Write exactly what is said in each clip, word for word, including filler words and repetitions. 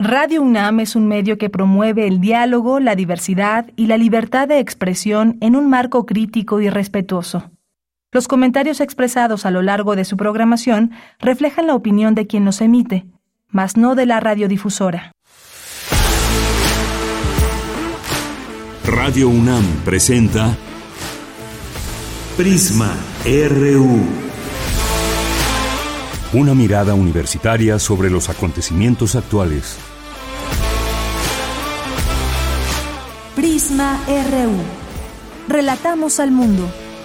Radio UNAM es un medio que promueve el diálogo, la diversidad y la libertad de expresión en un marco crítico y respetuoso. Los comentarios expresados a lo largo de su programación reflejan la opinión de quien los emite, mas no de la radiodifusora. Radio UNAM presenta Prisma R U. Una mirada universitaria sobre los acontecimientos actuales. Prisma R U. Relatamos al mundo.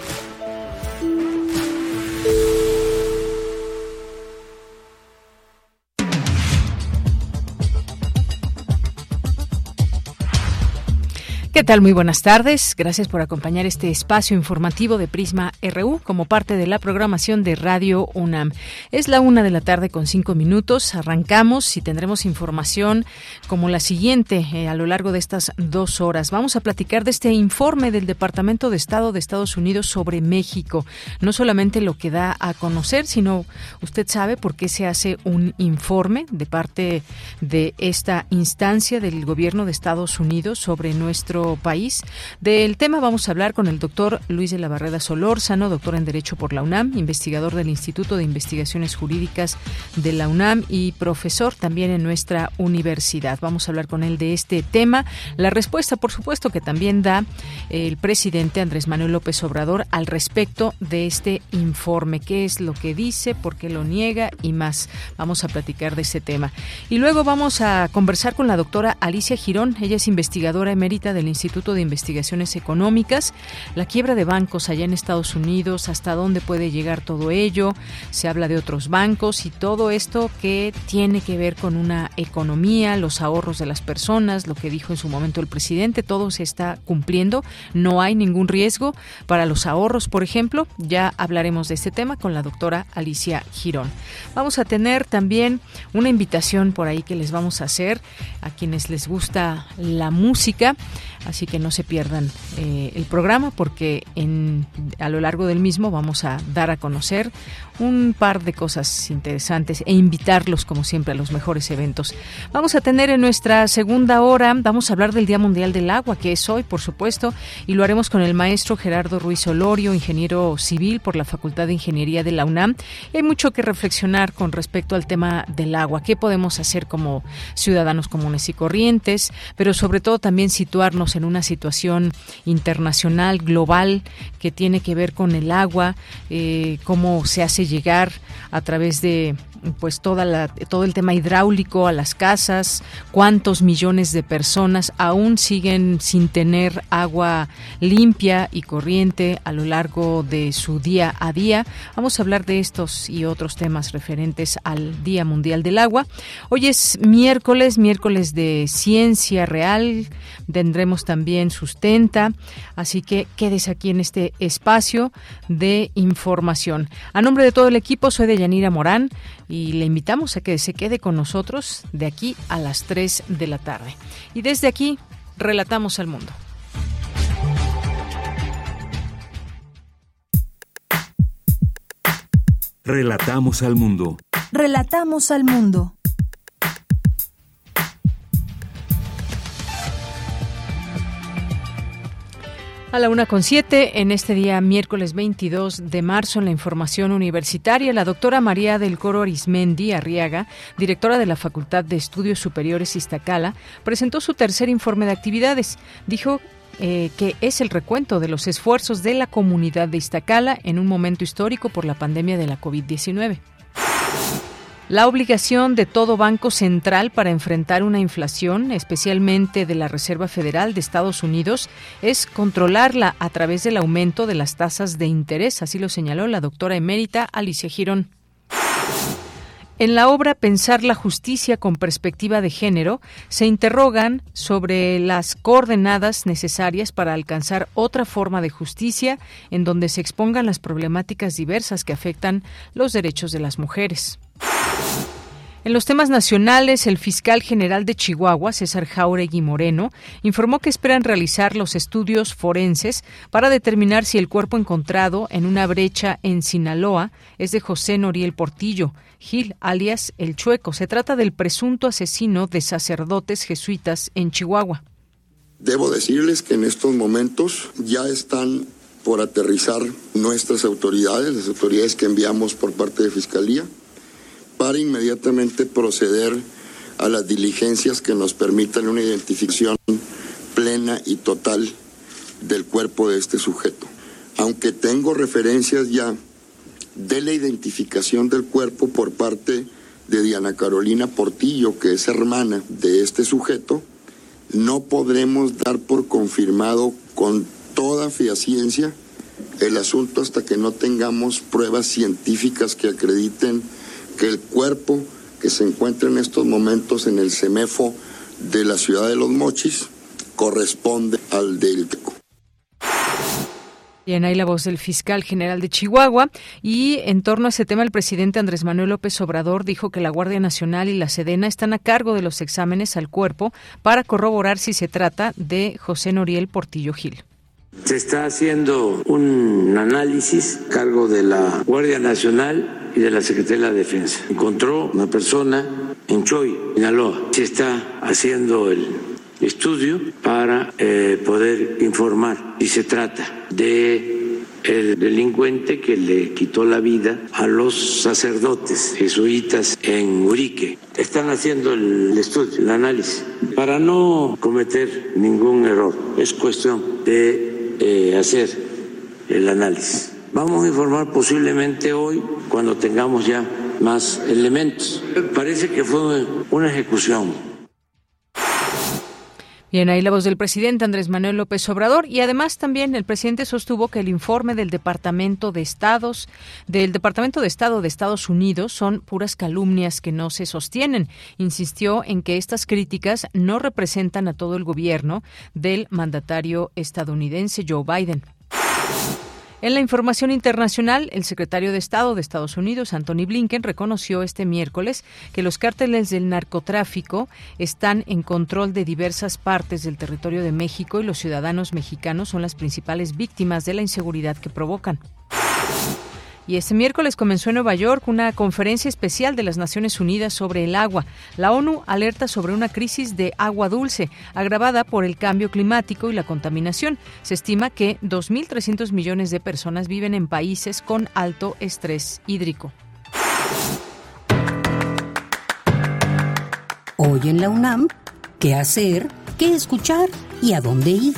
¿Qué tal? Muy buenas tardes. Gracias por acompañar este espacio informativo de Prisma R U como parte de la programación de Radio UNAM. Es la una de la tarde con cinco minutos. Arrancamos y tendremos información como la siguiente eh, a lo largo de estas dos horas. Vamos a platicar de este informe del Departamento de Estado de Estados Unidos sobre México. No solamente lo que da a conocer, sino usted sabe por qué se hace un informe de parte de esta instancia del gobierno de Estados Unidos sobre nuestro país. Del tema vamos a hablar con el doctor Luis de la Barrera Solórzano, doctor en Derecho por la UNAM, investigador del Instituto de Investigaciones Jurídicas de la UNAM y profesor también en nuestra universidad. Vamos a hablar con él de este tema. La respuesta, por supuesto, que también da el presidente Andrés Manuel López Obrador al respecto de este informe. ¿Qué es lo que dice? ¿Por qué lo niega? Y más. Vamos a platicar de ese tema. Y luego vamos a conversar con la doctora Alicia Girón. Ella es investigadora emérita del Instituto de Investigaciones Económicas, la quiebra de bancos allá en Estados Unidos, hasta dónde puede llegar todo ello, se habla de otros bancos y todo esto que tiene que ver con una economía, los ahorros de las personas, lo que dijo en su momento el presidente, todo se está cumpliendo, no hay ningún riesgo para los ahorros, por ejemplo. Ya hablaremos de este tema con la doctora Alicia Girón. Vamos a tener también una invitación por ahí que les vamos a hacer a quienes les gusta la música. Así que no se pierdan eh, el programa porque en, a lo largo del mismo vamos a dar a conocer un par de cosas interesantes e invitarlos, como siempre, a los mejores eventos. Vamos a tener en nuestra segunda hora, vamos a hablar del Día Mundial del Agua, que es hoy, por supuesto, y lo haremos con el maestro Gerardo Ruiz Olorio, ingeniero civil por la Facultad de Ingeniería de la UNAM. Y hay mucho que reflexionar con respecto al tema del agua. ¿Qué podemos hacer como ciudadanos comunes y corrientes? Pero sobre todo también situarnos en una situación internacional, global, que tiene que ver con el agua, eh, cómo se hace llegar a través de pues toda la, todo el tema hidráulico a las casas, cuántos millones de personas aún siguen sin tener agua limpia y corriente a lo largo de su día a día. Vamos a hablar de estos y otros temas referentes al Día Mundial del Agua. Hoy es miércoles, miércoles de Ciencia Real, tendremos también Sustenta, así que quédese aquí en este espacio de información. A nombre de todo el equipo, soy Deyanira Morán y le invitamos a que se quede con nosotros de aquí a las tres de la tarde. Y desde aquí, relatamos al mundo. Relatamos al mundo. Relatamos al mundo. A la una con siete, en este día miércoles veintidós de marzo, en la información universitaria, la doctora María del Coro Arizmendi Arriaga, directora de la Facultad de Estudios Superiores Iztacala, presentó su tercer informe de actividades. Dijo eh, que es el recuento de los esfuerzos de la comunidad de Iztacala en un momento histórico por la pandemia de la covid diecinueve. La obligación de todo banco central para enfrentar una inflación, especialmente de la Reserva Federal de Estados Unidos, es controlarla a través del aumento de las tasas de interés, así lo señaló la doctora emérita Alicia Girón. En la obra Pensar la justicia con perspectiva de género, se interrogan sobre las coordenadas necesarias para alcanzar otra forma de justicia en donde se expongan las problemáticas diversas que afectan los derechos de las mujeres. En los temas nacionales, el fiscal general de Chihuahua, César Jáuregui Moreno, informó que esperan realizar los estudios forenses para determinar si el cuerpo encontrado en una brecha en Sinaloa es de José Noriel Portillo Gil, alias El Chueco. Se trata del presunto asesino de sacerdotes jesuitas en Chihuahua. Debo decirles que en estos momentos ya están por aterrizar nuestras autoridades, las autoridades que enviamos por parte de Fiscalía, para inmediatamente proceder a las diligencias que nos permitan una identificación plena y total del cuerpo de este sujeto. Aunque tengo referencias ya de la identificación del cuerpo por parte de Diana Carolina Portillo, que es hermana de este sujeto, no podremos dar por confirmado con toda fehaciencia el asunto hasta que no tengamos pruebas científicas que acrediten que el cuerpo que se encuentra en estos momentos en el CEMEFO de la ciudad de Los Mochis corresponde al del Teco. Bien, ahí la voz del fiscal general de Chihuahua. Y en torno a ese tema, el presidente Andrés Manuel López Obrador dijo que la Guardia Nacional y la Sedena están a cargo de los exámenes al cuerpo para corroborar si se trata de José Noriel Portillo Gil. Se está haciendo un análisis a cargo de la Guardia Nacional y de la Secretaría de la Defensa. Encontró una persona en Choy, Sinaloa. Se está haciendo el estudio para eh, poder informar si se trata de el delincuente que le quitó la vida a los sacerdotes jesuitas en Urique. Están haciendo el estudio, el análisis, para no cometer ningún error. Es cuestión de eh, hacer el análisis. Vamos a informar posiblemente hoy, cuando tengamos ya más elementos. Parece que fue una ejecución. Bien, ahí la voz del presidente Andrés Manuel López Obrador. Y además también el presidente sostuvo que el informe del Departamento de Estados, del Departamento de Estado de Estados Unidos son puras calumnias que no se sostienen. Insistió en que estas críticas no representan a todo el gobierno del mandatario estadounidense Joe Biden. En la información internacional, el secretario de Estado de Estados Unidos, Antony Blinken, reconoció este miércoles que los cárteles del narcotráfico están en control de diversas partes del territorio de México y los ciudadanos mexicanos son las principales víctimas de la inseguridad que provocan. Y este miércoles comenzó en Nueva York una conferencia especial de las Naciones Unidas sobre el agua. La ONU alerta sobre una crisis de agua dulce, agravada por el cambio climático y la contaminación. Se estima que dos mil trescientos millones de personas viven en países con alto estrés hídrico. Hoy en la UNAM, ¿qué hacer, qué escuchar y a dónde ir?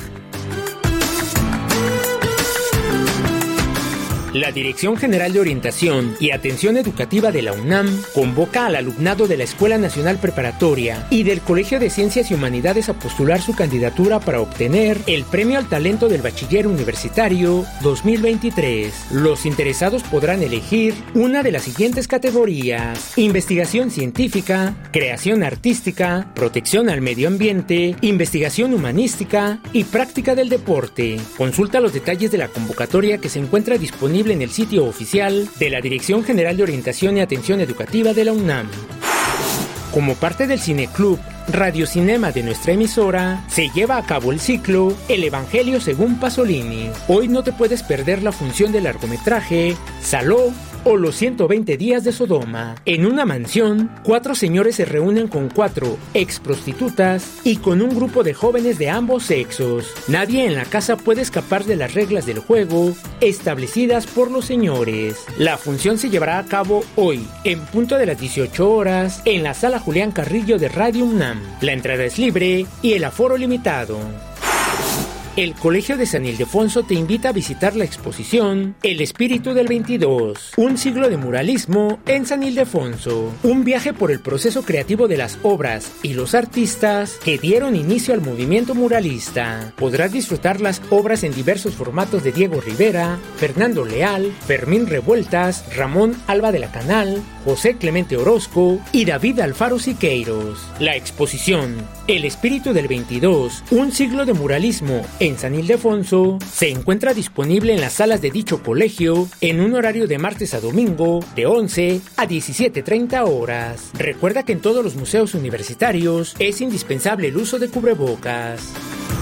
La Dirección General de Orientación y Atención Educativa de la UNAM convoca al alumnado de la Escuela Nacional Preparatoria y del Colegio de Ciencias y Humanidades a postular su candidatura para obtener el Premio al Talento del Bachiller Universitario dos mil veintitrés. Los interesados podrán elegir una de las siguientes categorías: investigación científica, creación artística, protección al medio ambiente, investigación humanística y práctica del deporte. Consulta los detalles de la convocatoria que se encuentra disponible en el sitio oficial de la Dirección General de Orientación y Atención Educativa de la UNAM. Como parte del Cineclub Radiocinema de nuestra emisora, se lleva a cabo el ciclo El Evangelio según Pasolini. Hoy no te puedes perder la función del largometraje Saló o Los ciento veinte días de Sodoma. En una mansión, cuatro señores se reúnen con cuatro ex prostitutas y con un grupo de jóvenes de ambos sexos. Nadie en la casa puede escapar de las reglas del juego establecidas por los señores. La función se llevará a cabo hoy, en punto de las dieciocho horas, en la Sala Julián Carrillo de Radio UNAM. La entrada es libre y el aforo limitado. El Colegio de San Ildefonso te invita a visitar la exposición El Espíritu del veintidós, un siglo de muralismo en San Ildefonso. Un viaje por el proceso creativo de las obras y los artistas que dieron inicio al movimiento muralista. Podrás disfrutar las obras en diversos formatos de Diego Rivera, Fernando Leal, Fermín Revueltas, Ramón Alba de la Canal, José Clemente Orozco y David Alfaro Siqueiros. La exposición El Espíritu del veintidós, un siglo de muralismo en en San Ildefonso, se encuentra disponible en las salas de dicho colegio en un horario de martes a domingo de once a diecisiete treinta horas. Recuerda que en todos los museos universitarios es indispensable el uso de cubrebocas.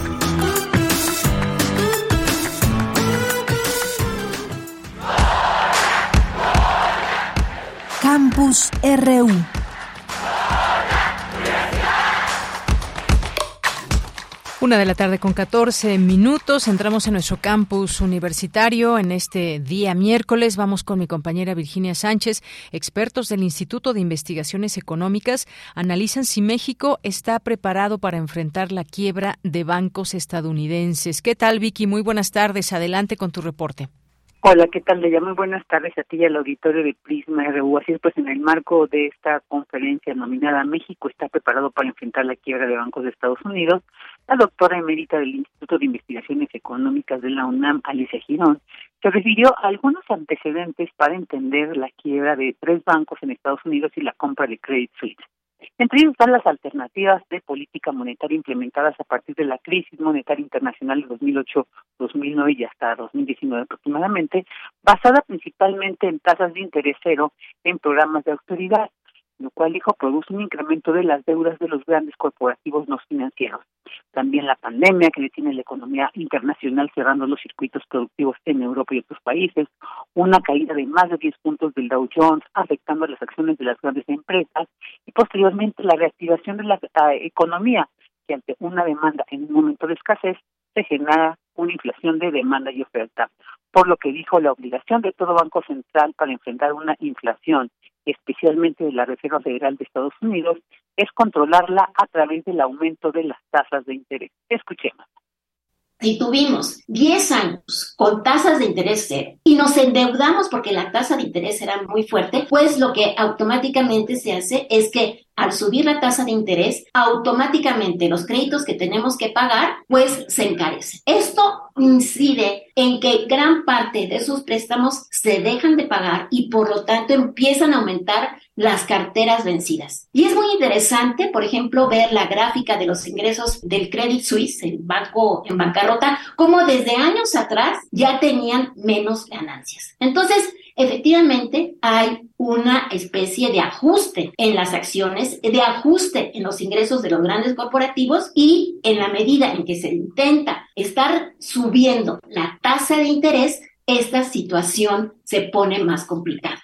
Campus R U. Una de la tarde con catorce minutos. Entramos en nuestro campus universitario en este día miércoles. Vamos con mi compañera Virginia Sánchez. Expertos del Instituto de Investigaciones Económicas analizan si México está preparado para enfrentar la quiebra de bancos estadounidenses. ¿Qué tal, Vicky? Muy buenas tardes. Adelante con tu reporte. Hola, ¿qué tal? Le llamo buenas tardes a ti y al auditorio de Prisma R U. Así es, pues en el marco de esta conferencia nominada México está preparado para enfrentar la quiebra de bancos de Estados Unidos, la doctora emérita del Instituto de Investigaciones Económicas de la UNAM, Alicia Girón, se refirió a algunos antecedentes para entender la quiebra de tres bancos en Estados Unidos y la compra de Credit Suisse. Entre ellos están las alternativas de política monetaria implementadas a partir de la crisis monetaria internacional de dos mil ocho, dos mil nueve y hasta dos mil diecinueve aproximadamente, basada principalmente en tasas de interés cero en programas de austeridad, lo cual, dijo, produce un incremento de las deudas de los grandes corporativos no financieros. También la pandemia, que detiene la economía internacional cerrando los circuitos productivos en Europa y otros países, una caída de más de diez puntos del Dow Jones, afectando las acciones de las grandes empresas, y posteriormente la reactivación de la uh, economía, que ante una demanda en un momento de escasez, se genera una inflación de demanda y oferta. Por lo que dijo, la obligación de todo banco central para enfrentar una inflación, especialmente de la Reserva Federal de Estados Unidos, es controlarla a través del aumento de las tasas de interés. Escuchemos. Si tuvimos diez años con tasas de interés cero y nos endeudamos porque la tasa de interés era muy fuerte, pues lo que automáticamente se hace es que al subir la tasa de interés, automáticamente los créditos que tenemos que pagar, pues se encarecen. Esto incide en que gran parte de esos préstamos se dejan de pagar y por lo tanto empiezan a aumentar las carteras vencidas. Y es muy interesante, por ejemplo, ver la gráfica de los ingresos del Credit Suisse, el banco en bancarrota, como desde años atrás ya tenían menos ganancias. Entonces, efectivamente, hay una especie de ajuste en las acciones, de ajuste en los ingresos de los grandes corporativos y en la medida en que se intenta estar subiendo la tasa de interés, esta situación se pone más complicada.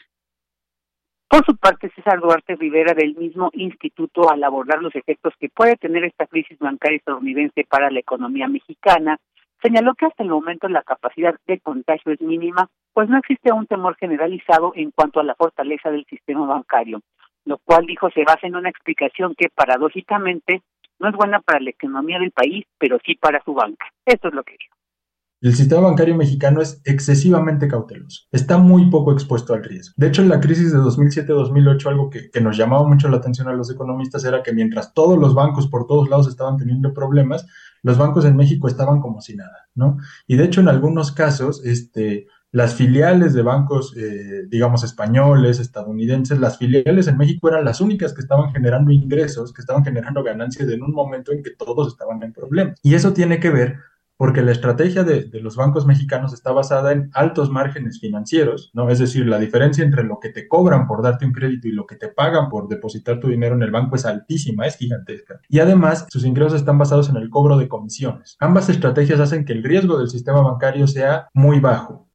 Por su parte, César Duarte Rivera, del mismo instituto, al abordar los efectos que puede tener esta crisis bancaria estadounidense para la economía mexicana, señaló que hasta el momento la capacidad de contagio es mínima, pues no existe un temor generalizado en cuanto a la fortaleza del sistema bancario, lo cual, dijo, se basa en una explicación que paradójicamente no es buena para la economía del país, pero sí para su banca. Esto es lo que dijo. El sistema bancario mexicano es excesivamente cauteloso, está muy poco expuesto al riesgo. De hecho, en la crisis de dos mil siete dos mil ocho, algo que, que nos llamaba mucho la atención a los economistas era que mientras todos los bancos por todos lados estaban teniendo problemas, los bancos en México estaban como si nada, ¿no? Y de hecho, en algunos casos, este, las filiales de bancos, eh, digamos, españoles, estadounidenses, las filiales en México eran las únicas que estaban generando ingresos, que estaban generando ganancias en un momento en que todos estaban en problemas. Y eso tiene que ver porque la estrategia de, de los bancos mexicanos está basada en altos márgenes financieros, ¿no? Es decir, la diferencia entre lo que te cobran por darte un crédito y lo que te pagan por depositar tu dinero en el banco es altísima, es gigantesca. Y además, sus ingresos están basados en el cobro de comisiones. Ambas estrategias hacen que el riesgo del sistema bancario sea muy bajo.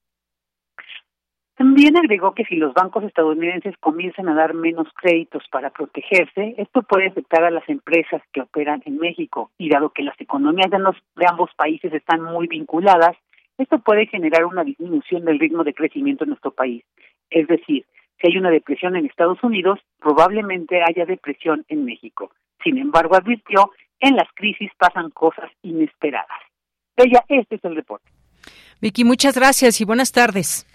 También agregó que si los bancos estadounidenses comienzan a dar menos créditos para protegerse, esto puede afectar a las empresas que operan en México. Y dado que las economías de, los, de ambos países están muy vinculadas, esto puede generar una disminución del ritmo de crecimiento en nuestro país. Es decir, si hay una depresión en Estados Unidos, probablemente haya depresión en México. Sin embargo, advirtió, en las crisis pasan cosas inesperadas. Ella, este es el reporte. Vicky, muchas gracias y buenas tardes.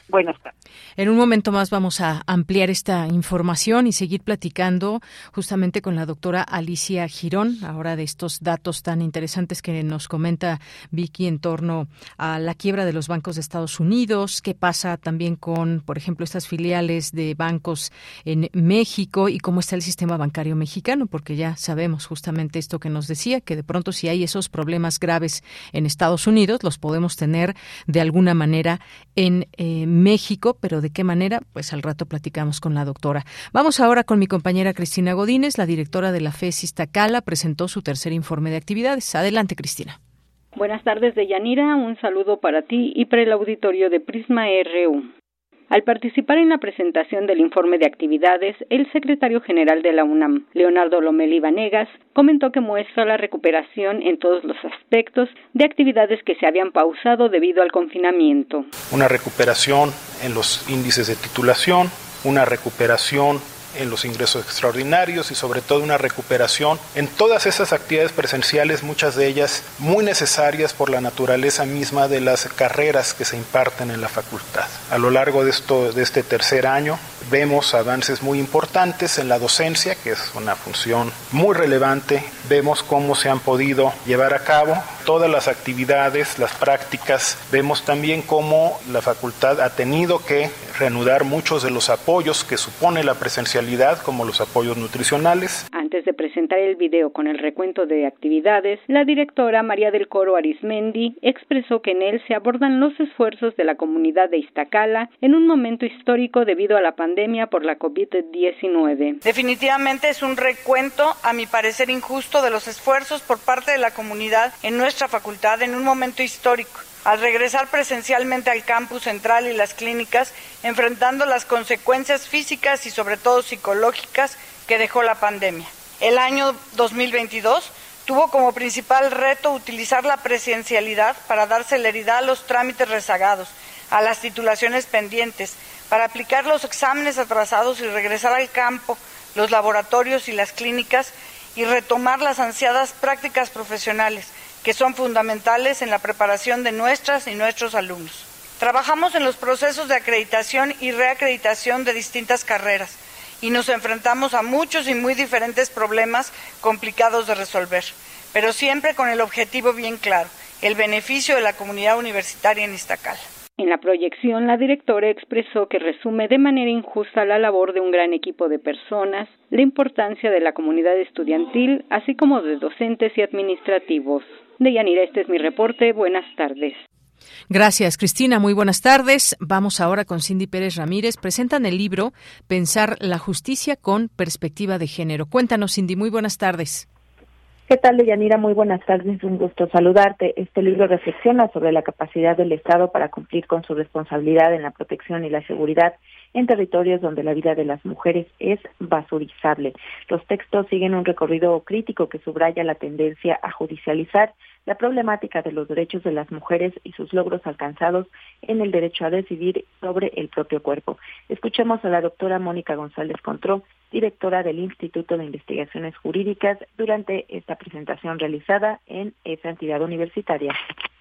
Buenas tardes. En un momento más vamos a ampliar esta información y seguir platicando justamente con la doctora Alicia Girón, ahora de estos datos tan interesantes que nos comenta Vicky en torno a la quiebra de los bancos de Estados Unidos, qué pasa también con, por ejemplo, estas filiales de bancos en México y cómo está el sistema bancario mexicano, porque ya sabemos justamente esto que nos decía, que de pronto si hay esos problemas graves en Estados Unidos, los podemos tener de alguna manera en eh, México, pero ¿de qué manera? Pues al rato platicamos con la doctora. Vamos ahora con mi compañera Cristina Godínez, la directora de la FES Iztacala, presentó su tercer informe de actividades. Adelante, Cristina. Buenas tardes, Deyanira. Un saludo para ti y para el auditorio de Prisma R U. Al participar en la presentación del informe de actividades, el secretario general de la UNAM, Leonardo Lomelí Vanegas, comentó que muestra la recuperación en todos los aspectos de actividades que se habían pausado debido al confinamiento. Una recuperación en los índices de titulación, una recuperación en los ingresos extraordinarios y sobre todo una recuperación en todas esas actividades presenciales, muchas de ellas muy necesarias por la naturaleza misma de las carreras que se imparten en la facultad. A lo largo de, esto, de este tercer año vemos avances muy importantes en la docencia, que es una función muy relevante. Vemos cómo se han podido llevar a cabo todas las actividades, las prácticas. Vemos también cómo la facultad ha tenido que reanudar muchos de los apoyos que supone la presencialidad, como los apoyos nutricionales. Antes de presentar el video con el recuento de actividades, la directora María del Coro Arismendi expresó que en él se abordan los esfuerzos de la comunidad de Iztacala en un momento histórico debido a la pandemia por la covid diecinueve. Definitivamente es un recuento, a mi parecer injusto, de los esfuerzos por parte de la comunidad en nuestra facultad en un momento histórico. Al regresar presencialmente al campus central y las clínicas, enfrentando las consecuencias físicas y sobre todo psicológicas que dejó la pandemia. El año dos mil veintidós tuvo como principal reto utilizar la presencialidad para dar celeridad a los trámites rezagados, a las titulaciones pendientes, para aplicar los exámenes atrasados y regresar al campo, los laboratorios y las clínicas y retomar las ansiadas prácticas profesionales, que son fundamentales en la preparación de nuestras y nuestros alumnos. Trabajamos en los procesos de acreditación y reacreditación de distintas carreras y nos enfrentamos a muchos y muy diferentes problemas complicados de resolver, pero siempre con el objetivo bien claro, el beneficio de la comunidad universitaria en Iztacala. En la proyección, la directora expresó que resume de manera injusta la labor de un gran equipo de personas, la importancia de la comunidad estudiantil, así como de docentes y administrativos. Deyanira, este es mi reporte. Buenas tardes. Gracias, Cristina. Muy buenas tardes. Vamos ahora con Cindy Pérez Ramírez. Presentan el libro Pensar la justicia con perspectiva de género. Cuéntanos, Cindy. Muy buenas tardes. ¿Qué tal, Deyanira? Muy buenas tardes, un gusto saludarte. Este libro reflexiona sobre la capacidad del Estado para cumplir con su responsabilidad en la protección y la seguridad en territorios donde la vida de las mujeres es basurizable. Los textos siguen un recorrido crítico que subraya la tendencia a judicializar la problemática de los derechos de las mujeres y sus logros alcanzados en el derecho a decidir sobre el propio cuerpo. Escuchemos a la doctora Mónica González Contró, directora del Instituto de Investigaciones Jurídicas, durante esta presentación realizada en esa entidad universitaria.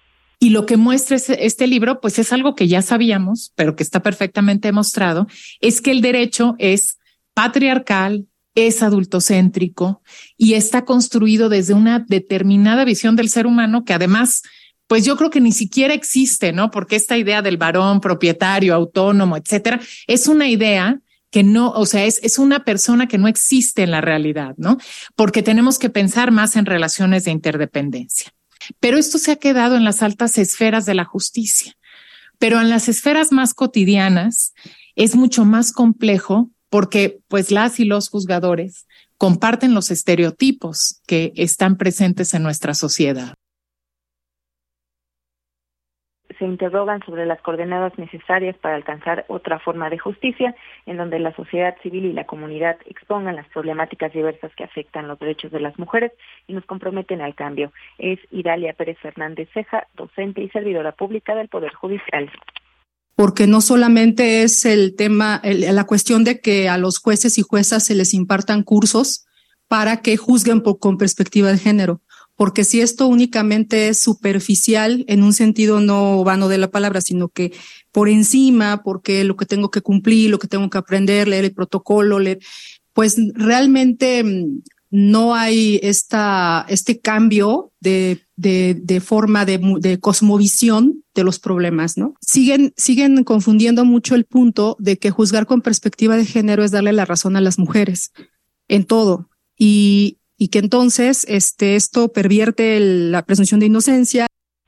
Y lo que muestra este libro, pues es algo que ya sabíamos, pero que está perfectamente demostrado, es que el derecho es patriarcal, es adultocéntrico y está construido desde una determinada visión del ser humano que además, pues yo creo que ni siquiera existe, ¿no? Porque esta idea del varón propietario, autónomo, etcétera, es una idea que no, o sea, es, es una persona que no existe en la realidad, ¿no? Porque tenemos que pensar más en relaciones de interdependencia. Pero esto se ha quedado en las altas esferas de la justicia. Pero en las esferas más cotidianas es mucho más complejo porque pues las y los juzgadores comparten los estereotipos que están presentes en nuestra sociedad. Se interrogan sobre las coordenadas necesarias para alcanzar otra forma de justicia en donde la sociedad civil y la comunidad expongan las problemáticas diversas que afectan los derechos de las mujeres y nos comprometen al cambio. Es Idalia Pérez Fernández Ceja, docente y servidora pública del Poder Judicial. Porque no solamente es el tema, el, la cuestión de que a los jueces y juezas se les impartan cursos para que juzguen por, con perspectiva de género, porque si esto únicamente es superficial, en un sentido no vano de la palabra, sino que por encima, porque lo que tengo que cumplir, lo que tengo que aprender, leer el protocolo, leer, pues realmente no hay esta, este cambio de, de, de forma de, de cosmovisión de los problemas, ¿no? Siguen, siguen confundiendo mucho el punto de que juzgar con perspectiva de género es darle la razón a las mujeres en todo, y, y que entonces este, esto pervierte el, la presunción de inocencia.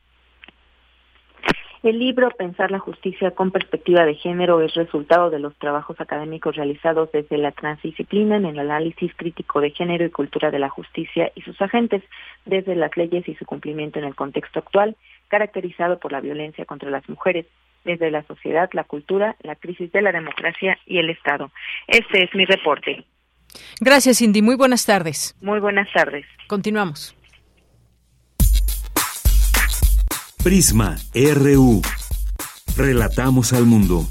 El libro Pensar la justicia con perspectiva de género es resultado de los trabajos académicos realizados desde la transdisciplina en el análisis crítico de género y cultura de la justicia y sus agentes, desde las leyes y su cumplimiento en el contexto actual, caracterizado por la violencia contra las mujeres, desde la sociedad, la cultura, la crisis de la democracia y el Estado. Este es mi reporte. Gracias, Cindy. Muy buenas tardes. Muy buenas tardes. Continuamos. Prisma R U. Relatamos al mundo.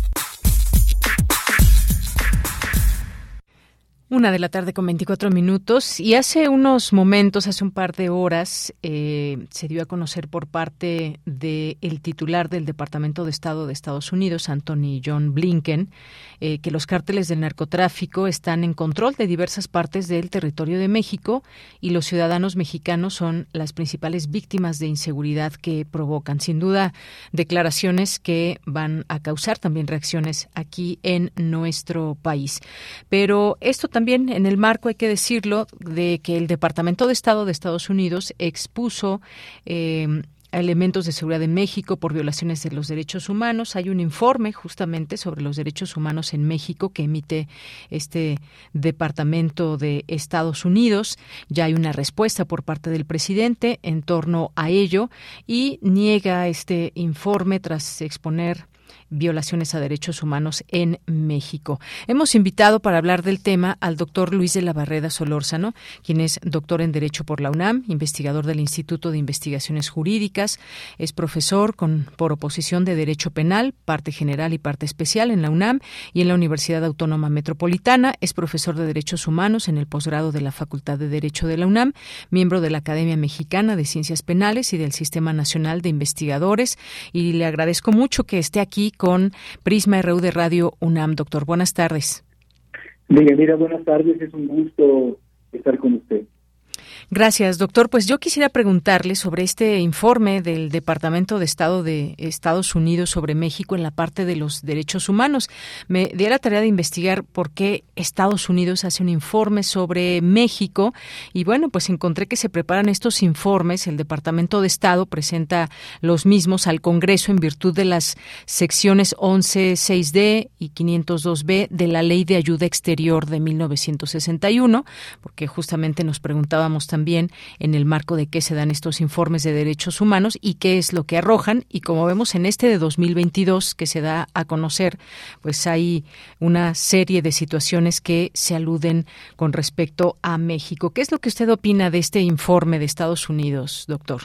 Una de la tarde con veinticuatro minutos, y hace unos momentos, hace un par de horas, eh, se dio a conocer por parte del titular del Departamento de Estado de Estados Unidos, Anthony John Blinken, eh, que los cárteles del narcotráfico están en control de diversas partes del territorio de México y los ciudadanos mexicanos son las principales víctimas de inseguridad que provocan. Sin duda, declaraciones que van a causar también reacciones aquí en nuestro país. Pero esto también También en el marco, hay que decirlo, de que el Departamento de Estado de Estados Unidos expuso eh, elementos de seguridad en México por violaciones de los derechos humanos. Hay un informe justamente sobre los derechos humanos en México que emite este Departamento de Estados Unidos. Ya hay una respuesta por parte del presidente en torno a ello y niega este informe tras exponer violaciones a derechos humanos en México. Hemos invitado para hablar del tema al doctor Luis de la Barrera Solórzano, quien es doctor en Derecho por la UNAM, investigador del Instituto de Investigaciones Jurídicas, es profesor con por oposición de Derecho Penal, parte general y parte especial en la UNAM y en la Universidad Autónoma Metropolitana, es profesor de Derechos Humanos en el posgrado de la Facultad de Derecho de la UNAM, miembro de la Academia Mexicana de Ciencias Penales y del Sistema Nacional de Investigadores, y le agradezco mucho que esté aquí con Prisma R U de Radio UNAM. Doctor, buenas tardes. Mira, buenas tardes, es un gusto estar con usted. Gracias, doctor. Pues yo quisiera preguntarle sobre este informe del Departamento de Estado de Estados Unidos sobre México en la parte de los derechos humanos. Me di la tarea de investigar por qué Estados Unidos hace un informe sobre México y bueno, pues encontré que se preparan estos informes. El Departamento de Estado presenta los mismos al Congreso en virtud de las secciones once seis D y quinientos dos B de la Ley de Ayuda Exterior de mil novecientos sesenta y uno, porque justamente nos preguntábamos también en el marco de qué se dan estos informes de derechos humanos y qué es lo que arrojan, y como vemos en este de dos mil veintidós que se da a conocer, pues hay una serie de situaciones que se aluden con respecto a México. ¿Qué es lo que usted opina de este informe de Estados Unidos, doctor?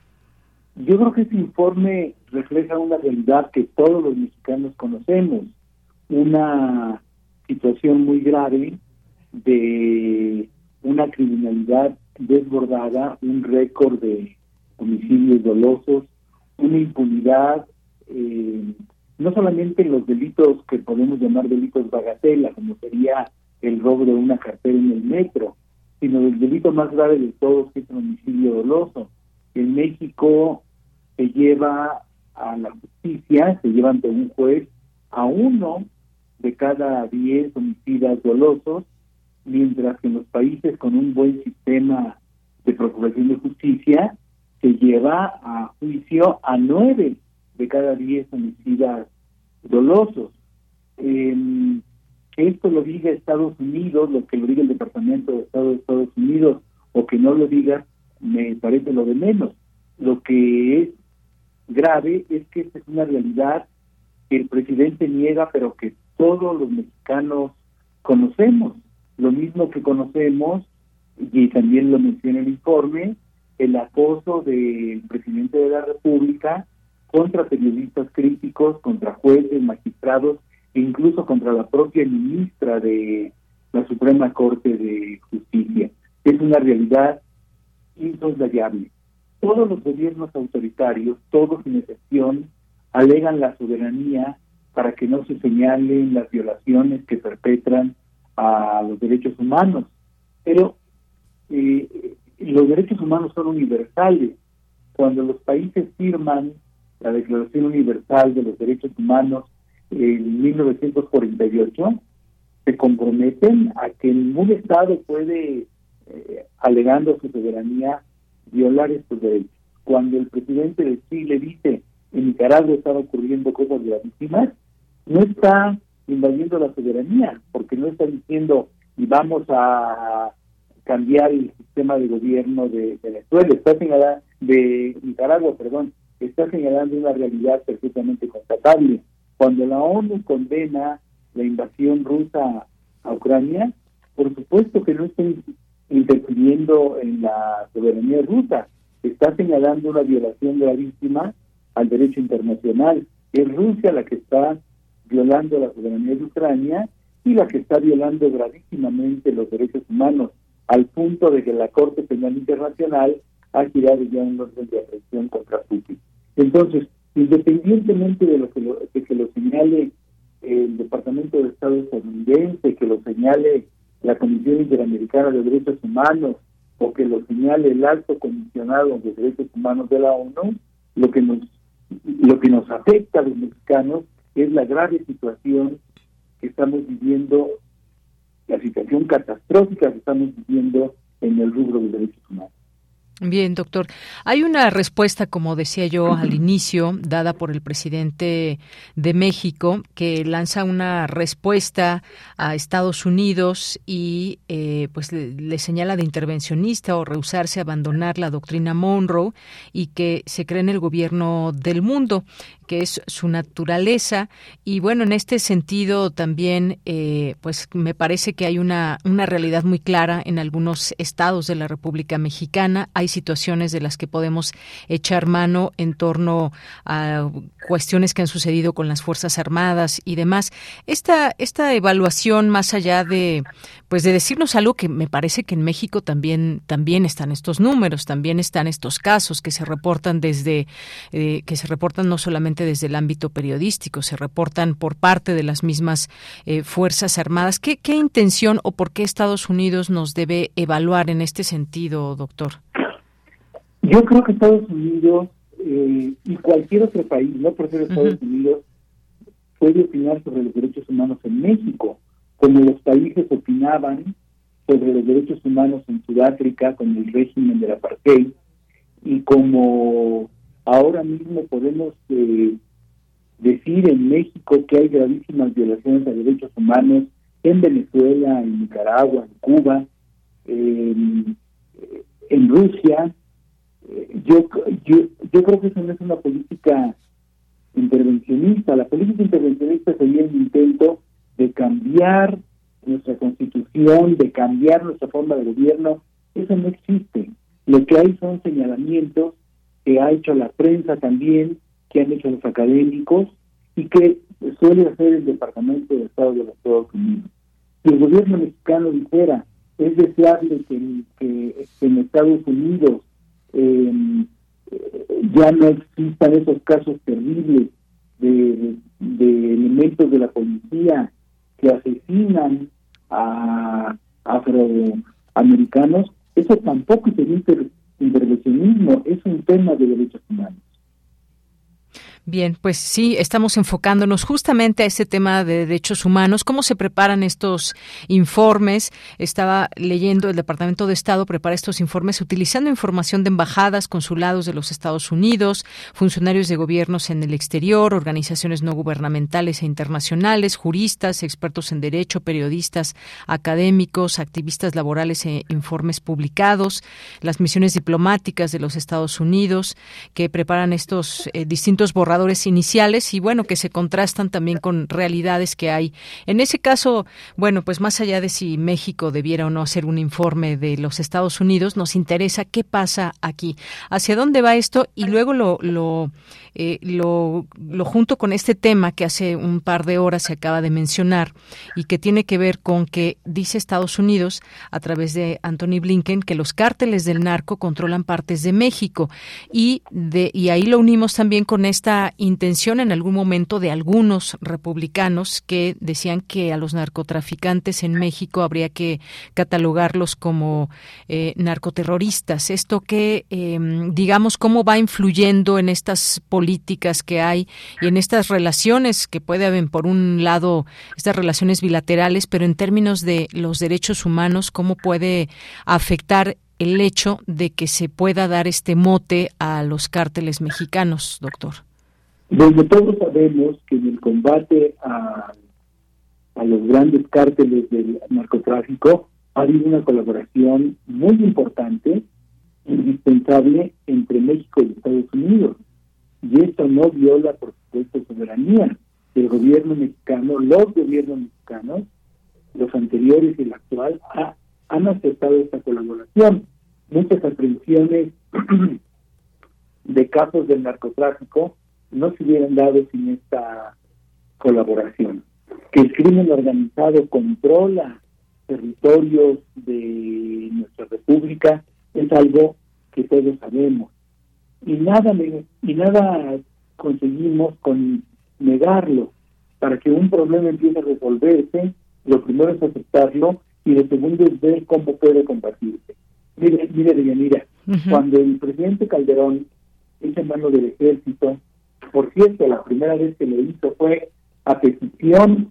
Yo creo que este informe refleja una realidad que todos los mexicanos conocemos, una situación muy grave de una criminalidad desbordada, un récord de homicidios dolosos, una impunidad, eh, no solamente en los delitos que podemos llamar delitos bagatela, como sería el robo de una cartera en el metro, sino el delito más grave de todos, que es el homicidio doloso. En México se lleva a la justicia, se lleva ante un juez a uno de cada diez homicidas dolosos, mientras que en los países con un buen sistema de procuración de justicia se lleva a juicio a nueve de cada diez homicidas dolosos. Eh, que esto lo diga Estados Unidos, lo que lo diga el Departamento de Estado de Estados Unidos, o que no lo diga, me parece lo de menos. Lo que es grave es que esta es una realidad que el presidente niega, pero que todos los mexicanos conocemos. Lo mismo que conocemos, y también lo menciona el informe, el acoso del presidente de la República contra periodistas críticos, contra jueces, magistrados, e incluso contra la propia ministra de la Suprema Corte de Justicia. Es una realidad insoslayable. Todos los gobiernos autoritarios, todos sin excepción, alegan la soberanía para que no se señalen las violaciones que perpetran a los derechos humanos. Pero eh, los derechos humanos son universales. Cuando los países firman la Declaración Universal de los Derechos Humanos en mil novecientos cuarenta y ocho, se comprometen a que ningún Estado puede, eh, alegando su soberanía, violar estos derechos. Cuando el presidente de Chile dice en Nicaragua están ocurriendo cosas gravísimas, no está invadiendo la soberanía, porque no está diciendo y vamos a cambiar el sistema de gobierno de Venezuela, está señalando, de Nicaragua, perdón, está señalando una realidad perfectamente constatable. Cuando la ONU condena la invasión rusa a Ucrania, por supuesto que no está interfiriendo en la soberanía rusa, está señalando una violación gravísima al derecho internacional. Es Rusia la que está violando la soberanía de Ucrania y la que está violando gravísimamente los derechos humanos, al punto de que la Corte Penal Internacional ha girado ya un orden de aprehensión contra Putin. Entonces, independientemente de lo que lo, de que lo señale el Departamento de Estado estadounidense, que lo señale la Comisión Interamericana de Derechos Humanos o que lo señale el Alto Comisionado de Derechos Humanos de la ONU, lo que nos lo que nos afecta a los mexicanos es la grave situación que estamos viviendo, la situación catastrófica que estamos viviendo en el rubro de derechos humanos. Bien, doctor. Hay una respuesta, como decía yo al inicio, dada por el presidente de México, que lanza una respuesta a Estados Unidos y eh, pues le, le señala de intervencionista o rehusarse a abandonar la doctrina Monroe y que se cree en el gobierno del mundo, que es su naturaleza. Y bueno, en este sentido también, eh, pues me parece que hay una, una realidad muy clara en algunos estados de la República Mexicana. Hay situaciones de las que podemos echar mano en torno a cuestiones que han sucedido con las Fuerzas Armadas y demás. Esta, esta evaluación, más allá de, pues de decirnos algo que me parece que en México también, también están estos números, también están estos casos que se reportan desde, eh, que se reportan no solamente desde el ámbito periodístico, se reportan por parte de las mismas eh, Fuerzas Armadas. ¿Qué, qué intención o por qué Estados Unidos nos debe evaluar en este sentido, doctor? Yo creo que Estados Unidos eh, y cualquier otro país, no por ser Estados uh-huh. Unidos, puede opinar sobre los derechos humanos en México, como los países opinaban sobre los derechos humanos en Sudáfrica con el régimen del apartheid, y como ahora mismo podemos eh, decir en México que hay gravísimas violaciones a derechos humanos en Venezuela, en Nicaragua, en Cuba, en, en Rusia. Yo, yo yo creo que eso no es una política intervencionista. La política intervencionista sería un intento de cambiar nuestra constitución, de cambiar nuestra forma de gobierno. Eso no existe. Lo que hay son señalamientos que ha hecho la prensa también, que han hecho los académicos y que suele hacer el Departamento de Estado de los Estados Unidos. Si el gobierno mexicano dijera, es deseable que, que, que en Estados Unidos Eh, ya no existan esos casos terribles de, de elementos de la policía que asesinan a afroamericanos, eso tampoco es un inter, intervencionismo, es un tema de derechos humanos. Bien, pues sí, estamos enfocándonos justamente a este tema de derechos humanos. ¿Cómo se preparan estos informes? Estaba leyendo, el Departamento de Estado prepara estos informes utilizando información de embajadas, consulados de los Estados Unidos, funcionarios de gobiernos en el exterior, organizaciones no gubernamentales e internacionales, juristas, expertos en derecho, periodistas, académicos, activistas laborales e informes publicados, las misiones diplomáticas de los Estados Unidos que preparan estos eh, distintos borradores borradores iniciales y bueno, que se contrastan también con realidades que hay. En ese caso, bueno, pues más allá de si México debiera o no hacer un informe de los Estados Unidos, nos interesa qué pasa aquí, hacia dónde va esto y luego lo lo eh, lo, lo junto con este tema que hace un par de horas se acaba de mencionar y que tiene que ver con que dice Estados Unidos a través de Anthony Blinken que los cárteles del narco controlan partes de México y de y ahí lo unimos también con esta intención en algún momento de algunos republicanos que decían que a los narcotraficantes en México habría que catalogarlos como eh, narcoterroristas. Esto que eh, digamos cómo va influyendo en estas políticas que hay y en estas relaciones que puede haber, por un lado, estas relaciones bilaterales, pero en términos de los derechos humanos, ¿cómo puede afectar el hecho de que se pueda dar este mote a los cárteles mexicanos, doctor? Desde todos sabemos que en el combate a, a los grandes cárteles del narcotráfico ha habido una colaboración muy importante, indispensable entre México y Estados Unidos. Y esto no viola, por supuesto, soberanía. El gobierno mexicano, los gobiernos mexicanos, los anteriores y el actual, ha, han aceptado esta colaboración. Muchas aprehensiones de casos del narcotráfico no se hubieran dado sin esta colaboración. Que el crimen organizado controla territorios de nuestra república es algo que todos sabemos. Y nada, y nada conseguimos con negarlo. Para que un problema empiece a resolverse, lo primero es aceptarlo y lo segundo es ver cómo puede combatirse. Mire, mire, Deyanira, uh-huh. Cuando el presidente Calderón echa mano del ejército, por cierto, la primera vez que lo hizo fue a petición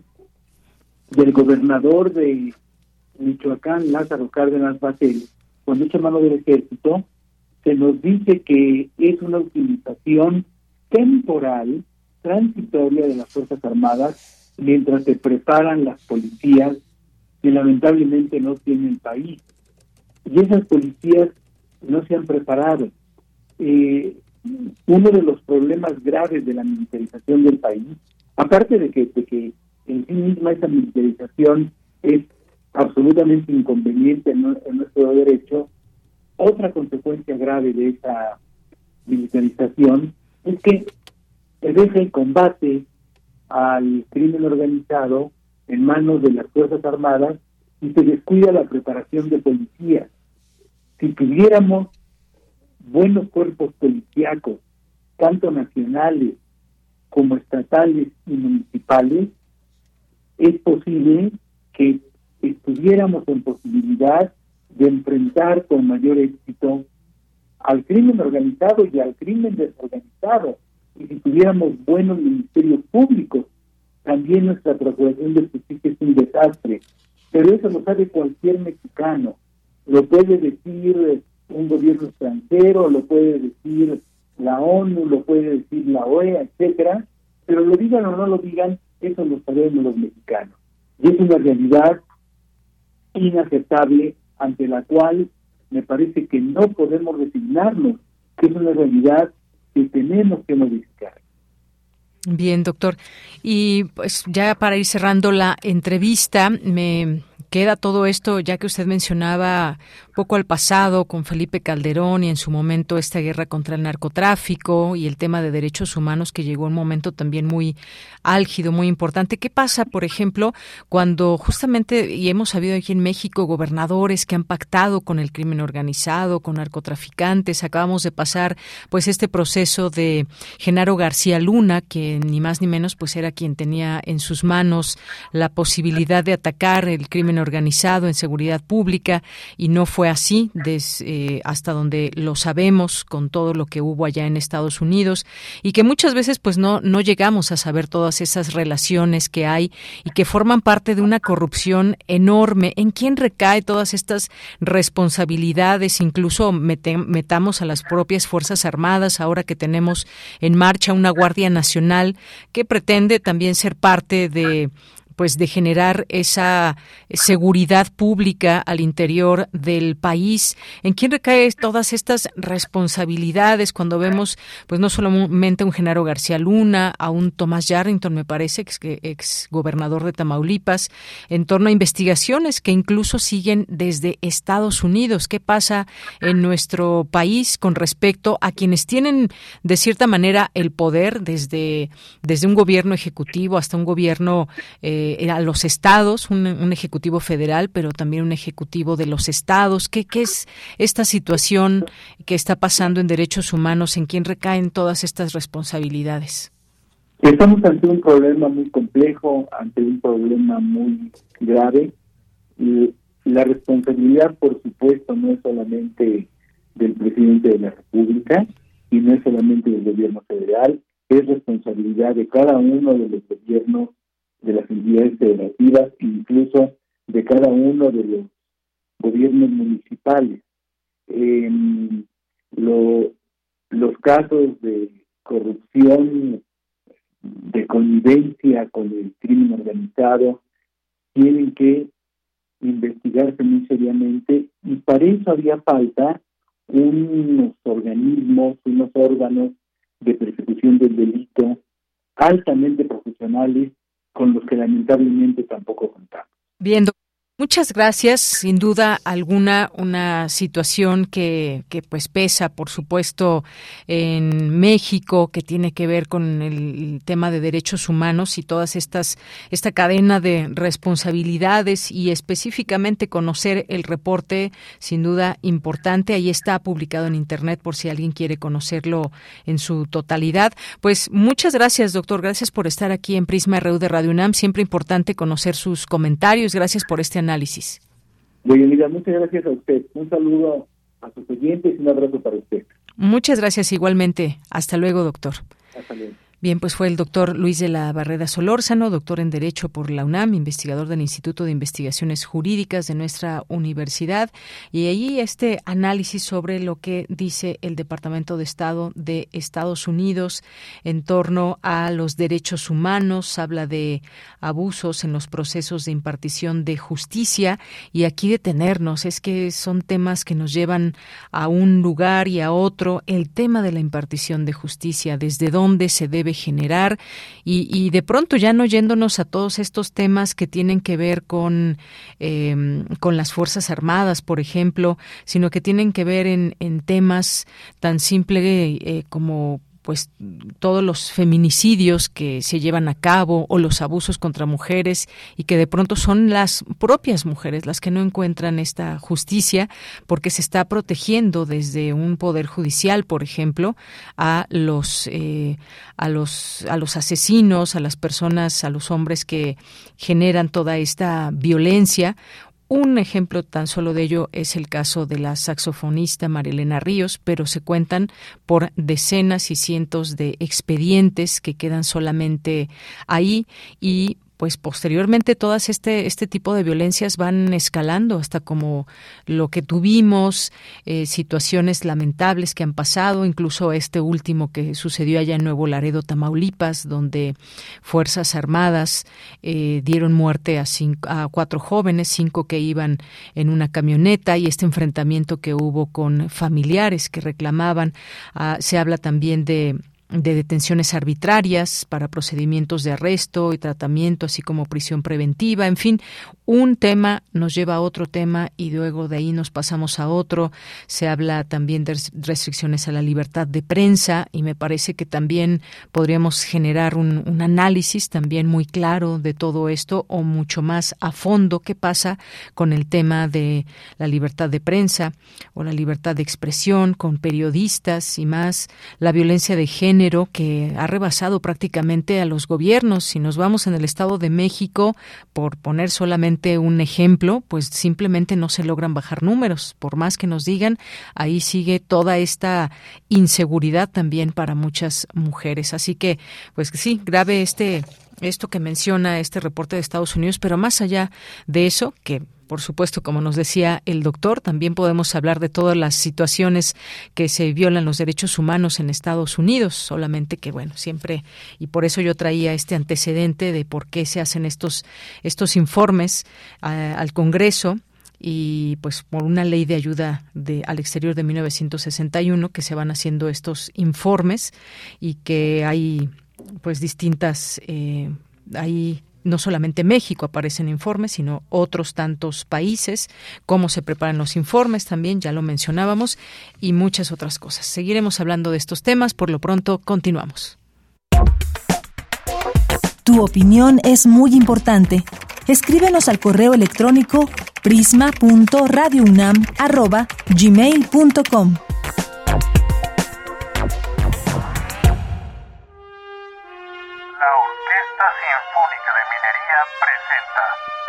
del gobernador de Michoacán, Lázaro Cárdenas Batel. Cuando echa mano del ejército, se nos dice que es una utilización temporal, transitoria de las Fuerzas Armadas, mientras se preparan las policías que lamentablemente no tienen país. Y esas policías no se han preparado. Eh, uno de los problemas graves de la militarización del país, aparte de que, de que en sí misma esa militarización es absolutamente inconveniente en, en nuestro derecho, otra consecuencia grave de esa militarización es que se deja el combate al crimen organizado en manos de las Fuerzas Armadas y se descuida la preparación de policías. Si tuviéramos buenos cuerpos policíacos, tanto nacionales como estatales y municipales, es posible que estuviéramos en posibilidad de enfrentar con mayor éxito al crimen organizado y al crimen desorganizado. Y si tuviéramos buenos ministerios públicos, también nuestra procuración de justicia es un desastre. Pero eso lo sabe cualquier mexicano. Lo puede decir un gobierno extranjero, lo puede decir la ONU, lo puede decir la O E A, etcétera. Pero lo digan o no lo digan, eso lo sabemos los mexicanos. Y es una realidad inaceptable ante la cual me parece que no podemos resignarnos, que es una realidad que tenemos que modificar. Bien, doctor. Y pues ya para ir cerrando la entrevista, me queda todo esto, ya que usted mencionaba poco al pasado con Felipe Calderón y en su momento esta guerra contra el narcotráfico y el tema de derechos humanos que llegó a un momento también muy álgido, muy importante. ¿Qué pasa, por ejemplo, cuando justamente, y hemos sabido aquí en México, gobernadores que han pactado con el crimen organizado, con narcotraficantes? Acabamos de pasar pues este proceso de Genaro García Luna, que ni más ni menos pues era quien tenía en sus manos la posibilidad de atacar el crimen organizado en seguridad pública, y no fue así des, eh, hasta donde lo sabemos, con todo lo que hubo allá en Estados Unidos, y que muchas veces pues no no llegamos a saber todas esas relaciones que hay y que forman parte de una corrupción enorme. ¿En quién recae todas estas responsabilidades? Incluso mete, metamos a las propias Fuerzas Armadas, ahora que tenemos en marcha una Guardia Nacional que pretende también ser parte de pues de generar esa seguridad pública al interior del país. ¿En quién recae todas estas responsabilidades cuando vemos, pues no solamente a un Genaro García Luna, a un Tomás Yarrington, me parece, ex, ex gobernador de Tamaulipas, en torno a investigaciones que incluso siguen desde Estados Unidos? ¿Qué pasa en nuestro país con respecto a quienes tienen de cierta manera el poder, desde, desde un gobierno ejecutivo hasta un gobierno eh, a los estados, un, un ejecutivo federal, pero también un ejecutivo de los estados? ¿Qué, qué es esta situación que está pasando en derechos humanos? ¿En quién recaen todas estas responsabilidades? Estamos ante un problema muy complejo, ante un problema muy grave. Y la responsabilidad, por supuesto, no es solamente del presidente de la República y no es solamente del gobierno federal, es responsabilidad de cada uno de los gobiernos de las entidades federativas, incluso de cada uno de los gobiernos municipales. Eh, lo, los casos de corrupción, de connivencia con el crimen organizado, tienen que investigarse muy seriamente, y para eso había falta unos organismos, unos órganos de persecución del delito altamente profesionales, con los que lamentablemente tampoco contamos. Bien, muchas gracias. Sin duda alguna, una situación que, que pues pesa, por supuesto, en México, que tiene que ver con el tema de derechos humanos y todas estas, esta cadena de responsabilidades, y específicamente conocer el reporte, sin duda importante. Ahí está publicado en internet por si alguien quiere conocerlo en su totalidad. Pues muchas gracias, doctor. Gracias por estar aquí en Prisma R U de Radio UNAM. Siempre importante conocer sus comentarios. Gracias por este análisis. análisis. Buenísima, muchas gracias a usted. Un saludo a sus oyentes y un abrazo para usted. Muchas gracias igualmente. Hasta luego, doctor. Hasta luego. Bien, pues fue el doctor Luis de la Barrera Solórzano, doctor en Derecho por la UNAM, investigador del Instituto de Investigaciones Jurídicas de nuestra universidad, y ahí este análisis sobre lo que dice el Departamento de Estado de Estados Unidos en torno a los derechos humanos. Habla de abusos en los procesos de impartición de justicia, y aquí detenernos, es que son temas que nos llevan a un lugar y a otro. El tema de la impartición de justicia, desde dónde se debe generar, y, y de pronto ya no yéndonos a todos estos temas que tienen que ver con eh, con las Fuerzas Armadas, por ejemplo, sino que tienen que ver en, en temas tan simples eh, como pues todos los feminicidios que se llevan a cabo, o los abusos contra mujeres, y que de pronto son las propias mujeres las que no encuentran esta justicia, porque se está protegiendo desde un poder judicial, por ejemplo, a los eh, a los a los asesinos, a las personas, a los hombres que generan toda esta violencia. Un ejemplo tan solo de ello es el caso de la saxofonista Marilena Ríos, pero se cuentan por decenas y cientos de expedientes que quedan solamente ahí, y pues posteriormente todas este este tipo de violencias van escalando hasta como lo que tuvimos, eh, situaciones lamentables que han pasado, incluso este último que sucedió allá en Nuevo Laredo, Tamaulipas, donde Fuerzas Armadas eh, dieron muerte a, cinco, a cuatro jóvenes, cinco que iban en una camioneta, y este enfrentamiento que hubo con familiares que reclamaban. Ah, se habla también de de detenciones arbitrarias para procedimientos de arresto y tratamiento, así como prisión preventiva. En fin, un tema nos lleva a otro tema, y luego de ahí nos pasamos a otro. Se habla también de restricciones a la libertad de prensa, y me parece que también podríamos generar un, un análisis también muy claro de todo esto, o mucho más a fondo, qué pasa con el tema de la libertad de prensa o la libertad de expresión con periodistas y más, la violencia de género que ha rebasado prácticamente a los gobiernos. Si nos vamos en el Estado de México, por poner solamente un ejemplo, pues simplemente no se logran bajar números, por más que nos digan. Ahí sigue toda esta inseguridad también para muchas mujeres. Así que, pues sí, grave este esto que menciona este reporte de Estados Unidos, pero más allá de eso, que por supuesto, como nos decía el doctor, también podemos hablar de todas las situaciones que se violan los derechos humanos en Estados Unidos, solamente que, bueno, siempre, y por eso yo traía este antecedente de por qué se hacen estos, estos informes a, al Congreso, y pues por una ley de ayuda de, al exterior de mil novecientos sesenta y uno que se van haciendo estos informes y que hay pues distintas, eh, hay no solamente México aparecen informes, sino otros tantos países, cómo se preparan los informes también, ya lo mencionábamos, y muchas otras cosas. Seguiremos hablando de estos temas, por lo pronto continuamos. Tu opinión es muy importante. Escríbenos al correo electrónico prisma punto radio unam arroba gmail punto com. La Orquesta Sinfónica de Minería presenta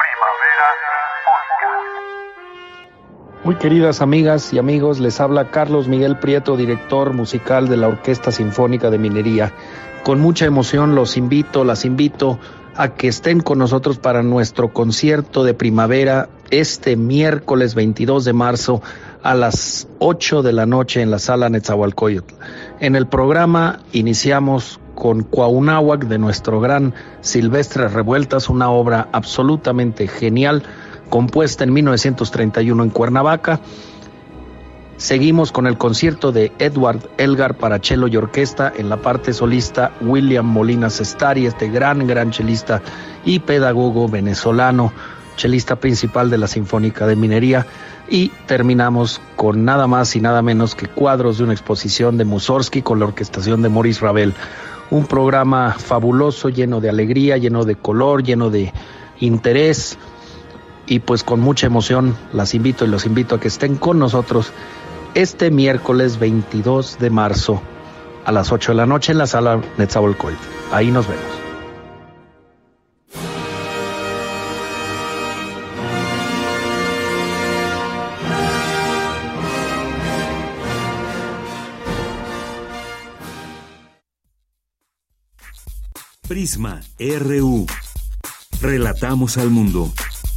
Primavera Sinfónica. Muy queridas amigas y amigos, les habla Carlos Miguel Prieto, director musical de la Orquesta Sinfónica de Minería. Con mucha emoción los invito, las invito a que estén con nosotros para nuestro concierto de primavera este miércoles veintidós de marzo a las ocho de la noche en la Sala Netzahualcóyotl. En el programa iniciamos con Cuauhnáhuac de nuestro gran Silvestre Revueltas, una obra absolutamente genial, compuesta en mil novecientos treinta y uno en Cuernavaca. Seguimos con el concierto de Edward Elgar para cello y orquesta, en la parte solista William Molina Sestari, este gran, gran chelista y pedagogo venezolano, chelista principal de la Sinfónica de Minería. Y terminamos con nada más y nada menos que cuadros de una exposición de Mussorgsky con la orquestación de Maurice Ravel. Un programa fabuloso, lleno de alegría, lleno de color, lleno de interés, y pues con mucha emoción las invito y los invito a que estén con nosotros este miércoles veintidós de marzo a las ocho de la noche en la Sala Netzahualcóyotl. Ahí nos vemos. Prisma R U. Relatamos al mundo.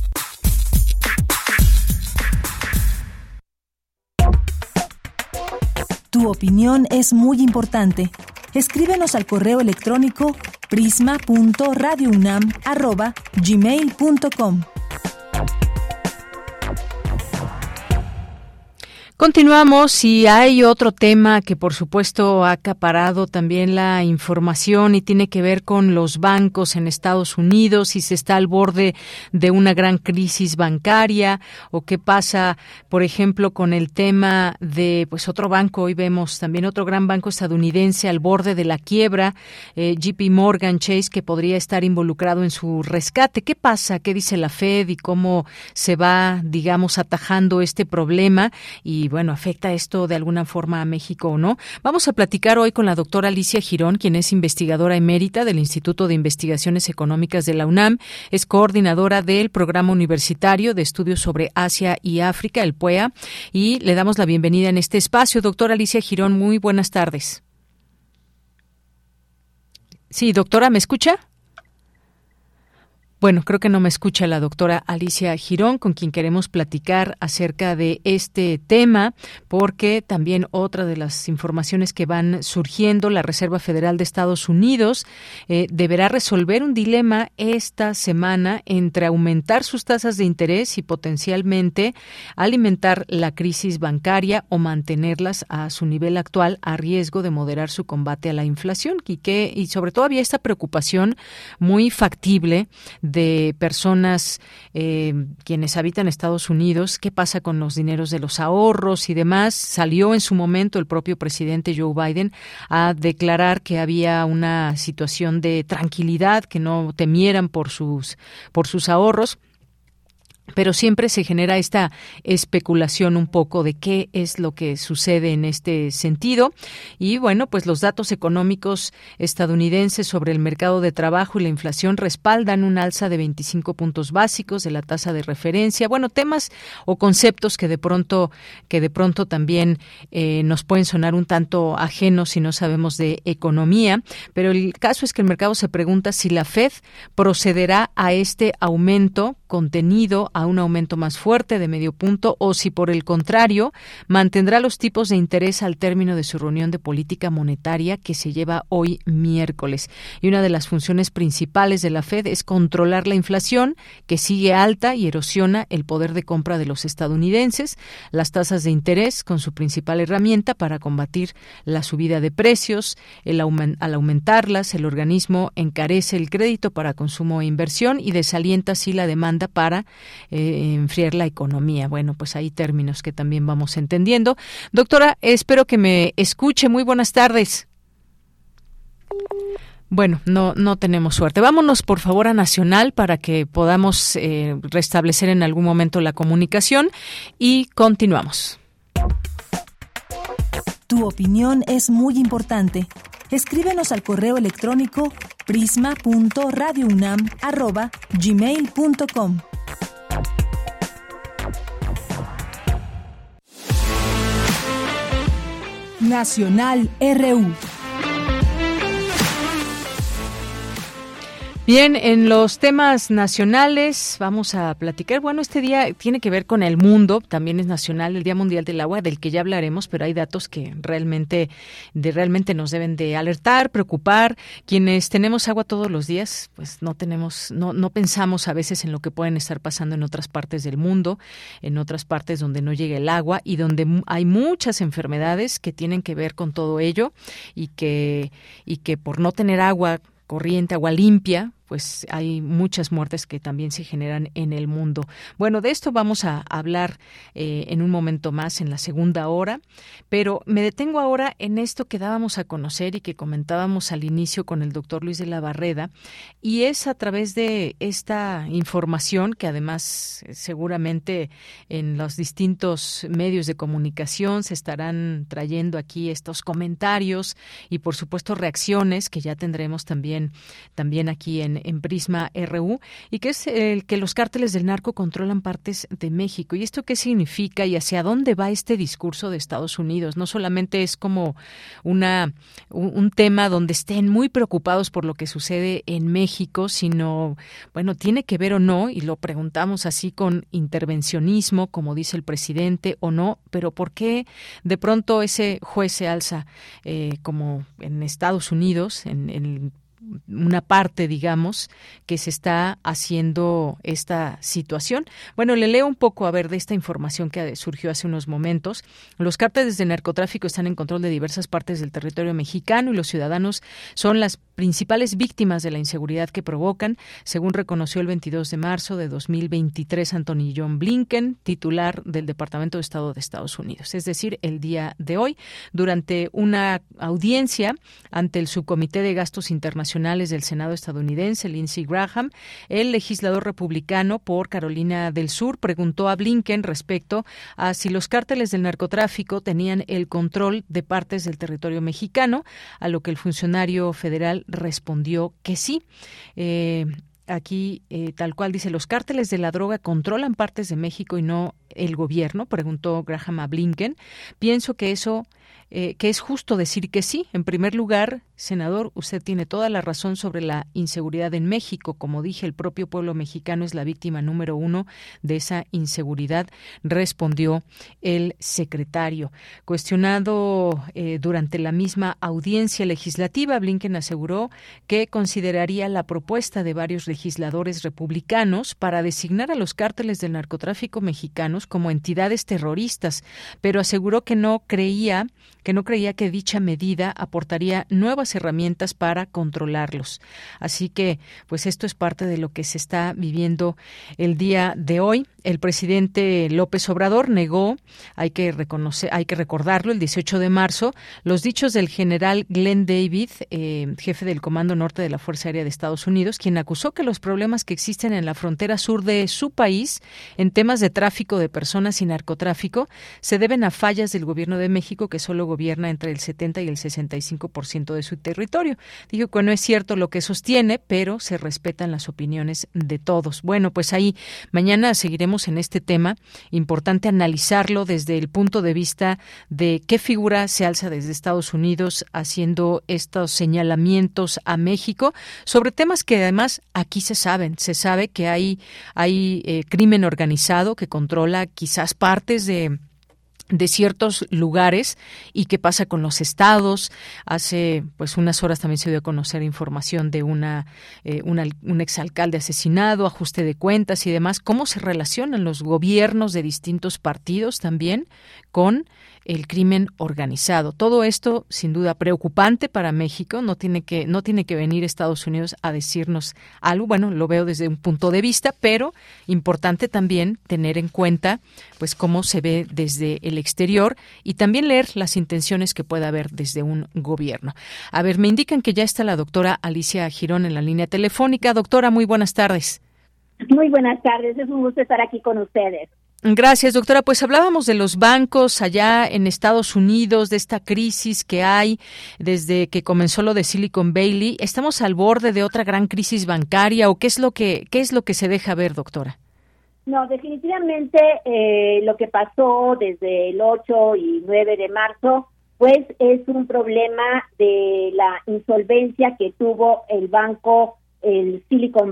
Tu opinión es muy importante. Escríbenos al correo electrónico prisma punto radio unam arroba gmail punto com. Continuamos, y hay otro tema que por supuesto ha acaparado también la información y tiene que ver con los bancos en Estados Unidos, y se está al borde de una gran crisis bancaria, o qué pasa, por ejemplo, con el tema de pues otro banco. Hoy vemos también otro gran banco estadounidense al borde de la quiebra, eh, J P Morgan Chase, que podría estar involucrado en su rescate. ¿Qué pasa? ¿Qué dice la Fed y cómo se va, digamos, atajando este problema? Y bueno, ¿afecta esto de alguna forma a México o no? Vamos a platicar hoy con la doctora Alicia Girón, quien es investigadora emérita del Instituto de Investigaciones Económicas de la UNAM, es coordinadora del Programa Universitario de Estudios sobre Asia y África, el P U E A, y le damos la bienvenida en este espacio. Doctora Alicia Girón, muy buenas tardes. Sí, doctora, ¿me escucha? Bueno, creo que no me escucha la doctora Alicia Girón, con quien queremos platicar acerca de este tema, porque también otra de las informaciones que van surgiendo, la Reserva Federal de Estados Unidos eh, deberá resolver un dilema esta semana entre aumentar sus tasas de interés y potencialmente alimentar la crisis bancaria o mantenerlas a su nivel actual a riesgo de moderar su combate a la inflación. Y, que, y sobre todo había esta preocupación muy factible de personas eh, quienes habitan Estados Unidos. ¿Qué pasa con los dineros de los ahorros y demás? Salió en su momento el propio presidente Joe Biden a declarar que había una situación de tranquilidad, que no temieran por sus, por sus ahorros. Pero siempre se genera esta especulación un poco de qué es lo que sucede en este sentido. Y bueno, pues los datos económicos estadounidenses sobre el mercado de trabajo y la inflación respaldan un alza de veinticinco puntos básicos de la tasa de referencia. Bueno, temas o conceptos que de pronto que de pronto también eh, nos pueden sonar un tanto ajenos si no sabemos de economía. Pero el caso es que el mercado se pregunta si la Fed procederá a este aumento contenido a un aumento más fuerte de medio punto o si por el contrario mantendrá los tipos de interés al término de su reunión de política monetaria que se lleva hoy miércoles. Y una de las funciones principales de la Fed es controlar la inflación, que sigue alta y erosiona el poder de compra de los estadounidenses, las tasas de interés con su principal herramienta para combatir la subida de precios. El aument- al aumentarlas, el organismo encarece el crédito para consumo e inversión y desalienta así la demanda para eh, enfriar la economía. Bueno, pues hay términos que también vamos entendiendo. Doctora, espero que me escuche. Muy buenas tardes. Bueno, no no tenemos suerte. Vámonos, por favor, a Nacional para que podamos eh, restablecer en algún momento la comunicación y continuamos. Tu opinión es muy importante. Escríbenos al correo electrónico prisma punto radio unam arroba gmail punto com. Nacional R U. Bien, en los temas nacionales vamos a platicar. Bueno, este día tiene que ver con el mundo, también es nacional, el Día Mundial del Agua, del que ya hablaremos, pero hay datos que realmente, de, realmente nos deben de alertar, preocupar. Quienes tenemos agua todos los días, pues no tenemos, no, no pensamos a veces en lo que pueden estar pasando en otras partes del mundo, en otras partes donde no llega el agua y donde hay muchas enfermedades que tienen que ver con todo ello y que, y que por no tener agua corriente, agua limpia, pues hay muchas muertes que también se generan en el mundo. Bueno, de esto vamos a hablar eh, en un momento más, en la segunda hora, pero me detengo ahora en esto que dábamos a conocer y que comentábamos al inicio con el doctor Luis de la Barreda, y es a través de esta información que además seguramente en los distintos medios de comunicación se estarán trayendo aquí estos comentarios y por supuesto reacciones que ya tendremos también, también aquí en en Prisma R U, y que es el que los cárteles del narco controlan partes de México. ¿Y esto qué significa y hacia dónde va este discurso de Estados Unidos? No solamente es como una un, un tema donde estén muy preocupados por lo que sucede en México, sino, bueno, tiene que ver o no, y lo preguntamos así con intervencionismo, como dice el presidente, o no, pero ¿por qué de pronto ese juez se alza eh, como en Estados Unidos, en el una parte, digamos, que se está haciendo esta situación? Bueno, le leo un poco, a ver, de esta información que surgió hace unos momentos. Los cárteles de narcotráfico están en control de diversas partes del territorio mexicano y los ciudadanos son las principales víctimas de la inseguridad que provocan, según reconoció el veintidós de marzo de dos mil veintitrés Anthony John Blinken, titular del Departamento de Estado de Estados Unidos, es decir, el día de hoy, durante una audiencia ante el Subcomité de Gastos Internacionales del Senado estadounidense, Lindsey Graham, el legislador republicano por Carolina del Sur, preguntó a Blinken respecto a si los cárteles del narcotráfico tenían el control de partes del territorio mexicano, a lo que el funcionario federal respondió que sí. Eh, Aquí, eh, tal cual dice, los cárteles de la droga controlan partes de México y no el gobierno, preguntó Graham a Blinken. Pienso que eso, eh, que es justo decir que sí. En primer lugar, senador, usted tiene toda la razón sobre la inseguridad en México. Como dije, el propio pueblo mexicano es la víctima número uno de esa inseguridad, respondió el secretario. Cuestionado eh, durante la misma audiencia legislativa, Blinken aseguró que consideraría la propuesta de varios legisladores republicanos para designar a los cárteles del narcotráfico mexicanos como entidades terroristas, pero aseguró que no creía que no creía que dicha medida aportaría nuevas herramientas para controlarlos. Así que, pues esto es parte de lo que se está viviendo el día de hoy. El presidente López Obrador negó, hay que reconocer, hay que recordarlo, el dieciocho de marzo, los dichos del general Glenn David, eh, jefe del Comando Norte de la Fuerza Aérea de Estados Unidos, quien acusó que los problemas que existen en la frontera sur de su país en temas de tráfico de personas y narcotráfico se deben a fallas del gobierno de México que solo gobierna entre el setenta y el sesenta y cinco por ciento de su territorio. Dijo que no es cierto lo que sostiene, pero se respetan las opiniones de todos. Bueno, pues ahí mañana seguiremos en este tema. Importante analizarlo desde el punto de vista de qué figura se alza desde Estados Unidos haciendo estos señalamientos a México sobre temas que además aquí se saben. Se sabe que hay, hay eh, crimen organizado que controla quizás partes de de ciertos lugares y qué pasa con los estados. Hace pues unas horas también se dio a conocer información de una, eh, una un exalcalde asesinado, ajuste de cuentas y demás. ¿Cómo se relacionan los gobiernos de distintos partidos también con el crimen organizado? Todo esto sin duda preocupante para México. No tiene que no tiene que venir Estados Unidos a decirnos algo. Bueno, lo veo desde un punto de vista, pero importante también tener en cuenta pues cómo se ve desde el exterior y también leer las intenciones que pueda haber desde un gobierno. A ver, me indican que ya está la doctora Alicia Girón en la línea telefónica. Doctora, muy buenas tardes. Muy buenas tardes, es un gusto estar aquí con ustedes. Gracias, doctora. Pues hablábamos de los bancos allá en Estados Unidos, de esta crisis que hay desde que comenzó lo de Silicon Valley. ¿Estamos al borde de otra gran crisis bancaria o qué es lo que qué es lo que se deja ver, doctora? No, definitivamente eh, lo que pasó desde el ocho y nueve de marzo, pues es un problema de la insolvencia que tuvo el banco, el Silicon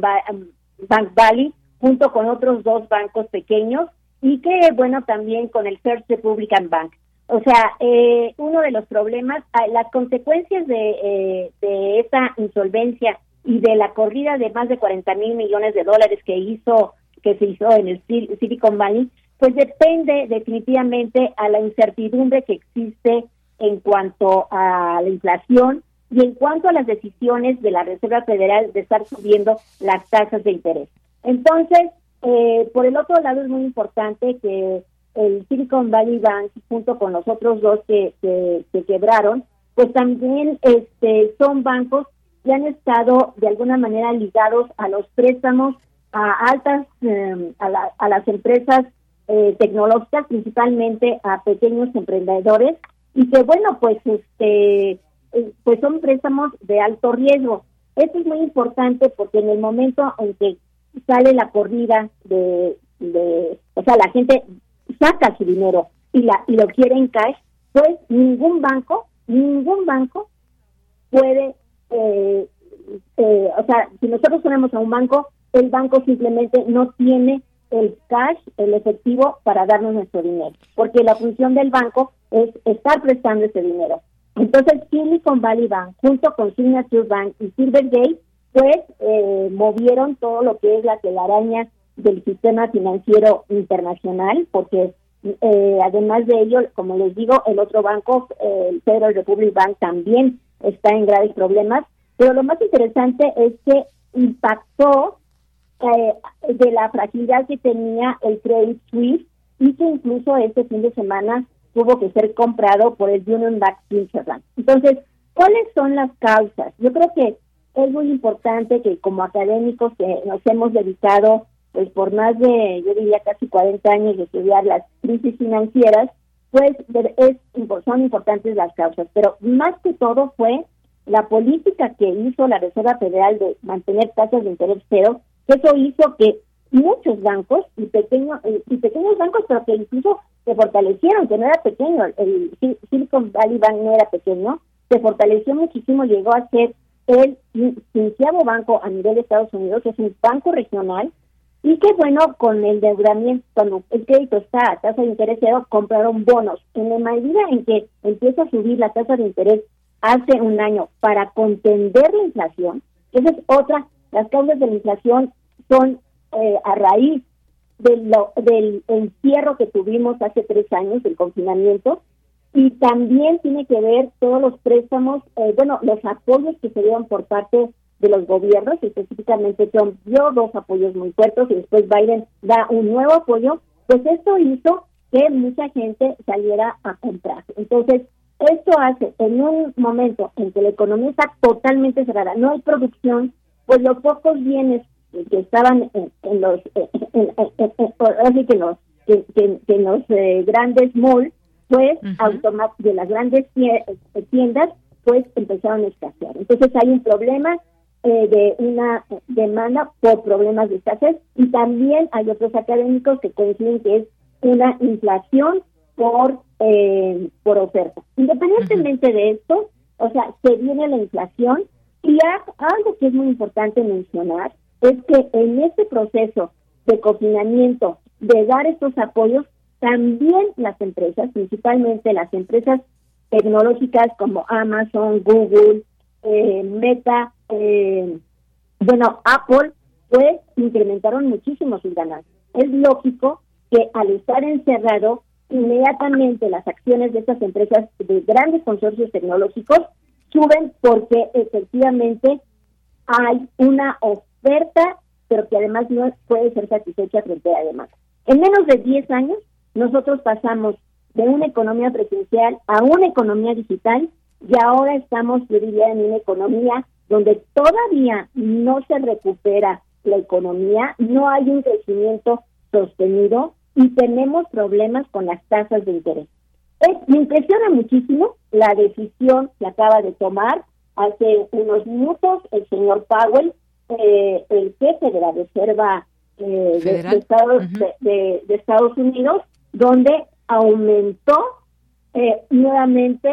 Bank Valley, junto con otros dos bancos pequeños, y que, bueno, también con el First Republican Bank. O sea, eh, uno de los problemas, las consecuencias de, eh, de esa insolvencia y de la corrida de más de cuarenta mil millones de dólares que hizo, que se hizo en el Silicon Valley, pues depende definitivamente a la incertidumbre que existe en cuanto a la inflación y en cuanto a las decisiones de la Reserva Federal de estar subiendo las tasas de interés. Entonces, Eh, por el otro lado, es muy importante que el Silicon Valley Bank, junto con los otros dos que, que, que quebraron, pues también este, son bancos que han estado de alguna manera ligados a los préstamos a altas, eh, a, la, a las empresas eh, tecnológicas, principalmente a pequeños emprendedores, y que bueno, pues este, eh, pues son préstamos de alto riesgo. Esto es muy importante porque en el momento en que sale la corrida de, de, o sea, la gente saca su dinero y la y lo quiere en cash, pues ningún banco, ningún banco puede, eh, eh, o sea, si nosotros ponemos a un banco, el banco simplemente no tiene el cash, el efectivo para darnos nuestro dinero, porque la función del banco es estar prestando ese dinero. Entonces, Silicon Valley Bank, junto con Signature Bank y Silvergate, pues eh, movieron todo lo que es la telaraña del sistema financiero internacional, porque eh, además de ello, como les digo, el otro banco, eh, el Federal Republic Bank, también está en graves problemas, pero lo más interesante es que impactó eh, de la fragilidad que tenía el Credit Suisse y que incluso este fin de semana tuvo que ser comprado por el Union Bank Switzerland. Entonces, ¿cuáles son las causas? Yo creo que es muy importante que como académicos que nos hemos dedicado pues por más de, yo diría casi cuarenta años de estudiar las crisis financieras, pues es, son importantes las causas, pero más que todo fue la política que hizo la Reserva Federal de mantener tasas de interés cero, que eso hizo que muchos bancos y pequeños y pequeños bancos, pero que incluso se fortalecieron, que no era pequeño, el Silicon Valley Bank no era pequeño, se fortaleció muchísimo, llegó a ser el quinceavo banco a nivel de Estados Unidos, que es un banco regional, y que bueno, con el endeudamiento, cuando el crédito está a tasa de interés cero, compraron bonos. En la medida en que empieza a subir la tasa de interés hace un año para contender la inflación, esa es otra, las causas de la inflación son eh, a raíz de lo, del encierro que tuvimos hace tres años, del confinamiento, y también tiene que ver todos los préstamos, eh, bueno, los apoyos que se dieron por parte de los gobiernos, específicamente Trump dio dos apoyos muy fuertes y después Biden da un nuevo apoyo, pues esto hizo que mucha gente saliera a comprar. Entonces, esto hace, en un momento en que la economía está totalmente cerrada, no hay producción, pues los pocos bienes que estaban en, en los, en, en, en, en, en, en los, que, que, que en los eh, grandes malls, pues Uh-huh. automa- de las grandes tiendas, pues empezaron a escasear. Entonces hay un problema eh, de una demanda por problemas de escasez, y también hay otros académicos que coinciden que es una inflación por eh, por oferta. Independientemente uh-huh. de esto, o sea, se viene la inflación, y ha, algo que es muy importante mencionar es que en este proceso de confinamiento, de dar estos apoyos, también las empresas, principalmente las empresas tecnológicas como Amazon, Google, eh, Meta, eh, bueno, Apple, pues incrementaron muchísimo sus ganancias. Es lógico que al estar encerrado, inmediatamente las acciones de estas empresas de grandes consorcios tecnológicos suben porque efectivamente hay una oferta, pero que además no puede ser satisfecha frente a la demanda. En menos de diez años, nosotros pasamos de una economía presencial a una economía digital, y ahora estamos, yo diría, en una economía donde todavía no se recupera la economía, no hay un crecimiento sostenido y tenemos problemas con las tasas de interés. Eh, me impresiona muchísimo la decisión que acaba de tomar hace unos minutos el señor Powell, eh, el jefe de la Reserva eh, de, de, Estados, uh-huh. de, de, de Estados Unidos, donde aumentó eh, nuevamente,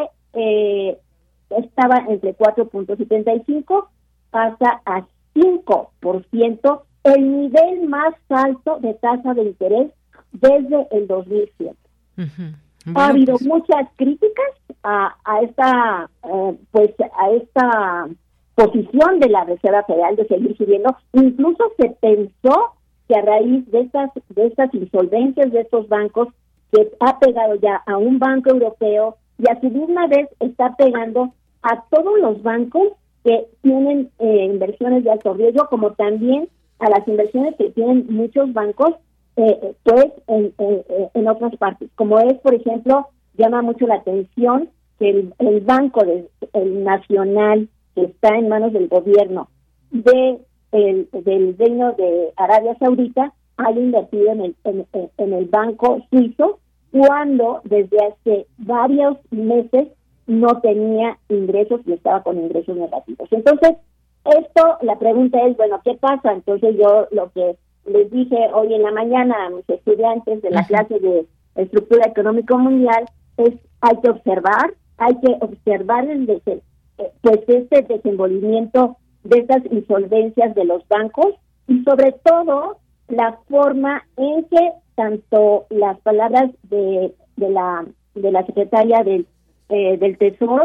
eh, estaba entre cuatro punto setenta y cinco, pasa a cinco por ciento, el nivel más alto de tasa de interés desde el dos mil siete. Uh-huh. Bueno, ha habido pues... muchas críticas a, a esta eh, pues a esta posición de la Reserva Federal de seguir subiendo. Incluso se pensó que a raíz de estas de estas insolvencias de estos bancos, que ha pegado ya a un banco europeo y a su misma vez está pegando a todos los bancos que tienen eh, inversiones de alto riesgo, como también a las inversiones que tienen muchos bancos eh, pues en, en, en otras partes, como es, por ejemplo, llama mucho la atención que el, el banco de, el nacional, que está en manos del gobierno de el, del Reino de Arabia Saudita, haya invertido en el, en, en el banco suizo, cuando desde hace varios meses no tenía ingresos y estaba con ingresos negativos. Entonces, esto, la pregunta es, bueno, ¿qué pasa? Entonces yo lo que les dije hoy en la mañana a mis estudiantes de la uh-huh. clase de Estructura Económica Mundial es, hay que observar, hay que observar el dese, pues este desenvolvimiento de estas insolvencias de los bancos, y sobre todo la forma en que tanto las palabras de, de la de la secretaria del eh, del Tesoro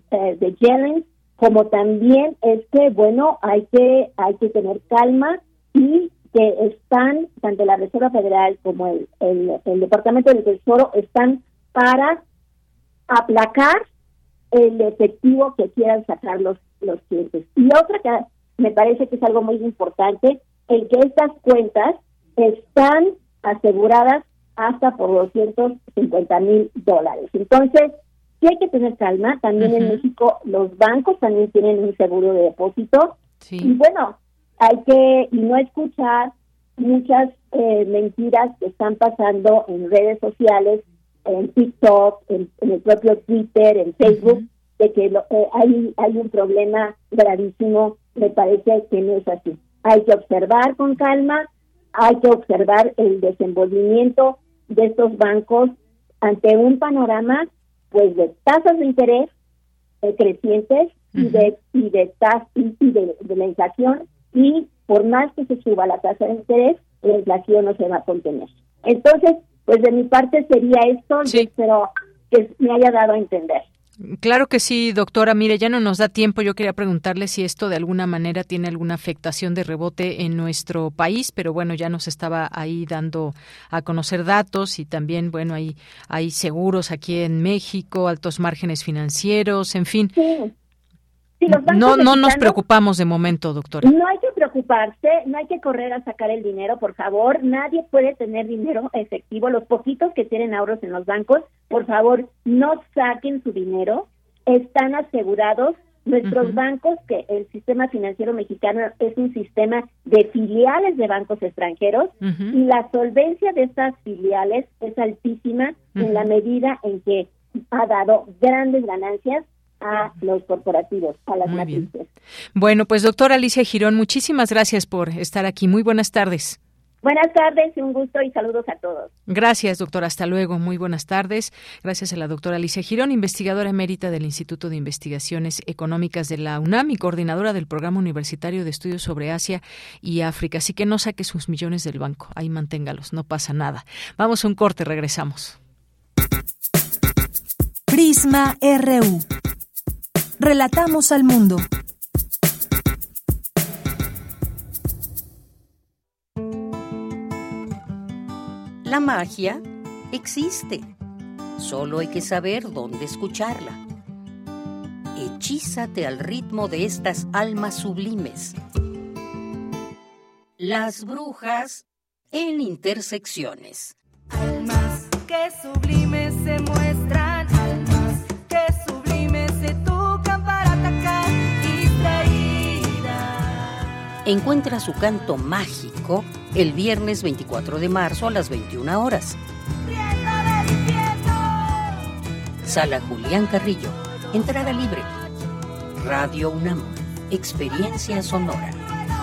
de Yellen, como también es que bueno hay que hay que tener calma, y que están tanto la Reserva Federal como el, el, el Departamento del Tesoro están para aplacar el efectivo que quieran sacar los los clientes. Y otra que me parece que es algo muy importante, el que estas cuentas están aseguradas hasta por doscientos cincuenta mil dólares. Entonces, sí hay que tener calma. También uh-huh. en México los bancos también tienen un seguro de depósito. Sí. Y bueno, hay que y no escuchar muchas eh, mentiras que están pasando en redes sociales, en TikTok, en, en el propio Twitter, en Facebook, uh-huh. de que lo, eh, hay, hay un problema gravísimo. Me parece que no es así. Hay que observar con calma, hay que observar el desenvolvimiento de estos bancos ante un panorama pues de tasas de interés eh, crecientes uh-huh. y de y de, tas, y, y de, de la inflación, y por más que se suba la tasa de interés, la inflación no se va a contener. Entonces, pues de mi parte sería esto, sí. Yo espero que me haya dado a entender. Claro que sí, doctora. Mire, ya no nos da tiempo. Yo quería preguntarle si esto de alguna manera tiene alguna afectación de rebote en nuestro país, pero bueno, ya nos estaba ahí dando a conocer datos, y también, bueno, hay, hay seguros aquí en México, altos márgenes financieros, en fin. Sí. Sí, los no no nos preocupamos de momento, doctora. No hay que preocuparse, no hay que correr a sacar el dinero, por favor. Nadie puede tener dinero efectivo. Los poquitos que tienen ahorros en los bancos, por favor, no saquen su dinero. Están asegurados Nuestros uh-huh. bancos, que el sistema financiero mexicano es un sistema de filiales de bancos extranjeros, uh-huh. y la solvencia de estas filiales es altísima uh-huh. en la medida en que ha dado grandes ganancias a los corporativos, a las matrices. Bueno, pues doctora Alicia Girón, muchísimas gracias por estar aquí. Muy buenas tardes. Buenas tardes, un gusto y saludos a todos. Gracias, doctora. Hasta luego. Muy buenas tardes. Gracias a la doctora Alicia Girón, investigadora emérita del Instituto de Investigaciones Económicas de la UNAM y coordinadora del Programa Universitario de Estudios sobre Asia y África. Así que no saque sus millones del banco. Ahí manténgalos, no pasa nada. Vamos a un corte, regresamos. Prisma R U. Relatamos al mundo. La magia existe, solo hay que saber dónde escucharla. Hechízate al ritmo de estas almas sublimes. Las brujas en Intersecciones. Almas que sublimes se muestran, almas que sublimes se tocan para atacar, distraídas. Encuentra su canto mágico el viernes veinticuatro de marzo a las veintiuna horas. Sala Julián Carrillo. Entrada libre. Radio UNAM. Experiencia sonora.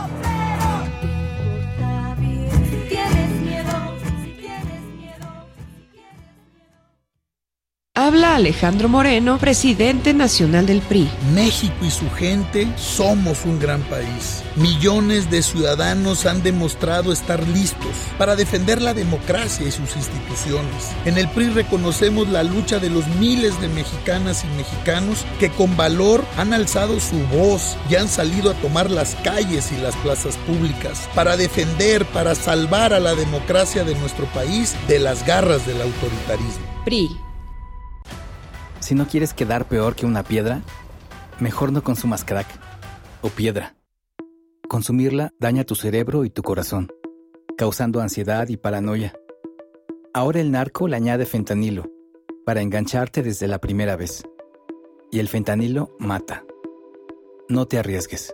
Habla Alejandro Moreno, presidente nacional del P R I. México y su gente somos un gran país. Millones de ciudadanos han demostrado estar listos para defender la democracia y sus instituciones. En el P R I reconocemos la lucha de los miles de mexicanas y mexicanos que con valor han alzado su voz y han salido a tomar las calles y las plazas públicas para defender, para salvar a la democracia de nuestro país de las garras del autoritarismo. P R I. Si no quieres quedar peor que una piedra, mejor no consumas crack o piedra. Consumirla daña tu cerebro y tu corazón, causando ansiedad y paranoia. Ahora el narco le añade fentanilo para engancharte desde la primera vez. Y el fentanilo mata. No te arriesgues.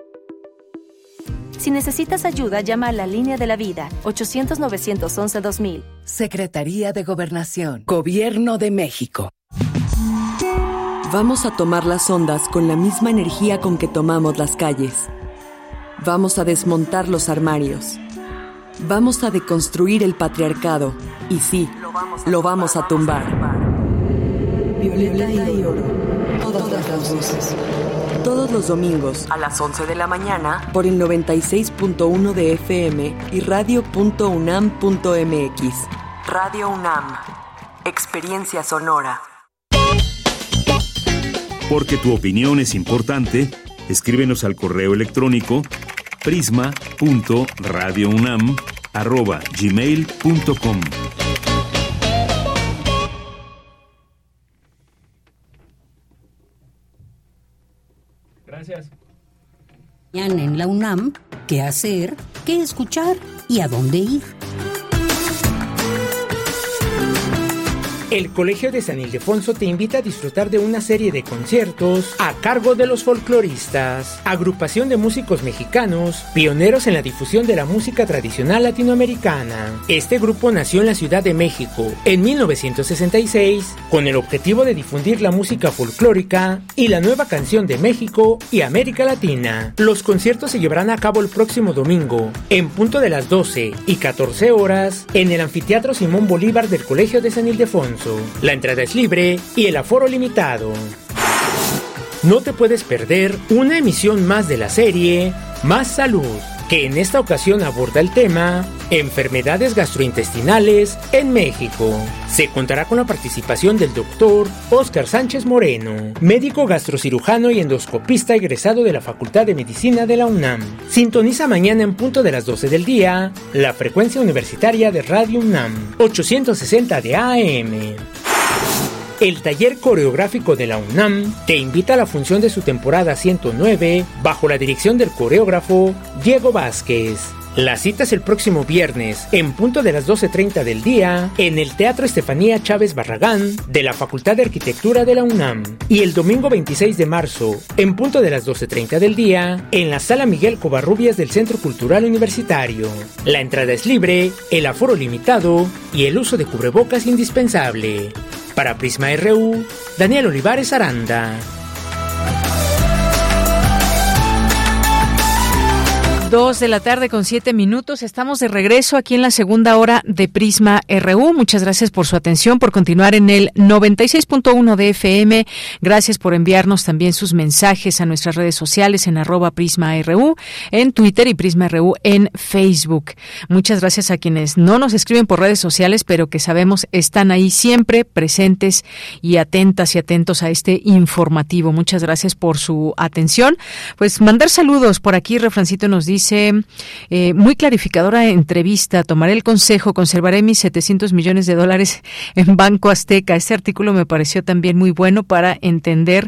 Si necesitas ayuda, llama a la Línea de la Vida, ochocientos, novecientos once, dos mil. Secretaría de Gobernación, Gobierno de México. Vamos a tomar las ondas con la misma energía con que tomamos las calles. Vamos a desmontar los armarios. Vamos a deconstruir el patriarcado. Y sí, lo vamos a tumbar. Violeta y oro. Todas las voces. Todos los domingos a las once de la mañana por el noventa y seis punto uno de F M y radio punto unam punto m x. Radio UNAM. Experiencia sonora. Porque tu opinión es importante, escríbenos al correo electrónico prisma punto radio unam arroba gmail punto com. Gracias. En la UNAM, ¿qué hacer? ¿Qué escuchar? ¿Y a dónde ir? El Colegio de San Ildefonso te invita a disfrutar de una serie de conciertos a cargo de los folcloristas, agrupación de músicos mexicanos, pioneros en la difusión de la música tradicional latinoamericana. Este grupo nació en la Ciudad de México en mil novecientos sesenta y seis con el objetivo de difundir la música folclórica y la nueva canción de México y América Latina. Los conciertos se llevarán a cabo el próximo domingo, en punto de las doce y catorce horas, en el Anfiteatro Simón Bolívar del Colegio de San Ildefonso. La entrada es libre y el aforo limitado. No te puedes perder una emisión más de la serie Más Salud, que en esta ocasión aborda el tema enfermedades gastrointestinales en México. Se contará con la participación del doctor Óscar Sánchez Moreno, médico gastrocirujano y endoscopista egresado de la Facultad de Medicina de la UNAM. Sintoniza mañana en punto de las doce del día la frecuencia universitaria de Radio UNAM, ochocientos sesenta de A M. El taller coreográfico de la UNAM te invita a la función de su temporada ciento nueve bajo la dirección del coreógrafo Diego Vázquez. La cita es el próximo viernes, en punto de las doce treinta del día, en el Teatro Estefanía Chávez Barragán de la Facultad de Arquitectura de la UNAM. Y el domingo veintiséis de marzo, en punto de las doce treinta del día, en la Sala Miguel Covarrubias del Centro Cultural Universitario. La entrada es libre, el aforo limitado y el uso de cubrebocas indispensable. Para Prisma R U, Daniel Olivares Aranda. Dos de la tarde con siete minutos. Estamos de regreso aquí en la segunda hora de Prisma R U. Muchas gracias por su atención, por continuar en el noventa y seis punto uno de F M. Gracias por enviarnos también sus mensajes a nuestras redes sociales en arroba Prisma R U, en Twitter y Prisma R U en Facebook. Muchas gracias a quienes no nos escriben por redes sociales, pero que sabemos están ahí siempre presentes y atentas y atentos a este informativo. Muchas gracias por su atención. Pues mandar saludos por aquí. Refrancito nos dice Dice, eh, muy clarificadora entrevista, tomaré el consejo, conservaré mis setecientos millones de dólares en Banco Azteca. Este artículo me pareció también muy bueno para entender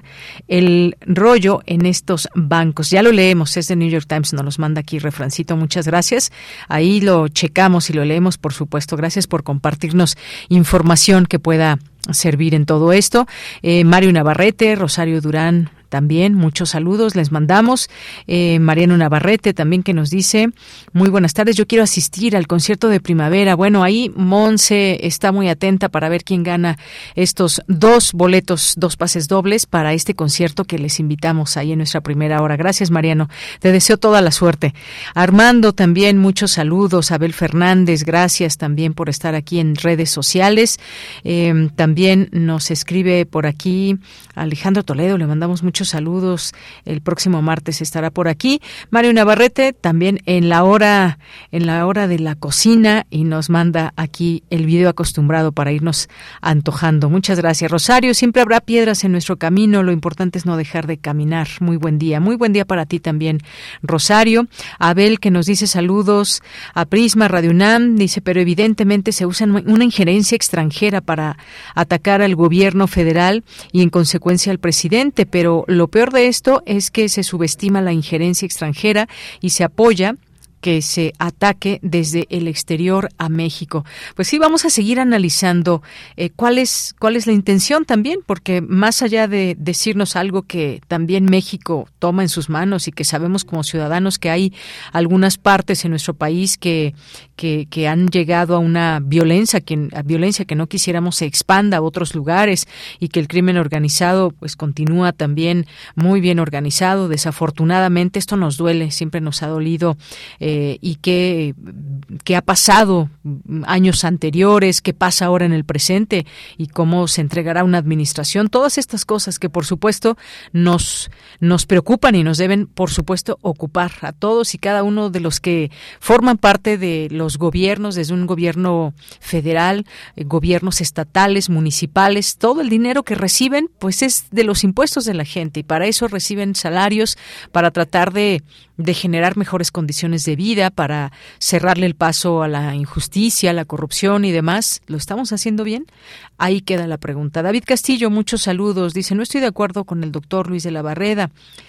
el rollo en estos bancos. Ya lo leemos, es de New York Times, nos los manda aquí Refrancito, muchas gracias. Ahí lo checamos y lo leemos, por supuesto. Gracias por compartirnos información que pueda servir en todo esto. Eh, Mario Navarrete, Rosario Durán, también muchos saludos les mandamos. Eh, Mariano Navarrete también, que nos dice, muy buenas tardes, yo quiero asistir al concierto de primavera. Bueno, ahí Monse está muy atenta para ver quién gana estos dos boletos, dos pases dobles para este concierto que les invitamos ahí en nuestra primera hora. Gracias, Mariano, te deseo toda la suerte. Armando también, muchos saludos. Abel Fernández, gracias también por estar aquí en redes sociales. Eh, también nos escribe por aquí Alejandro Toledo, le mandamos muchos saludos. El próximo martes estará por aquí. Mario Navarrete también en la hora en la hora de la cocina y nos manda aquí el video acostumbrado para irnos antojando. Muchas gracias, Rosario. Siempre habrá piedras en nuestro camino, lo importante es no dejar de caminar. Muy buen día, muy buen día para ti también, Rosario. Abel, que nos dice saludos a Prisma Radio UNAM, dice, pero evidentemente se usa una injerencia extranjera para atacar al gobierno federal y en consecuencia al presidente, pero lo peor de esto es que se subestima la injerencia extranjera y se apoya que se ataque desde el exterior a México. Pues sí, vamos a seguir analizando eh, cuál es cuál es la intención también, porque más allá de decirnos algo que también México toma en sus manos y que sabemos como ciudadanos que hay algunas partes en nuestro país que que, que han llegado a una violencia que a violencia que no quisiéramos se expanda a otros lugares y que el crimen organizado pues continúa también muy bien organizado. Desafortunadamente esto nos duele, siempre nos ha dolido. Eh, Eh, y qué, qué ha pasado años anteriores, qué pasa ahora en el presente y cómo se entregará una administración. Todas estas cosas que, por supuesto, nos, nos preocupan y nos deben, por supuesto, ocupar a todos y cada uno de los que forman parte de los gobiernos, desde un gobierno federal, eh, gobiernos estatales, municipales. Todo el dinero que reciben, pues es de los impuestos de la gente y para eso reciben salarios, para tratar de de generar mejores condiciones de vida, para cerrarle el paso a la injusticia, a la corrupción y demás. ¿Lo estamos haciendo bien? Ahí queda la pregunta. David Castillo, muchos saludos. Dice, no estoy de acuerdo con el doctor Luis de la Barreda.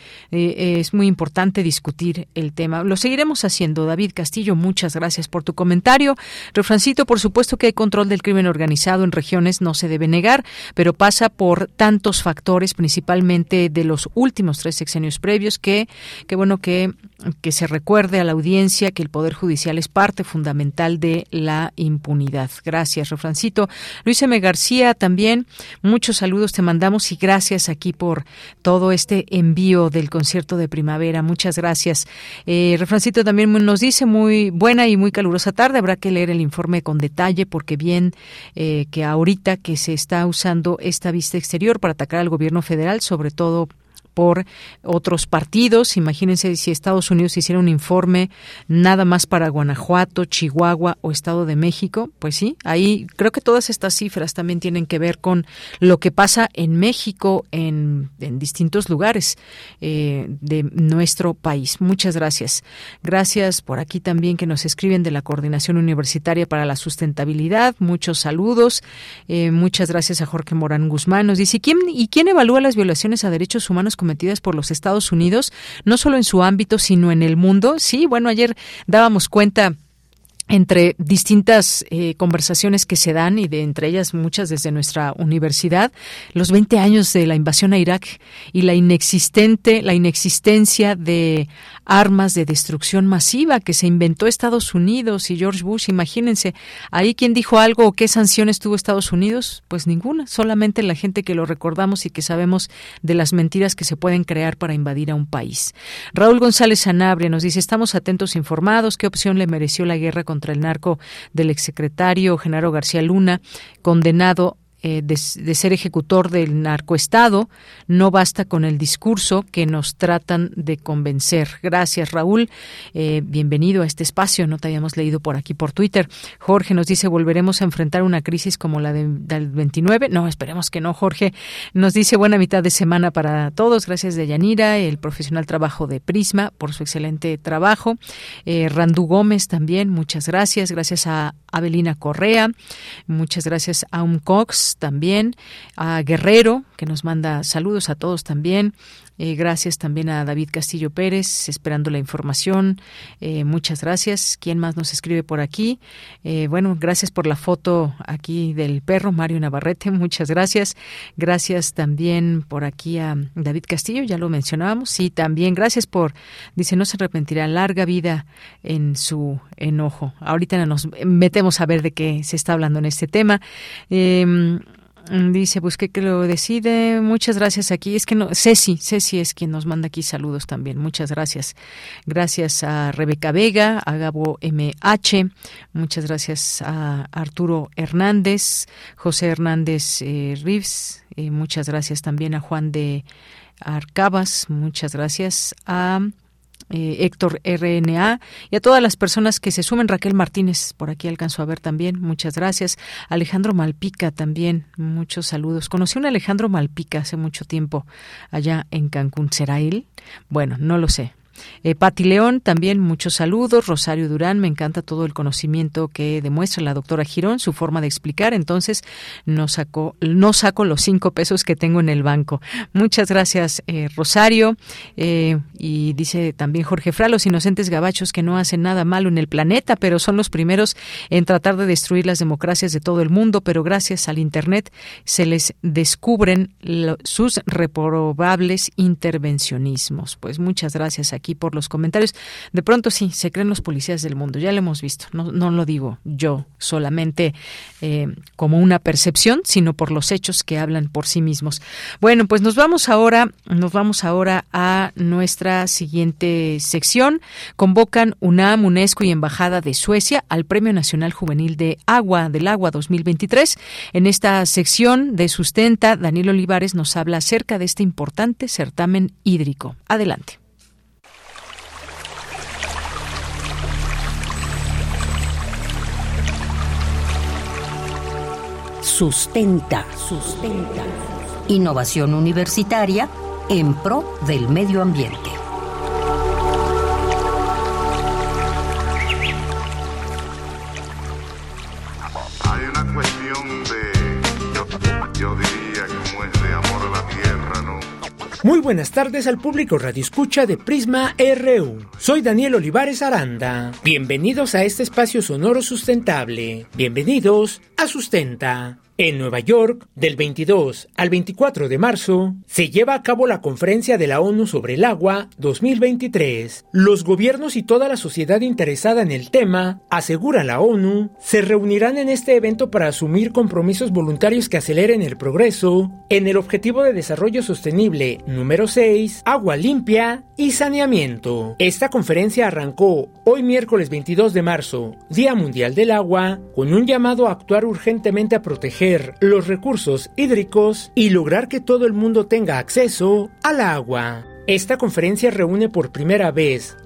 Eh, es muy importante discutir el tema. Lo seguiremos haciendo. David Castillo, muchas gracias por tu comentario. Refrancito, por supuesto que hay control del crimen organizado en regiones, no se debe negar, pero pasa por tantos factores, principalmente de los últimos tres sexenios previos, que, que bueno, que, que se recuerde a la audiencia que el Poder Judicial es parte fundamental de la impunidad. Gracias, Refrancito. Luis M. García, también, muchos saludos te mandamos y gracias aquí por todo este envío del concierto de primavera. Muchas gracias. Eh, Refrancito también nos dice, muy buena y muy calurosa tarde. Habrá que leer el informe con detalle porque bien eh, que ahorita que se está usando esta vista exterior para atacar al gobierno federal, sobre todo por otros partidos. Imagínense si Estados Unidos hiciera un informe nada más para Guanajuato, Chihuahua o Estado de México, pues sí, ahí creo que todas estas cifras también tienen que ver con lo que pasa en México, en, en distintos lugares eh, de nuestro país. Muchas gracias. Gracias por aquí también que nos escriben de la Coordinación Universitaria para la Sustentabilidad. Muchos saludos. Eh, muchas gracias a Jorge Morán Guzmán. Nos dice, ¿quién, ¿y quién evalúa las violaciones a derechos humanos como cometidas por los Estados Unidos, no solo en su ámbito, sino en el mundo. Sí, bueno, ayer dábamos cuenta entre distintas eh, conversaciones que se dan, y de entre ellas muchas desde nuestra universidad, los veinte años de la invasión a Irak y la inexistente, la inexistencia de armas de destrucción masiva que se inventó Estados Unidos y George Bush. Imagínense, ahí quién dijo algo o qué sanciones tuvo Estados Unidos, pues ninguna, solamente la gente que lo recordamos y que sabemos de las mentiras que se pueden crear para invadir a un país. Raúl González Sanabria nos dice: estamos atentos e informados, ¿qué opción le mereció la guerra contra el narco del exsecretario Genaro García Luna, condenado eh, de, de ser ejecutor del narcoestado? No basta con el discurso que nos tratan de convencer. Gracias, Raúl. Eh, bienvenido a este espacio. No te habíamos leído por aquí por Twitter. Jorge nos dice: ¿volveremos a enfrentar una crisis como la de, del veintinueve? No, esperemos que no, Jorge. Nos dice: buena mitad de semana para todos. Gracias, Deyanira, el profesional trabajo de Prisma, por su excelente trabajo. Eh, Randú Gómez también, muchas gracias. Gracias a Abelina Correa. Muchas gracias a Um Cox también. A Guerrero, que nos manda saludos a todos también. Eh, gracias también a David Castillo Pérez, esperando la información. Eh, muchas gracias. ¿Quién más nos escribe por aquí? Eh, bueno, gracias por la foto aquí del perro, Mario Navarrete. Muchas gracias. Gracias también por aquí a David Castillo, ya lo mencionábamos. Y también gracias por, dice, no se arrepentirá, larga vida en su enojo. Ahorita nos metemos a ver de qué se está hablando en este tema. Eh, Dice, busqué que lo decide. Muchas gracias aquí. Es que no, Ceci, Ceci es quien nos manda aquí saludos también. Muchas gracias. Gracias a Rebeca Vega, a Gabo M H. Muchas gracias a Arturo Hernández, José Hernández eh, Rives. Eh, muchas gracias también a Juan de Arcabas. Muchas gracias a Eh, Héctor R N A y a todas las personas que se sumen. Raquel Martínez, por aquí alcanzó a ver también, muchas gracias. Alejandro Malpica también, muchos saludos. Conocí a un Alejandro Malpica hace mucho tiempo allá en Cancún. ¿Será él? Bueno, no lo sé. Eh, Pati León, también muchos saludos. Rosario Durán, me encanta todo el conocimiento que demuestra la doctora Girón, su forma de explicar. Entonces, no saco, no saco los cinco pesos que tengo en el banco. Muchas gracias, eh, Rosario. Eh, y dice también Jorge Fra, los inocentes gabachos que no hacen nada malo en el planeta, pero son los primeros en tratar de destruir las democracias de todo el mundo, pero gracias al Internet se les descubren lo, sus reprobables intervencionismos. Pues muchas gracias aquí por los comentarios. De pronto sí, se creen los policías del mundo, ya lo hemos visto, no, no lo digo yo solamente eh, como una percepción, sino por los hechos que hablan por sí mismos. Bueno, pues nos vamos ahora, nos vamos ahora a nuestra siguiente sección. Convocan UNAM, UNESCO y Embajada de Suecia al Premio Nacional Juvenil de Agua, del Agua dos mil veintitrés. En esta sección de Sustenta, Daniel Olivares nos habla acerca de este importante certamen hídrico. Adelante. Sustenta, sustenta. Innovación universitaria en pro del medio ambiente. Hay una cuestión de, yo, yo diría, como es de amor a la tierra, ¿no? Muy buenas tardes al público radioescucha de Prisma R U. Soy Daniel Olivares Aranda. Bienvenidos a este espacio sonoro sustentable. Bienvenidos a Sustenta. En Nueva York, del veintidós al veinticuatro de marzo, se lleva a cabo la Conferencia de la ONU sobre el Agua dos mil veintitrés. Los gobiernos y toda la sociedad interesada en el tema, asegura la ONU, se reunirán en este evento para asumir compromisos voluntarios que aceleren el progreso en el Objetivo de Desarrollo Sostenible número seis, agua limpia y saneamiento. Esta conferencia arrancó hoy miércoles veintidós de marzo, Día Mundial del Agua, con un llamado a actuar urgentemente a proteger los recursos hídricos y lograr que todo el mundo tenga acceso al agua. Esta conferencia reúne por primera vez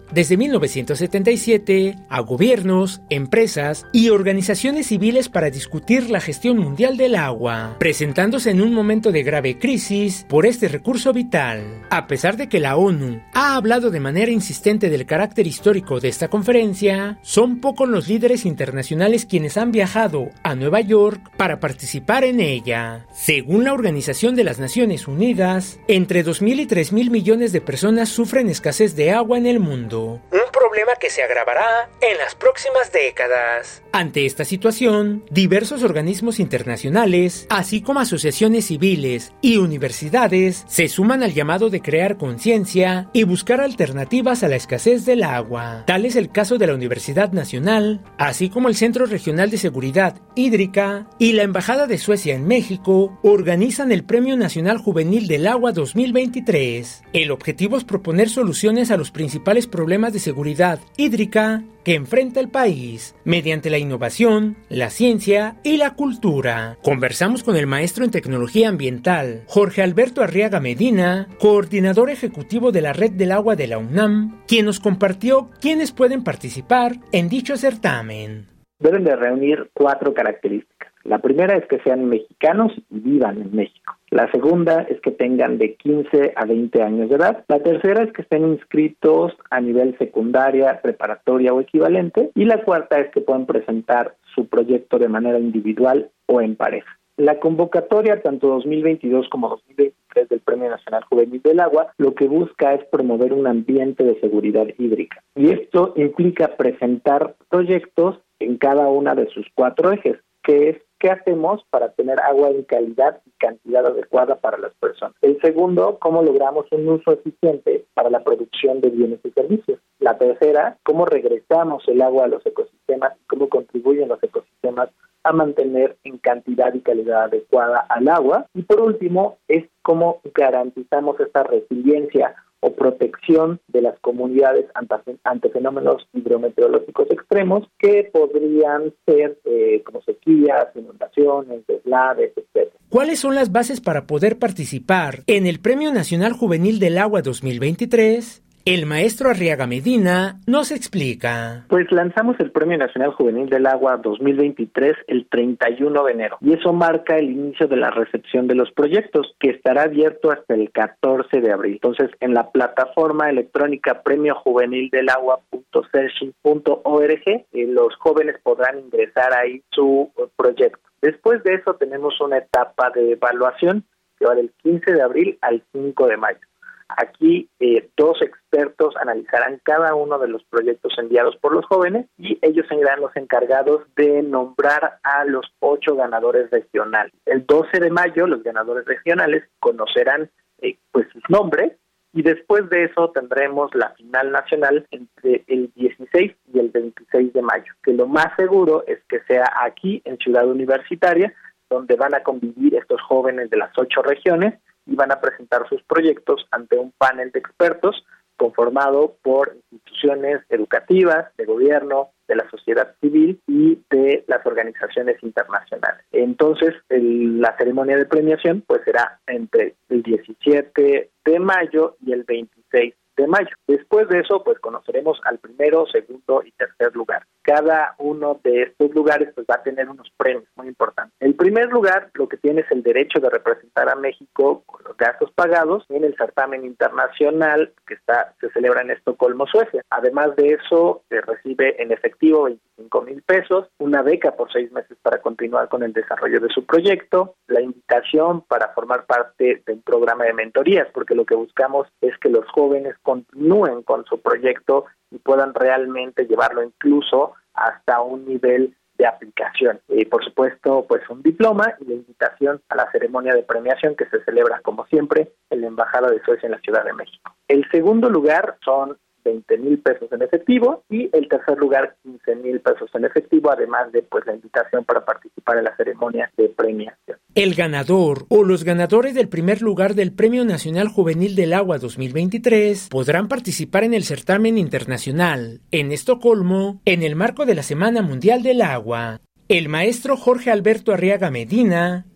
desde mil novecientos setenta y siete a gobiernos, empresas y organizaciones civiles para discutir la gestión mundial del agua, presentándose en un momento de grave crisis por este recurso vital. A pesar de que la ONU ha hablado de manera insistente del carácter histórico de esta conferencia, son pocos los líderes internacionales quienes han viajado a Nueva York para participar en ella. Según la Organización de las Naciones Unidas, entre dos mil y tres mil millones de personas sufren escasez de agua en el mundo. Un problema que se agravará en las próximas décadas. Ante esta situación, diversos organismos internacionales, así como asociaciones civiles y universidades, se suman al llamado de crear conciencia y buscar alternativas a la escasez del agua. Tal es el caso de la Universidad Nacional, así como el Centro Regional de Seguridad Hídrica y la Embajada de Suecia en México, organizan el Premio Nacional Juvenil del Agua dos mil veintitrés. El objetivo es proponer soluciones a los principales problemas problemas de seguridad hídrica que enfrenta el país mediante la innovación, la ciencia y la cultura. Conversamos con el maestro en tecnología ambiental, Jorge Alberto Arriaga Medina, coordinador ejecutivo de la Red del Agua de la UNAM, quien nos compartió quiénes pueden participar en dicho certamen. Deben de reunir cuatro características. La primera es que sean mexicanos y vivan en México. La segunda es que tengan de quince a veinte años de edad. La tercera es que estén inscritos a nivel secundaria, preparatoria o equivalente. Y la cuarta es que puedan presentar su proyecto de manera individual o en pareja. La convocatoria, tanto dos mil veintidós como dos mil veintitrés del Premio Nacional Juvenil del Agua, lo que busca es promover un ambiente de seguridad hídrica. Y esto implica presentar proyectos en cada una de sus cuatro ejes, que es ¿qué hacemos para tener agua en calidad y cantidad adecuada para las personas? El segundo, ¿cómo logramos un uso eficiente para la producción de bienes y servicios? La tercera, ¿cómo regresamos el agua a los ecosistemas y cómo contribuyen los ecosistemas a mantener en cantidad y calidad adecuada al agua? Y por último, es cómo garantizamos esta resiliencia o protección de las comunidades ante, ante fenómenos hidrometeorológicos extremos que podrían ser eh, como sequías, inundaciones, deslaves, etcétera. ¿Cuáles son las bases para poder participar en el Premio Nacional Juvenil del Agua dos mil veintitrés? El maestro Arriaga Medina nos explica. Pues lanzamos el Premio Nacional Juvenil del Agua dos mil veintitrés el treinta y uno de enero y eso marca el inicio de la recepción de los proyectos que estará abierto hasta el catorce de abril. Entonces, en la plataforma electrónica premio juvenil del agua punto searching punto org eh, los jóvenes podrán ingresar ahí su eh, proyecto. Después de eso tenemos una etapa de evaluación que va del quince de abril al cinco de mayo. Aquí eh, dos expertos analizarán cada uno de los proyectos enviados por los jóvenes y ellos serán los encargados de nombrar a los ocho ganadores regionales. El doce de mayo los ganadores regionales conocerán eh, pues sus nombres y después de eso tendremos la final nacional entre el dieciséis y el veintiséis de mayo, que lo más seguro es que sea aquí en Ciudad Universitaria, donde van a convivir estos jóvenes de las ocho regiones y van a presentar sus proyectos ante un panel de expertos conformado por instituciones educativas, de gobierno, de la sociedad civil y de las organizaciones internacionales. Entonces, el, la ceremonia de premiación pues será entre el diecisiete de mayo y el veintiséis de mayo. Después de eso, pues conoceremos al primero, segundo y tercer lugar. Cada uno de estos lugares pues va a tener unos premios muy importantes. El primer lugar lo que tiene es el derecho de representar a México con los gastos pagados en el certamen internacional que está se celebra en Estocolmo, Suecia. Además de eso, se recibe en efectivo veinticinco mil pesos, una beca por seis meses para continuar con el desarrollo de su proyecto, la invitación para formar parte de un programa de mentorías, porque lo que buscamos es que los jóvenes continúen con su proyecto y puedan realmente llevarlo incluso hasta un nivel de aplicación. Y por supuesto, pues un diploma y la invitación a la ceremonia de premiación que se celebra, como siempre, en la Embajada de Suecia en la Ciudad de México. El segundo lugar son veinte mil pesos en efectivo y el tercer lugar quince mil pesos en efectivo, además de pues la invitación para participar en la ceremonia de premiación. El ganador o los ganadores del primer lugar del Premio Nacional Juvenil del Agua dos mil veintitrés podrán participar en el certamen internacional en Estocolmo en el marco de la Semana Mundial del Agua. El maestro Jorge Alberto Arriaga Medina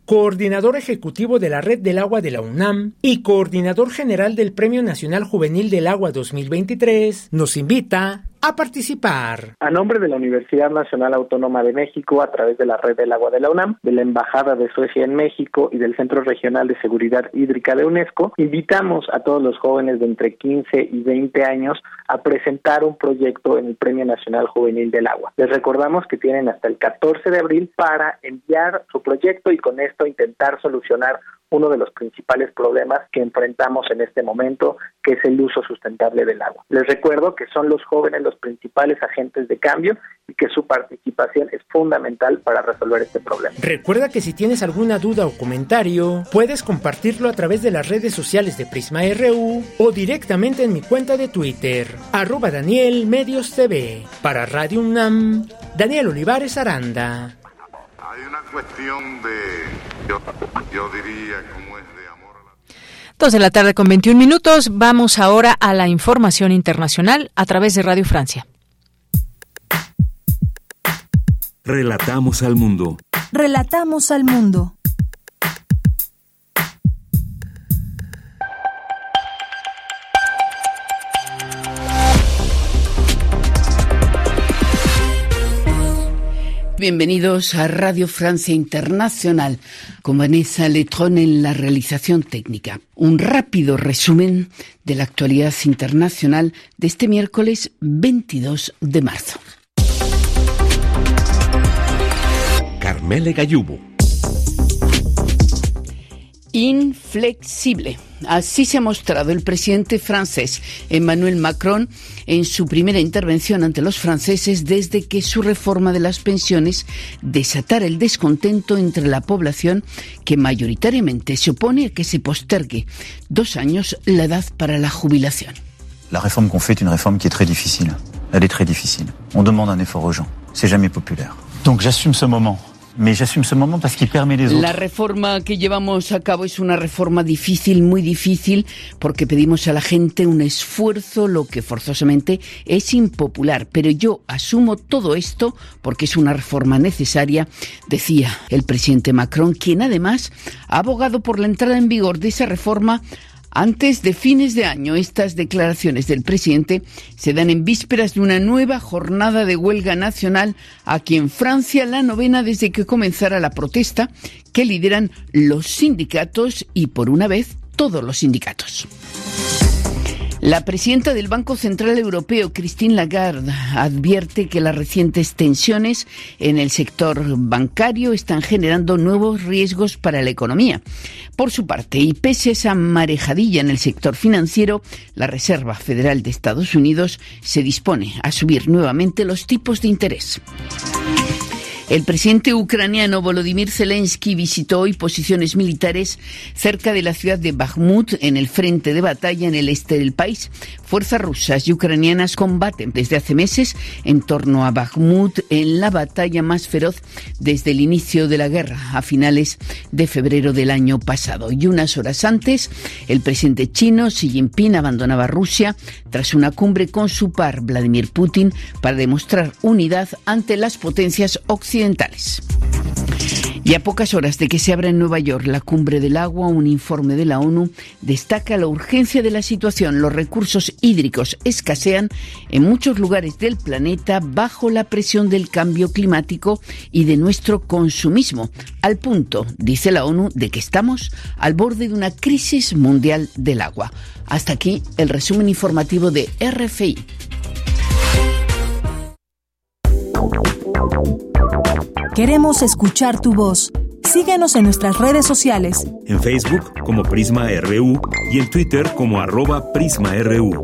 coordinador ejecutivo de la Red del Agua de la UNAM y coordinador general del Premio Nacional Juvenil del Agua dos mil veintitrés, nos invita a participar. A nombre de la Universidad Nacional Autónoma de México, a través de la Red del Agua de la UNAM, de la Embajada de Suecia en México y del Centro Regional de Seguridad Hídrica de UNESCO, invitamos a todos los jóvenes de entre quince y veinte años a presentar un proyecto en el Premio Nacional Juvenil del Agua. Les recordamos que tienen hasta el catorce de abril para enviar su proyecto y con esto intentar solucionar uno de los principales problemas que enfrentamos en este momento, que es el uso sustentable del agua. Les recuerdo que son los jóvenes los principales agentes de cambio y que su participación es fundamental para resolver este problema. Recuerda que si tienes alguna duda o comentario, puedes compartirlo a través de las redes sociales de Prisma R U o directamente en mi cuenta de Twitter, arroba Daniel Medios T V. Para Radio UNAM, Daniel Olivares Aranda. Hay una cuestión de, yo, yo diría, como es de amor a la... Dos de la tarde con veintiún minutos. Vamos ahora a la información internacional a través de Radio Francia. Relatamos al mundo. Relatamos al mundo. Bienvenidos a Radio Francia Internacional, con Vanessa Letrón en la realización técnica. Un rápido resumen de la actualidad internacional de este miércoles veintidós de marzo. Carmele Gallubo. Inflexible. Así se ha mostrado el presidente francés Emmanuel Macron en su primera intervención ante los franceses desde que su reforma de las pensiones desatara el descontento entre la población, que mayoritariamente se opone a que se postergue dos años la edad para la jubilación. La réforme qu'on fait est une réforme qui est très difficile. Elle est très difficile. On demande un effort aux gens. C'est jamais populaire. Donc j'assume ce moment. Mais j'assume ce moment parce qu'il permet les autres. La reforma que llevamos a cabo es una reforma difícil, muy difícil, porque pedimos a la gente un esfuerzo, lo que forzosamente es impopular. Pero yo asumo todo esto porque es una reforma necesaria, decía el presidente Macron, quien además ha abogado por la entrada en vigor de esa reforma antes de fines de año. Estas declaraciones del presidente se dan en vísperas de una nueva jornada de huelga nacional aquí en Francia, la novena desde que comenzara la protesta que lideran los sindicatos y, por una vez, todos los sindicatos. La presidenta del Banco Central Europeo, Christine Lagarde, advierte que las recientes tensiones en el sector bancario están generando nuevos riesgos para la economía. Por su parte, y pese a esa marejadilla en el sector financiero, la Reserva Federal de Estados Unidos se dispone a subir nuevamente los tipos de interés. El presidente ucraniano Volodymyr Zelensky visitó hoy posiciones militares cerca de la ciudad de Bakhmut, en el frente de batalla en el este del país. Fuerzas rusas y ucranianas combaten desde hace meses en torno a Bakhmut, en la batalla más feroz desde el inicio de la guerra, a finales de febrero del año pasado. Y unas horas antes, el presidente chino Xi Jinping abandonaba Rusia tras una cumbre con su par Vladimir Putin para demostrar unidad ante las potencias occidentales. Y a pocas horas de que se abra en Nueva York la Cumbre del Agua, un informe de la ONU destaca la urgencia de la situación. Los recursos hídricos escasean en muchos lugares del planeta bajo la presión del cambio climático y de nuestro consumismo, al punto, dice la ONU, de que estamos al borde de una crisis mundial del agua. Hasta aquí el resumen informativo de R F I. Queremos escuchar tu voz. Síguenos en nuestras redes sociales. En Facebook como Prisma R U y en Twitter como arroba Prisma R U.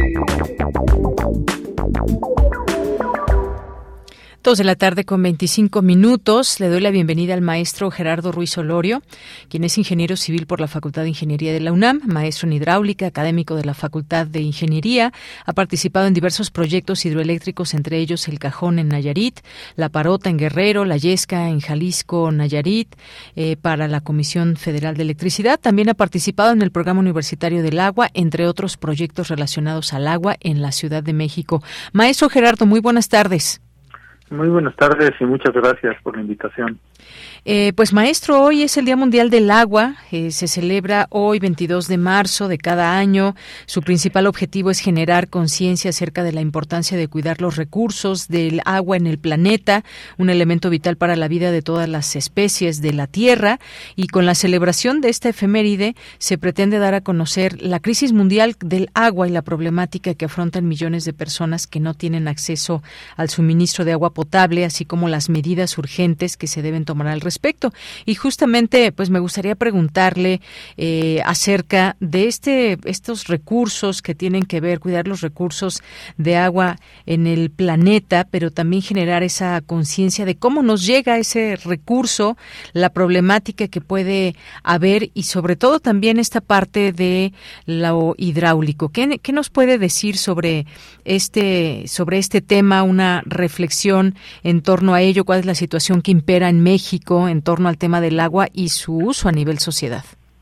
Dos de la tarde con veinticinco minutos. Le doy la bienvenida al maestro Gerardo Ruiz Olorio, quien es ingeniero civil por la Facultad de Ingeniería de la UNAM, maestro en hidráulica, académico de la Facultad de Ingeniería. Ha participado en diversos proyectos hidroeléctricos, entre ellos El Cajón en Nayarit, La Parota en Guerrero, La Yesca en Jalisco, Nayarit, eh, para la Comisión Federal de Electricidad. También ha participado en el Programa Universitario del Agua, entre otros proyectos relacionados al agua en la Ciudad de México. Maestro Gerardo, muy buenas tardes. Muy buenas tardes y muchas gracias por la invitación. Eh, pues maestro, hoy es el Día Mundial del Agua, eh, se celebra hoy veintidós de marzo de cada año. Su principal objetivo es generar conciencia acerca de la importancia de cuidar los recursos del agua en el planeta, un elemento vital para la vida de todas las especies de la Tierra, y con la celebración de esta efeméride se pretende dar a conocer la crisis mundial del agua y la problemática que afrontan millones de personas que no tienen acceso al suministro de agua potable, así como las medidas urgentes que se deben tomar al respecto. Respecto. Y justamente, pues me gustaría preguntarle eh, acerca de este estos recursos que tienen que ver, cuidar los recursos de agua en el planeta, pero también generar esa conciencia de cómo nos llega ese recurso, la problemática que puede haber y sobre todo también esta parte de lo hidráulico. ¿Qué, qué nos puede decir sobre este sobre este tema, una reflexión en torno a ello? ¿Cuál es la situación que impera en México en torno al tema del agua y su uso a nivel sociedad?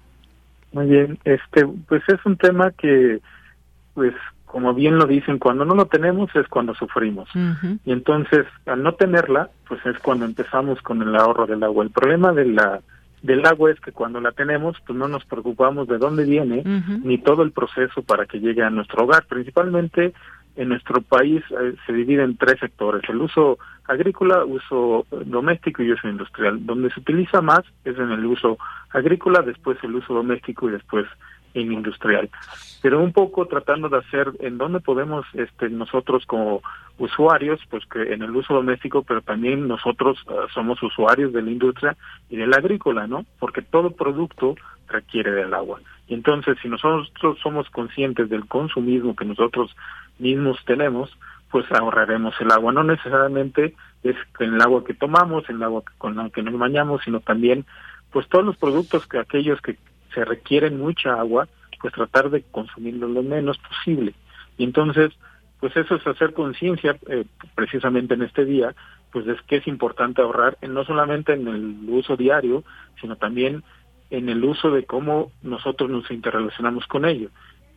Muy bien, este, pues es un tema que, pues, como bien lo dicen, cuando no lo tenemos es cuando sufrimos. Uh-huh. Y entonces, al no tenerla, pues es cuando empezamos con el ahorro del agua. El problema de la del agua es que cuando la tenemos, pues no nos preocupamos de dónde viene, uh-huh, ni todo el proceso para que llegue a nuestro hogar. Principalmente en nuestro país eh, se divide en tres sectores: el uso agrícola, uso doméstico y uso industrial. Donde se utiliza más es en el uso agrícola, después el uso doméstico y después en industrial. Pero un poco tratando de hacer en dónde podemos este nosotros como usuarios, pues que en el uso doméstico, pero también nosotros uh, somos usuarios de la industria y del agrícola, ¿no? Porque todo producto requiere del agua. Y entonces, si nosotros somos conscientes del consumismo que nosotros mismos tenemos, pues ahorraremos el agua. No necesariamente es en el agua que tomamos, en el agua con la que nos bañamos, sino también, pues todos los productos que aquellos que se requieren mucha agua, pues tratar de consumirlo lo menos posible. Y entonces, pues eso es hacer conciencia, eh, precisamente en este día, pues es que es importante ahorrar, en, no solamente en el uso diario, sino también en el uso de cómo nosotros nos interrelacionamos con ello.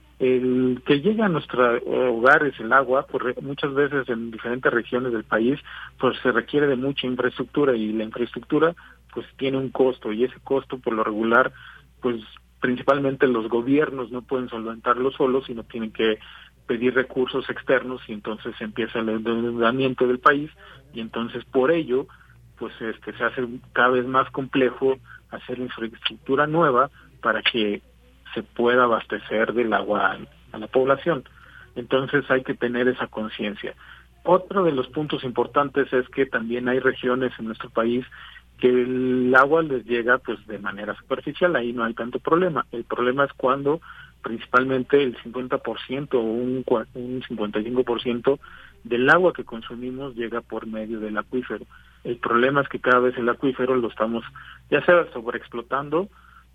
El que llega a nuestros hogares el agua, pues muchas veces en diferentes regiones del país, pues se requiere de mucha infraestructura, y la infraestructura pues tiene un costo, y ese costo por lo regular, pues principalmente los gobiernos no pueden solventarlo solos, sino tienen que pedir recursos externos, y entonces empieza el endeudamiento del país, y entonces por ello pues este se hace cada vez más complejo hacer infraestructura nueva para que se pueda abastecer del agua a, a la población. Entonces hay que tener esa conciencia. Otro de los puntos importantes es que también hay regiones en nuestro país que el agua les llega pues de manera superficial, ahí no hay tanto problema. El problema es cuando principalmente el cincuenta por ciento o un, un cincuenta y cinco por ciento del agua que consumimos llega por medio del acuífero. El problema es que cada vez el acuífero lo estamos ya sea sobreexplotando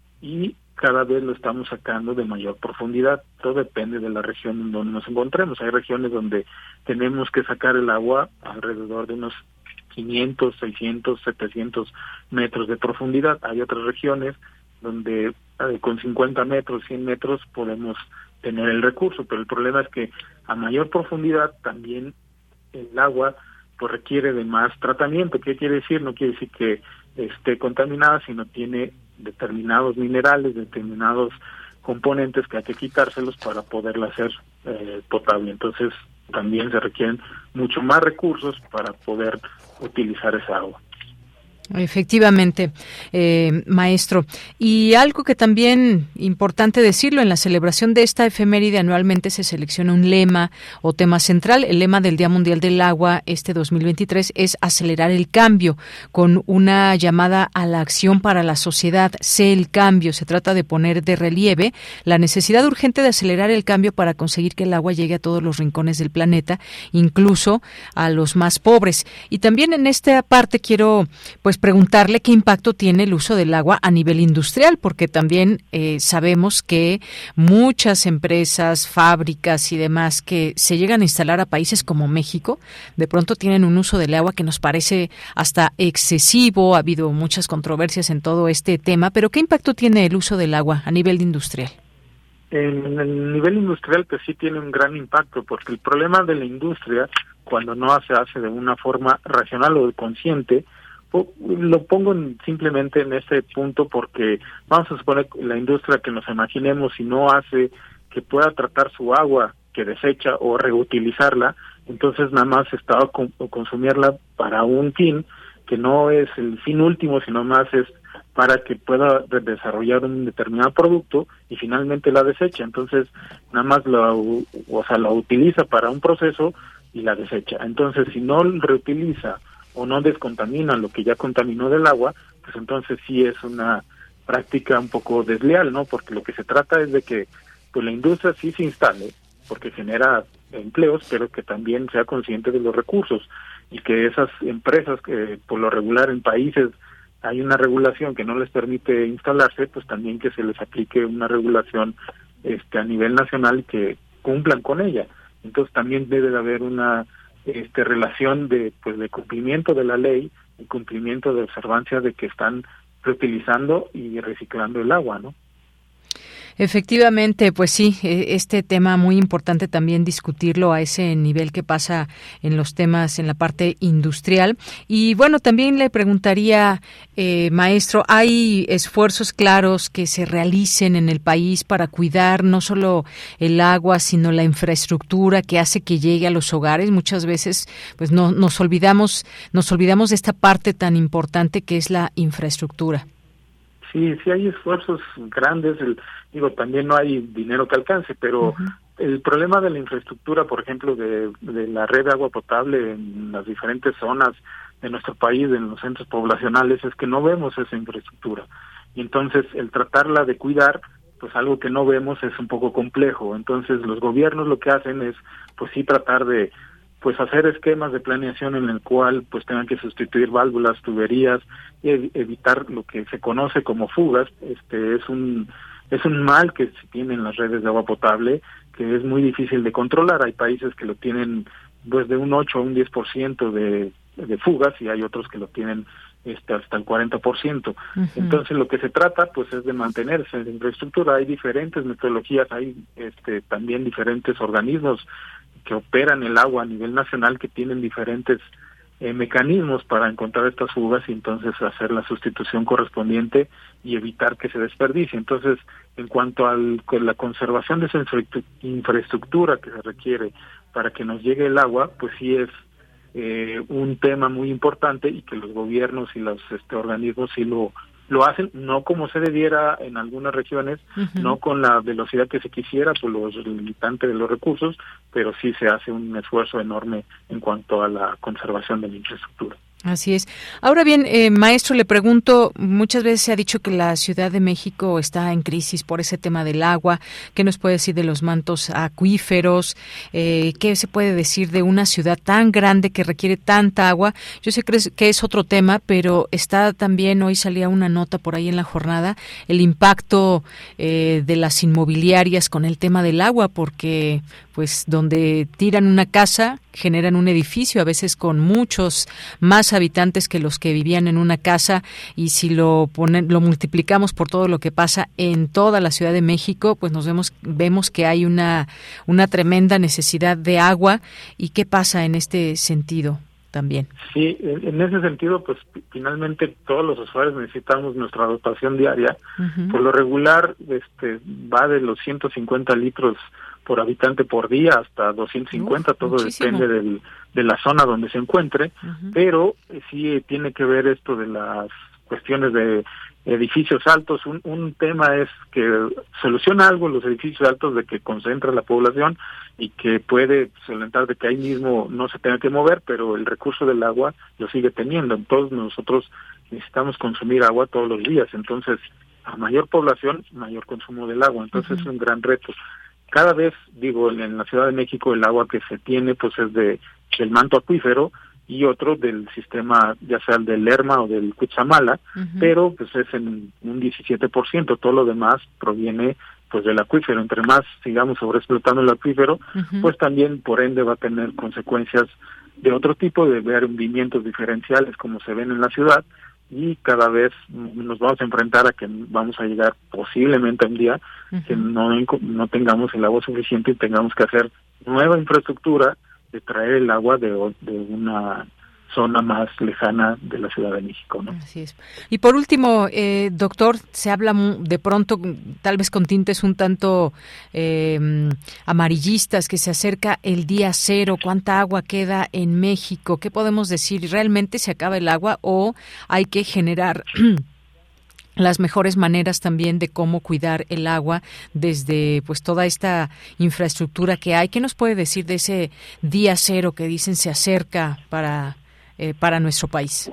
y cada vez lo estamos sacando de mayor profundidad. Todo depende de la región en donde nos encontremos. Hay regiones donde tenemos que sacar el agua alrededor de unos quinientos, seiscientos, setecientos metros de profundidad. Hay otras regiones donde eh, con cincuenta metros, cien metros podemos tener el recurso, pero el problema es que a mayor profundidad también el agua pues requiere de más tratamiento. ¿Qué quiere decir? No quiere decir que esté contaminada, sino tiene determinados minerales, determinados componentes que hay que quitárselos para poderla hacer eh, potable. Entonces también se requieren mucho más recursos para poder utilizar esa agua. Efectivamente, eh, maestro. Y algo que también importante decirlo, en la celebración de esta efeméride anualmente se selecciona un lema o tema central. El lema del Día Mundial del Agua este dos mil veintitrés es acelerar el cambio, con una llamada a la acción para la sociedad. Sé el cambio. Se trata de poner de relieve la necesidad urgente de acelerar el cambio para conseguir que el agua llegue a todos los rincones del planeta, incluso a los más pobres. Y también en esta parte quiero pues preguntarle qué impacto tiene el uso del agua a nivel industrial, porque también eh, sabemos que muchas empresas, fábricas y demás que se llegan a instalar a países como México, de pronto tienen un uso del agua que nos parece hasta excesivo. Ha habido muchas controversias en todo este tema, pero ¿qué impacto tiene el uso del agua a nivel industrial? En el nivel industrial pues sí tiene un gran impacto, porque el problema de la industria, cuando no se hace de una forma racional o consciente, Lo pongo en, simplemente en ese punto porque vamos a suponer que la industria que nos imaginemos, si no hace que pueda tratar su agua que desecha o reutilizarla, entonces nada más está con, o consumirla para un fin que no es el fin último, sino más es para que pueda desarrollar un determinado producto y finalmente la desecha. Entonces nada más la, o sea, la utiliza para un proceso y la desecha. Entonces si no reutiliza o no descontamina lo que ya contaminó del agua, pues entonces sí es una práctica un poco desleal, ¿no? Porque lo que se trata es de que pues la industria sí se instale, porque genera empleos, pero que también sea consciente de los recursos y que esas empresas que por lo regular en países hay una regulación que no les permite instalarse, pues también que se les aplique una regulación este a nivel nacional y que cumplan con ella. Entonces también debe de haber una este relación de pues de cumplimiento de la ley y cumplimiento de observancia de que están reutilizando y reciclando el agua, ¿no? Efectivamente, pues sí, este tema muy importante también discutirlo a ese nivel que pasa en los temas en la parte industrial. Y bueno, también le preguntaría, eh, maestro, ¿hay esfuerzos claros que se realicen en el país para cuidar no solo el agua, sino la infraestructura que hace que llegue a los hogares? Muchas veces pues no nos olvidamos, nos olvidamos de esta parte tan importante que es la infraestructura. Sí, sí hay esfuerzos grandes, el, digo, también no hay dinero que alcance, pero uh-huh. el problema de la infraestructura, por ejemplo, de, de la red de agua potable en las diferentes zonas de nuestro país, en los centros poblacionales, es que no vemos esa infraestructura. Y entonces el tratarla de cuidar, pues algo que no vemos es un poco complejo. Entonces los gobiernos lo que hacen es, pues sí, tratar de pues hacer esquemas de planeación en el cual pues tengan que sustituir válvulas, tuberías y ev- evitar lo que se conoce como fugas. Este es un es un mal que se tiene en las redes de agua potable que es muy difícil de controlar. Hay países que lo tienen pues de un ocho a un diez por ciento de de fugas y hay otros que lo tienen este hasta el cuarenta por ciento. Uh-huh. Entonces lo que se trata pues es de mantenerse en la infraestructura. Hay diferentes metodologías, hay este también diferentes organismos que operan el agua a nivel nacional que tienen diferentes eh, mecanismos para encontrar estas fugas y entonces hacer la sustitución correspondiente y evitar que se desperdicie. Entonces, en cuanto a la conservación de esa infraestructura que se requiere para que nos llegue el agua, pues sí es eh, un tema muy importante y que los gobiernos y los este, organismos sí lo lo hacen, no como se debiera en algunas regiones, uh-huh. no con la velocidad que se quisiera por los limitantes de los recursos, pero sí se hace un esfuerzo enorme en cuanto a la conservación de la infraestructura. Así es. Ahora bien, eh, maestro, le pregunto, muchas veces se ha dicho que la Ciudad de México está en crisis por ese tema del agua. ¿Qué nos puede decir de los mantos acuíferos? Eh, ¿Qué se puede decir de una ciudad tan grande que requiere tanta agua? Yo sé que es, que es otro tema, pero está también, hoy salía una nota por ahí en la jornada, el impacto eh, de las inmobiliarias con el tema del agua, porque pues donde tiran una casa generan un edificio, a veces con muchos más habitantes que los que vivían en una casa, y si lo ponen, lo multiplicamos por todo lo que pasa en toda la Ciudad de México, pues nos vemos vemos que hay una una tremenda necesidad de agua. ¿Y qué pasa en este sentido también? Sí, en ese sentido, pues finalmente todos los usuarios necesitamos nuestra dotación diaria. Uh-huh. Por lo regular, este va de los ciento cincuenta litros por habitante por día hasta doscientos cincuenta, Uf, todo muchísimo. Depende del, de la zona donde se encuentre, uh-huh. pero eh, sí tiene que ver esto de las cuestiones de edificios altos. Un, un tema es que soluciona algo los edificios altos de que concentra la población y que puede solentar de que ahí mismo no se tenga que mover, pero el recurso del agua lo sigue teniendo. Entonces nosotros necesitamos consumir agua todos los días, entonces a mayor población, mayor consumo del agua, entonces uh-huh. es un gran reto. Cada vez, digo, en la Ciudad de México el agua que se tiene pues es de del manto acuífero y otro del sistema, ya sea el del Lerma o del Cutzamala, uh-huh. pero pues es en un diecisiete por ciento, todo lo demás proviene pues del acuífero. Entre más sigamos sobreexplotando el acuífero, uh-huh. pues también por ende va a tener consecuencias de otro tipo, de ver hundimientos diferenciales como se ven en la ciudad, y cada vez nos vamos a enfrentar a que vamos a llegar posiblemente a un día uh-huh. que no, no tengamos el agua suficiente y tengamos que hacer nueva infraestructura de traer el agua de, de una zona más lejana de la Ciudad de México, ¿no? Así es. Y por último, eh, doctor, se habla de pronto, tal vez con tintes un tanto eh, amarillistas, que se acerca el día cero. ¿Cuánta agua queda en México? ¿Qué podemos decir? ¿Realmente se acaba el agua o hay que generar las mejores maneras también de cómo cuidar el agua desde pues toda esta infraestructura que hay? ¿Qué nos puede decir de ese día cero que dicen se acerca para eh, para nuestro país?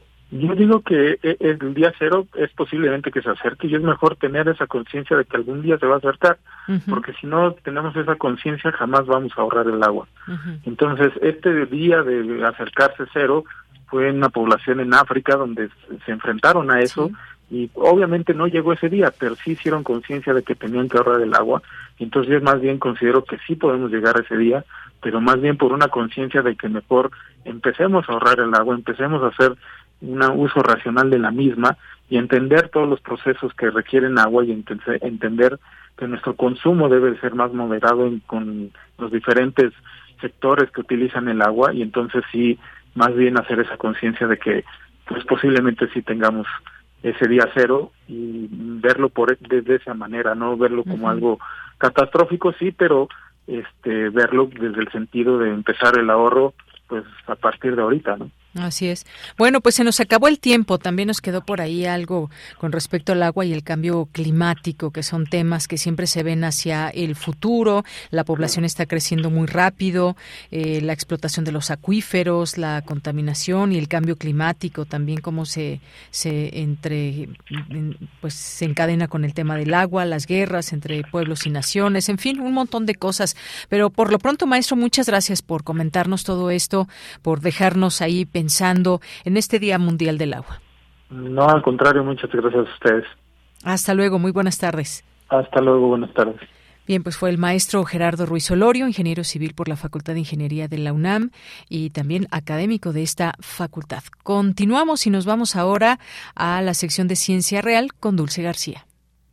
Yo digo que el día cero es posiblemente que se acerque y es mejor tener esa conciencia de que algún día se va a acercar, uh-huh. porque si no tenemos esa conciencia jamás vamos a ahorrar el agua. Uh-huh. Entonces, este día de acercarse cero fue en una población en África donde se enfrentaron a eso. Sí. Y obviamente no llegó ese día, pero sí hicieron conciencia de que tenían que ahorrar el agua. Entonces yo más bien considero que sí podemos llegar a ese día, pero más bien por una conciencia de que mejor empecemos a ahorrar el agua, empecemos a hacer un uso racional de la misma y entender todos los procesos que requieren agua y ent- entender que nuestro consumo debe ser más moderado en, con los diferentes sectores que utilizan el agua, y entonces sí, más bien hacer esa conciencia de que pues posiblemente sí tengamos ese día cero y verlo por desde esa manera, no verlo como uh-huh. algo catastrófico, sí, pero este verlo desde el sentido de empezar el ahorro pues a partir de ahorita, ¿no? Así es. Bueno, pues se nos acabó el tiempo. También nos quedó por ahí algo con respecto al agua y el cambio climático, que son temas que siempre se ven hacia el futuro. La población está creciendo muy rápido, eh, la explotación de los acuíferos, la contaminación y el cambio climático también, cómo se se entre pues se encadena con el tema del agua, las guerras entre pueblos y naciones, en fin, un montón de cosas. Pero por lo pronto, maestro, muchas gracias por comentarnos todo esto, por dejarnos ahí pensando pensando en este Día Mundial del Agua. No, al contrario, muchas gracias a ustedes. Hasta luego, muy buenas tardes. Hasta luego, buenas tardes. Bien, pues fue el maestro Gerardo Ruiz Olorio, ingeniero civil por la Facultad de Ingeniería de la UNAM y también académico de esta facultad. Continuamos y nos vamos ahora a la sección de Ciencia Real con Dulce García.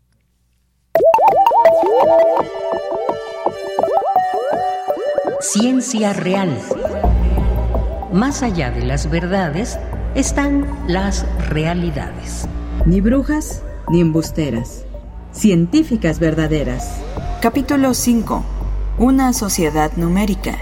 Ciencia Real. Más allá de las verdades están las realidades. Ni brujas ni embusteras. Científicas verdaderas. Capítulo cinco. Una sociedad numérica.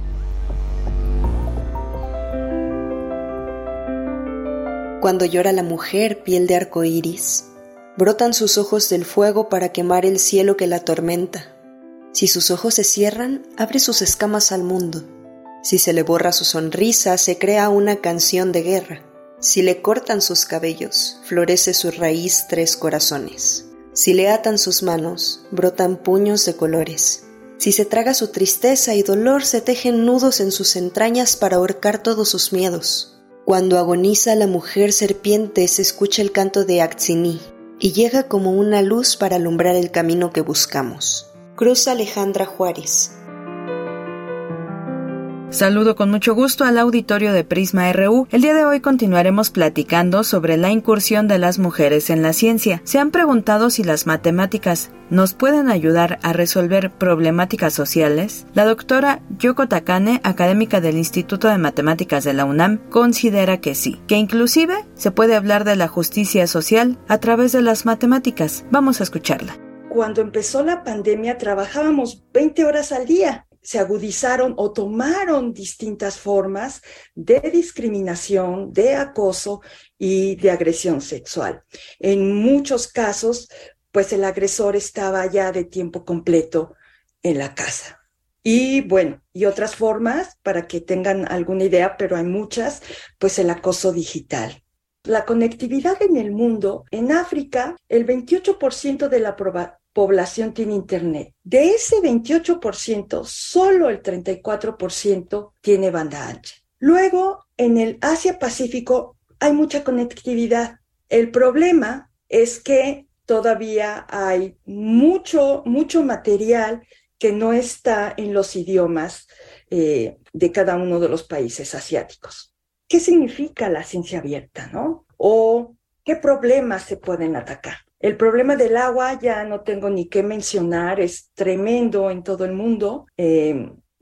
Cuando llora la mujer piel de arco iris, brotan sus ojos del fuego para quemar el cielo que la atormenta. Si sus ojos se cierran, abre sus escamas al mundo. Si se le borra su sonrisa, se crea una canción de guerra. Si le cortan sus cabellos, florece su raíz tres corazones. Si le atan sus manos, brotan puños de colores. Si se traga su tristeza y dolor, se tejen nudos en sus entrañas para ahorcar todos sus miedos. Cuando agoniza la mujer serpiente, se escucha el canto de Atsiní y llega como una luz para alumbrar el camino que buscamos. Cruz Alejandra Juárez. Saludo con mucho gusto al auditorio de Prisma R U. El día de hoy continuaremos platicando sobre la incursión de las mujeres en la ciencia. ¿Se han preguntado si las matemáticas nos pueden ayudar a resolver problemáticas sociales? La doctora Yoko Takane, académica del Instituto de Matemáticas de la UNAM, considera que sí, que inclusive se puede hablar de la justicia social a través de las matemáticas. Vamos a escucharla. Cuando empezó la pandemia trabajábamos veinte horas al día. Se agudizaron o tomaron distintas formas de discriminación, de acoso y de agresión sexual. En muchos casos, pues el agresor estaba ya de tiempo completo en la casa. Y bueno, y otras formas, para que tengan alguna idea, pero hay muchas, pues el acoso digital. La conectividad en el mundo, en África, el veintiocho por ciento de la proba- población tiene internet. De ese veintiocho por ciento, solo el treinta y cuatro por ciento tiene banda ancha. Luego, en el Asia-Pacífico hay mucha conectividad. El problema es que todavía hay mucho, mucho material que no está en los idiomas eh, de cada uno de los países asiáticos. ¿Qué significa la ciencia abierta, no? ¿O qué problemas se pueden atacar? El problema del agua ya no tengo ni qué mencionar, es tremendo en todo el mundo. Eh,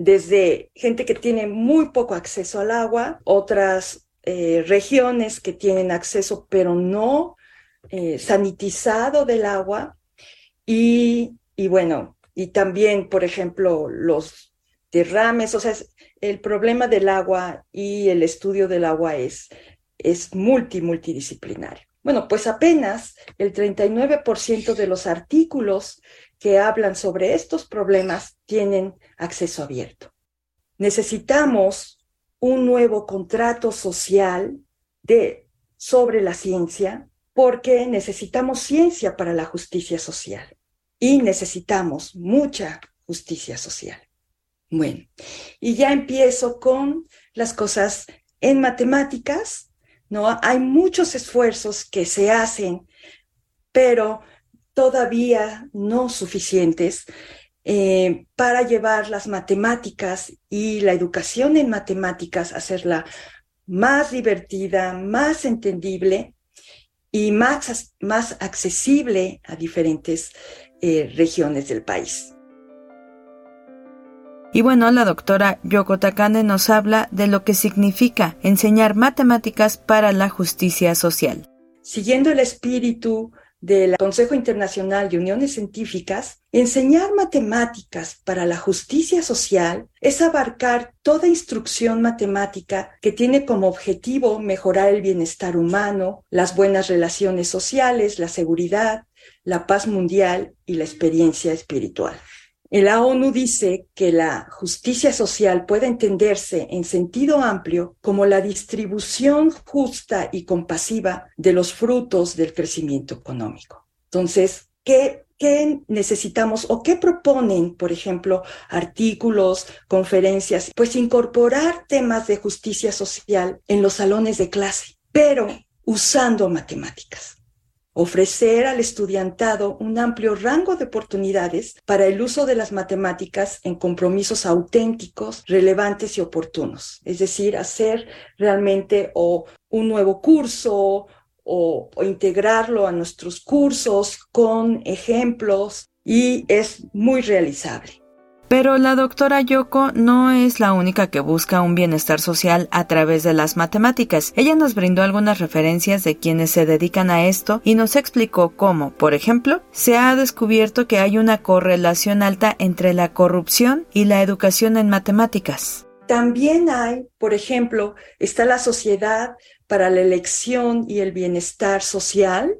desde gente que tiene muy poco acceso al agua, otras eh, regiones que tienen acceso pero no eh, sanitizado del agua, y, y bueno, y también, por ejemplo, los derrames. O sea, es, el problema del agua y el estudio del agua es, es multi, multidisciplinario. Bueno, pues apenas el treinta y nueve por ciento de los artículos que hablan sobre estos problemas tienen acceso abierto. Necesitamos un nuevo contrato social de, sobre la ciencia, porque necesitamos ciencia para la justicia social y necesitamos mucha justicia social. Bueno, y ya empiezo con las cosas en matemáticas, ¿no? Hay muchos esfuerzos que se hacen, pero todavía no suficientes eh, para llevar las matemáticas y la educación en matemáticas, hacerla más divertida, más entendible y más, más accesible a diferentes eh, regiones del país. Y bueno, la doctora Yoko Takane nos habla de lo que significa enseñar matemáticas para la justicia social. Siguiendo el espíritu del Consejo Internacional de Uniones Científicas, enseñar matemáticas para la justicia social es abarcar toda instrucción matemática que tiene como objetivo mejorar el bienestar humano, las buenas relaciones sociales, la seguridad, la paz mundial y la experiencia espiritual. La ONU dice que la justicia social puede entenderse en sentido amplio como la distribución justa y compasiva de los frutos del crecimiento económico. Entonces, ¿qué, qué necesitamos o qué proponen, por ejemplo, artículos, conferencias? Pues incorporar temas de justicia social en los salones de clase, pero usando matemáticas. Ofrecer al estudiantado un amplio rango de oportunidades para el uso de las matemáticas en compromisos auténticos, relevantes y oportunos. Es decir, hacer realmente o un nuevo curso o, o integrarlo a nuestros cursos con ejemplos, y es muy realizable. Pero la doctora Yoko no es la única que busca un bienestar social a través de las matemáticas. Ella nos brindó algunas referencias de quienes se dedican a esto y nos explicó cómo, por ejemplo, se ha descubierto que hay una correlación alta entre la corrupción y la educación en matemáticas. También hay, por ejemplo, está la Sociedad para la Elección y el Bienestar Social,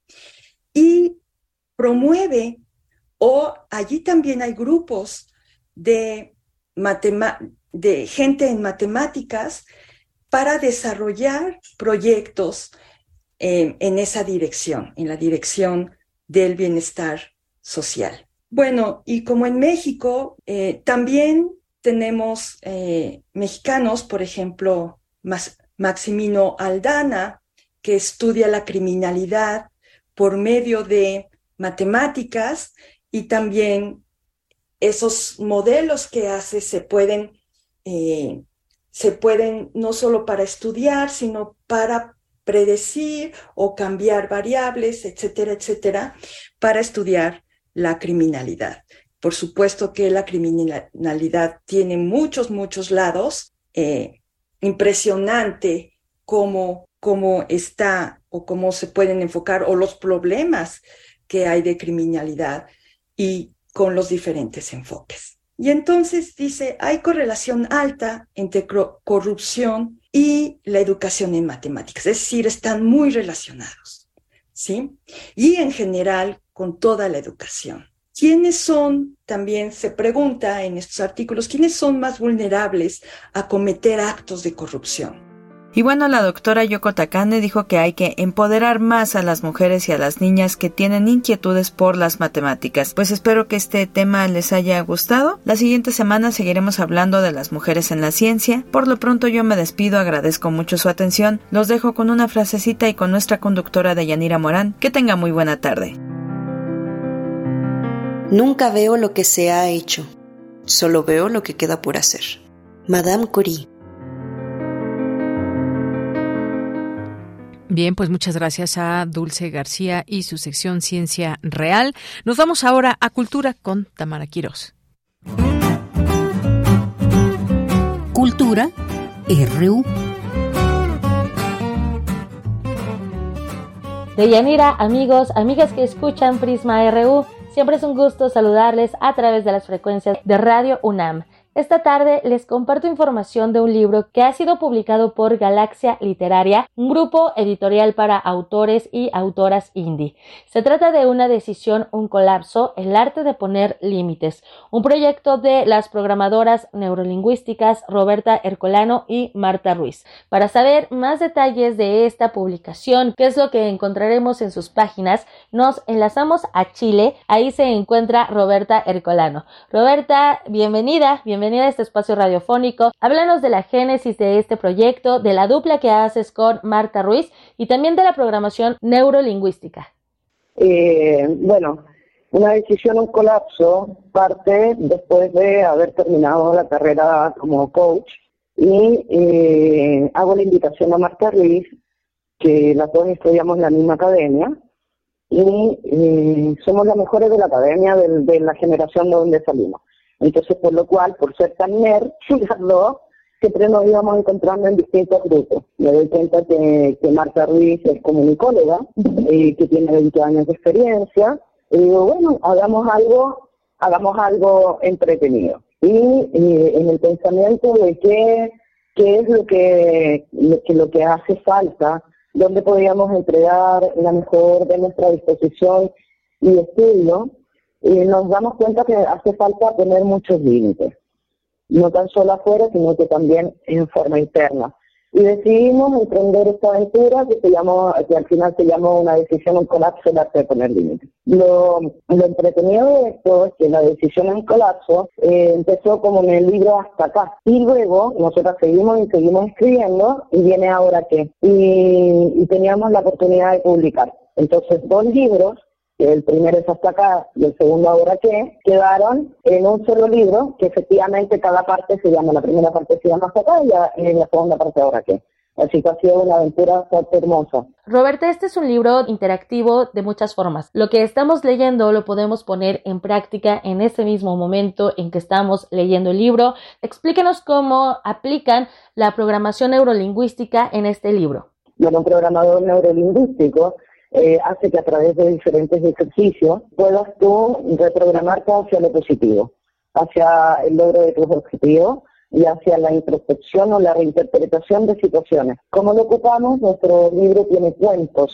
y promueve, o allí también hay grupos De, matema- de gente en matemáticas para desarrollar proyectos eh, en esa dirección, en la dirección del bienestar social. Bueno, y como en México, eh, también tenemos eh, mexicanos, por ejemplo, Mas- Maximino Aldana, que estudia la criminalidad por medio de matemáticas, y también esos modelos que hace se pueden, eh, se pueden no solo para estudiar, sino para predecir o cambiar variables, etcétera, etcétera, para estudiar la criminalidad. Por supuesto que la criminalidad tiene muchos, muchos lados. Eh, impresionante cómo, cómo está o cómo se pueden enfocar, o los problemas que hay de criminalidad, y con los diferentes enfoques. Y entonces dice, hay correlación alta entre corrupción y la educación en matemáticas, es decir, están muy relacionados, ¿sí? Y en general con toda la educación. ¿Quiénes son, también se pregunta en estos artículos, quiénes son más vulnerables a cometer actos de corrupción? Y bueno, la doctora Yoko Takane dijo que hay que empoderar más a las mujeres y a las niñas que tienen inquietudes por las matemáticas. Pues espero que este tema les haya gustado. La siguiente semana seguiremos hablando de las mujeres en la ciencia. Por lo pronto yo me despido, agradezco mucho su atención. Los dejo con una frasecita y con nuestra conductora Deyanira Morán. Que tenga muy buena tarde. Nunca veo lo que se ha hecho, solo veo lo que queda por hacer. Madame Curie. Bien, pues muchas gracias a Dulce García y su sección Ciencia Real. Nos vamos ahora a Cultura con Tamara Quirós. Cultura R U. Deyanira, amigos, amigas que escuchan Prisma R U, siempre es un gusto saludarles a través de las frecuencias de Radio UNAM. Esta tarde les comparto información de un libro que ha sido publicado por Galaxia Literaria, un grupo editorial para autores y autoras indie. Se trata de Una decisión, un colapso, el arte de poner límites, un proyecto de las programadoras neurolingüísticas Roberta Ercolano y Marta Ruiz. Para saber más detalles de esta publicación, qué es lo que encontraremos en sus páginas, nos enlazamos a Chile. Ahí se encuentra Roberta Ercolano. Roberta, bienvenida, bienvenida. Bienvenida a este espacio radiofónico. Háblanos de la génesis de este proyecto, de la dupla que haces con Marta Ruiz y también de la programación neurolingüística. Eh, bueno, Una decisión, un colapso parte después de haber terminado la carrera como coach y eh, hago la invitación a Marta Ruiz, que las dos estudiamos en la misma academia y eh, somos las mejores de la academia de, de la generación de donde salimos. Entonces, por lo cual, por ser tan nerd, las dos, siempre nos íbamos encontrando en distintos grupos. Me doy cuenta que, que Marta Ruiz es comunicóloga, eh, que tiene veinte años de experiencia, y digo, bueno, hagamos algo, hagamos algo entretenido. Y eh, en el pensamiento de qué, qué es lo que, lo que, lo que hace falta, dónde podríamos entregar la mejor de nuestra disposición y estudio, y nos damos cuenta que hace falta poner muchos límites, no tan solo afuera, sino que también en forma interna. Y decidimos emprender esta aventura que se llamó, que al final se llamó Una decisión, un colapso, el arte de poner límites. Lo, lo entretenido de esto es que La decisión, un colapso, eh, empezó como en el libro Hasta acá. Y luego nosotros seguimos y seguimos escribiendo, y viene Ahora qué. Y, y teníamos la oportunidad de publicar. Entonces, dos libros, el primero es Hasta acá y el segundo Ahora qué, quedaron en un solo libro, que efectivamente cada parte se llama, la primera parte se llama Hasta acá y la, y la segunda parte Ahora qué. Así que ha sido una aventura bastante hermosa. Roberta, este es un libro interactivo de muchas formas. Lo que estamos leyendo lo podemos poner en práctica en ese mismo momento en que estamos leyendo el libro. Explíquenos cómo aplican la programación neurolingüística en este libro. Bueno, un programador neurolingüístico Eh, hace que a través de diferentes ejercicios puedas tú reprogramarte hacia lo positivo, hacia el logro de tus objetivos y hacia la introspección o la reinterpretación de situaciones. ¿Cómo lo ocupamos? Nuestro libro tiene cuentos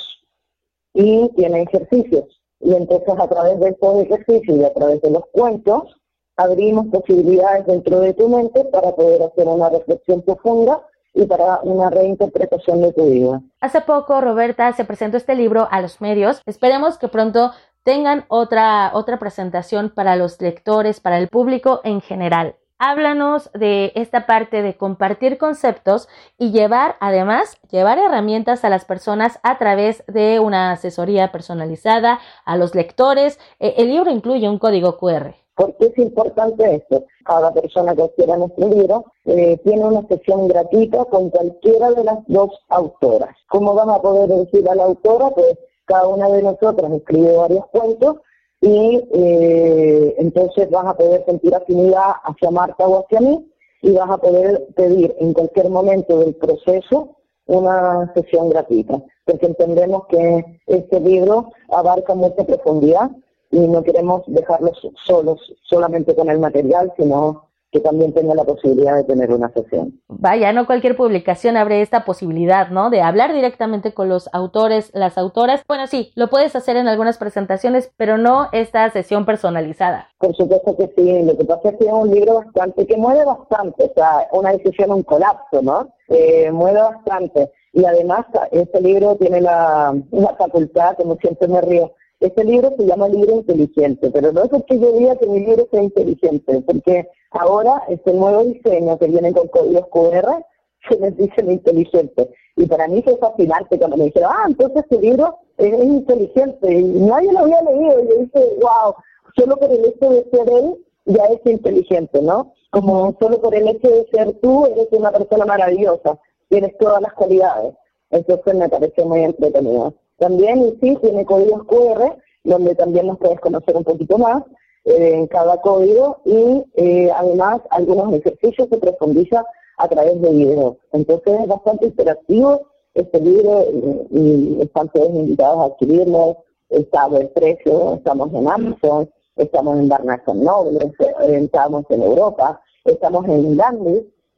y tiene ejercicios, y entonces a través de estos ejercicios y a través de los cuentos abrimos posibilidades dentro de tu mente para poder hacer una reflexión profunda y para una reinterpretación de tu vida. Hace poco, Roberta, se presentó este libro a los medios. Esperemos que pronto tengan otra, otra presentación para los lectores, para el público en general. Háblanos de esta parte de compartir conceptos y llevar, además, llevar herramientas a las personas a través de una asesoría personalizada, a los lectores. Eh, el libro incluye un código cu erre. ¿Por qué es importante esto? Cada persona que adquiera nuestro libro eh, tiene una sesión gratuita con cualquiera de las dos autoras. ¿Cómo van a poder elegir a la autora? Pues cada una de nosotras escribe varios cuentos y eh, entonces vas a poder sentir afinidad hacia Marta o hacia mí y vas a poder pedir en cualquier momento del proceso una sesión gratuita, porque entendemos que este libro abarca mucha profundidad y no queremos dejarlos solos, solamente con el material, sino que también tenga la posibilidad de tener una sesión. Vaya, no cualquier publicación abre esta posibilidad, ¿no? De hablar directamente con los autores, las autoras. Bueno, sí, lo puedes hacer en algunas presentaciones, pero no esta sesión personalizada. Por supuesto que sí. Lo que pasa es que es un libro bastante, que mueve bastante. O sea, Una decisión, un colapso, ¿no? Eh, mueve bastante. Y además, este libro tiene la, la facultad, como siempre me río, este libro se llama Libro Inteligente, pero no es porque yo diga que mi libro sea inteligente, porque ahora este nuevo diseño que viene con códigos cu erre se les dice lo inteligente. Y para mí fue fascinante cuando me dijeron, ah, entonces este libro es, es inteligente, y nadie lo había leído, y yo dije, wow, solo por el hecho de ser él ya es inteligente, ¿no? Como solo por el hecho de ser tú eres una persona maravillosa, tienes todas las cualidades. Entonces me pareció muy entretenido. También, y sí, tiene códigos cu erre, donde también nos puedes conocer un poquito más eh, en cada código, y eh, además algunos ejercicios se profundiza a través de videos. Entonces es bastante interactivo este libro y, y están todos invitados a adquirirlo. Está a buen precio, estamos en Amazon, estamos en Barnes and Noble, estamos en Europa, estamos en Gandhi,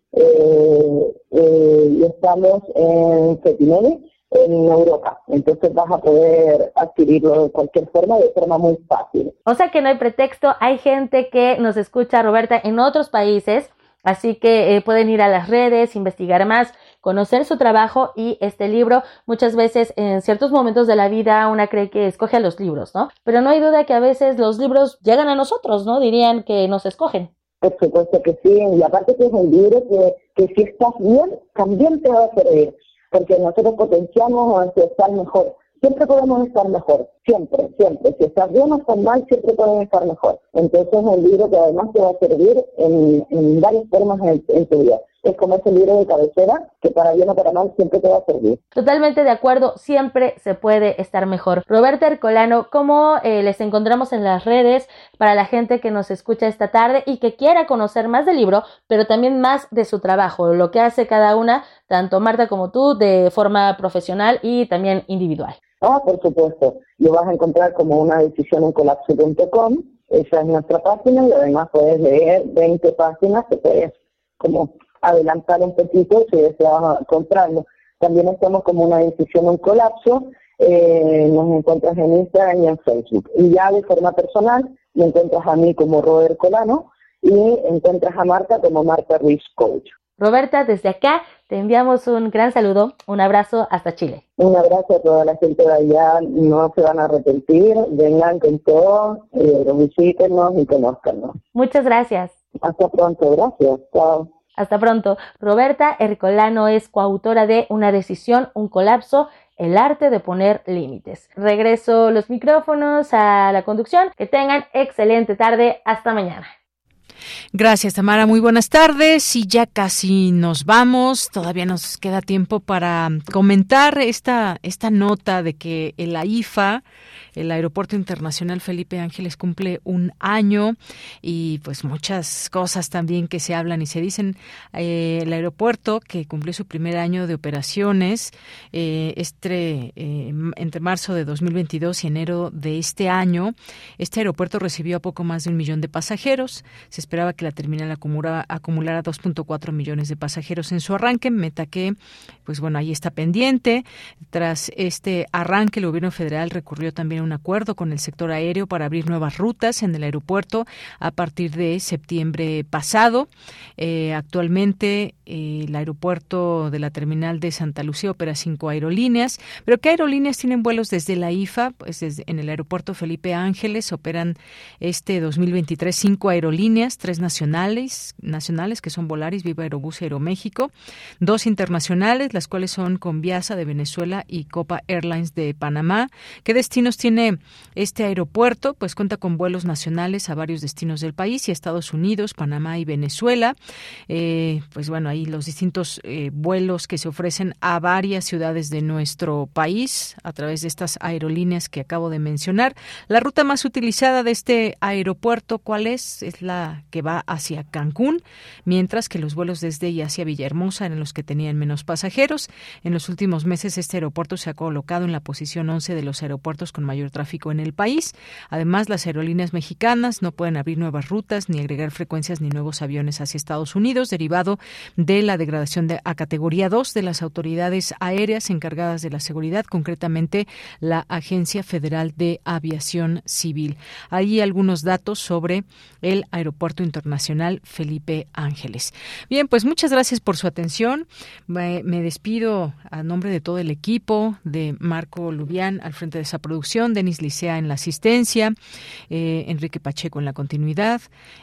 eh, eh, y estamos en Cetinelli, en Europa. Entonces vas a poder adquirirlo de cualquier forma, de forma muy fácil. O sea que no hay pretexto, hay gente que nos escucha, Roberta, en otros países, así que eh, pueden ir a las redes, investigar más, conocer su trabajo y este libro. Muchas veces en ciertos momentos de la vida una cree que escoge a los libros, ¿no? Pero no hay duda que a veces los libros llegan a nosotros, ¿no? Dirían que nos escogen. Por supuesto que sí, y aparte que es un libro que, que si estás bien, también te va a servir, porque nosotros potenciamos hacia estar mejor. Siempre podemos estar mejor, siempre, siempre. Si estás bien o estás mal, siempre podemos estar mejor. Entonces es un libro que además te va a servir en, en varias formas en, en tu vida. Es como ese libro de cabecera que para bien o para mal siempre te va a servir. Totalmente de acuerdo, siempre se puede estar mejor. Roberta Ercolano, ¿cómo eh, les encontramos en las redes para la gente que nos escucha esta tarde y que quiera conocer más del libro, pero también más de su trabajo, lo que hace cada una, tanto Marta como tú, de forma profesional y también individual? Ah, por supuesto. Lo vas a encontrar como una decisión en colapso punto com. Esa es nuestra página y además puedes leer veinte páginas que puedes como adelantar un poquito si deseas comprarlo. También estamos como una decisión en colapso. Eh, nos encuentras en Instagram y en Facebook. Y ya de forma personal me encuentras a mí como Robert Ercolano y encuentras a Marta como Marta Ruiz Coach. Roberta, desde acá te enviamos un gran saludo, un abrazo hasta Chile. Un abrazo a toda la gente de allá, no se van a arrepentir, vengan con todo, eh, visítenos y conózcanos. Muchas gracias. Hasta pronto, gracias, chao. Hasta pronto. Roberta Ercolano es coautora de Una decisión, un colapso, el arte de poner límites. Regreso los micrófonos a la conducción, que tengan excelente tarde, hasta mañana. Gracias, Tamara. Muy buenas tardes y ya casi nos vamos. Todavía nos queda tiempo para comentar esta, esta nota de que el A I F A, el Aeropuerto Internacional Felipe Ángeles, cumple un año y pues muchas cosas también que se hablan y se dicen. Eh, el aeropuerto que cumplió su primer año de operaciones eh, este, eh, entre marzo de dos mil veintidós y enero de este año, este aeropuerto recibió a poco más de un millón de pasajeros. Se esperaba que la terminal acumulara, acumulara dos punto cuatro millones de pasajeros en su arranque, meta que, pues bueno, ahí está pendiente. Tras este arranque, el gobierno federal recurrió también a un acuerdo con el sector aéreo para abrir nuevas rutas en el aeropuerto a partir de septiembre pasado. Eh, actualmente, eh, el aeropuerto de la terminal de Santa Lucía opera cinco aerolíneas. ¿Pero qué aerolíneas tienen vuelos desde la I F A? Pues desde, en el aeropuerto Felipe Ángeles operan este dos mil veintitrés cinco aerolíneas, tres nacionales, nacionales que son Volaris, Viva Aerobús y Aeroméxico, dos internacionales, las cuales son Conviasa de Venezuela y Copa Airlines de Panamá. ¿Qué destinos tiene este aeropuerto? Pues cuenta con vuelos nacionales a varios destinos del país y a Estados Unidos, Panamá y Venezuela. Eh, pues bueno, ahí los distintos eh, vuelos que se ofrecen a varias ciudades de nuestro país a través de estas aerolíneas que acabo de mencionar. La ruta más utilizada de este aeropuerto, ¿cuál es? Es la que va hacia Cancún, mientras que los vuelos desde y hacia Villahermosa eran los que tenían menos pasajeros. En los últimos meses este aeropuerto se ha colocado en la posición once de los aeropuertos con mayor tráfico en el país. Además, las aerolíneas mexicanas no pueden abrir nuevas rutas ni agregar frecuencias ni nuevos aviones hacia Estados Unidos, derivado de la degradación de, a categoría dos de las autoridades aéreas encargadas de la seguridad, concretamente la Agencia Federal de Aviación Civil. Hay algunos datos sobre el Aeropuerto Internacional Felipe Ángeles. Bien, pues muchas gracias por su atención. Me, me despido a nombre de todo el equipo, de Marco Lubián al frente de esa producción, Denis Licea en la asistencia, eh, Enrique Pacheco en la continuidad,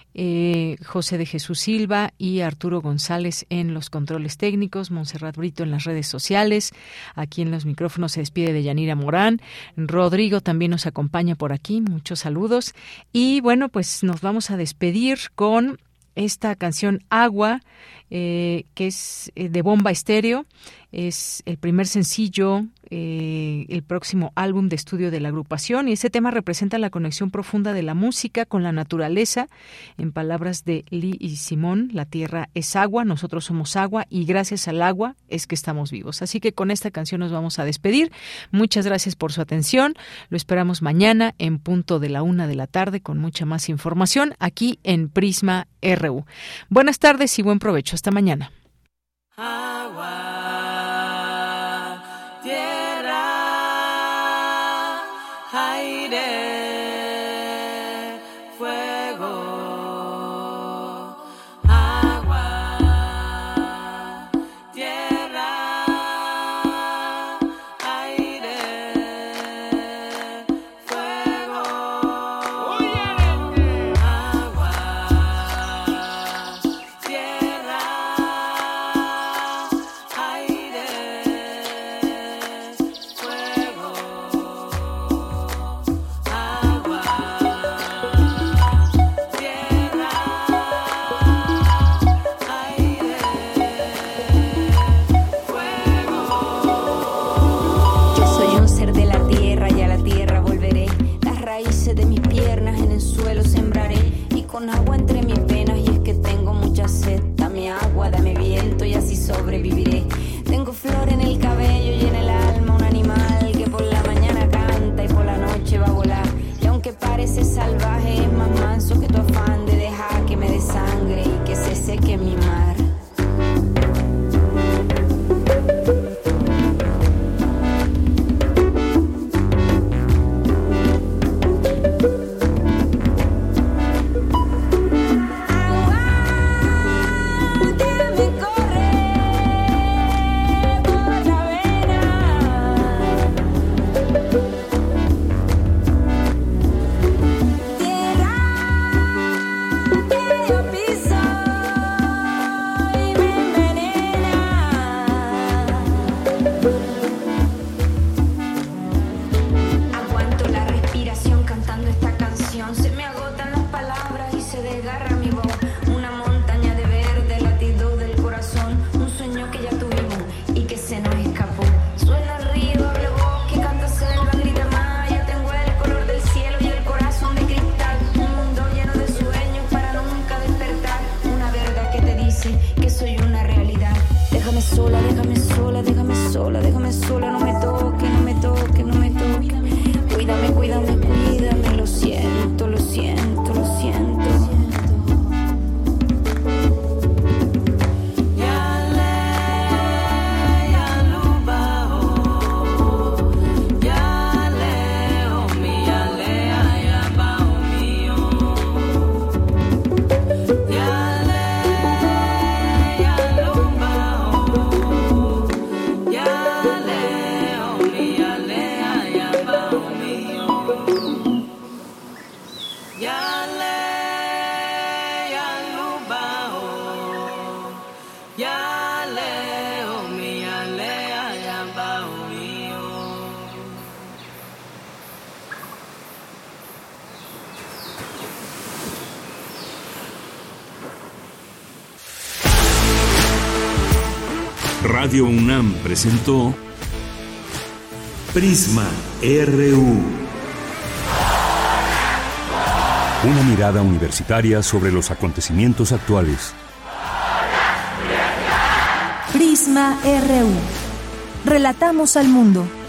eh, José de Jesús Silva y Arturo González en los controles técnicos, Montserrat Brito en las redes sociales. Aquí en los micrófonos se despide de Yanira Morán. Rodrigo también nos acompaña por aquí. Muchos saludos. Y bueno, pues nos vamos a despedir con esta canción Agua, eh, que es de Bomba Estéreo. Es el primer sencillo, eh, el próximo álbum de estudio de la agrupación, y ese tema representa la conexión profunda de la música con la naturaleza. En palabras de Lee y Simón, la tierra es agua, nosotros somos agua y gracias al agua es que estamos vivos. Así que con esta canción nos vamos a despedir. Muchas gracias por su atención. Lo esperamos mañana en punto de la una de la tarde con mucha más información aquí en Prisma R U. Buenas tardes y buen provecho. Hasta mañana. Con agua entre mis venas y es que tengo mucha sed. Dame agua, dame viento y así sobreviviré. Tengo flor en el cabello y en el alma un animal que por la mañana canta y por la noche va a volar. Y aunque parece salvaje es más manso que tu afán de dejar que me desangre y que se seque mi mar. Radio UNAM presentó Prisma R U. Una mirada universitaria sobre los acontecimientos actuales. Prisma R U. Relatamos al mundo.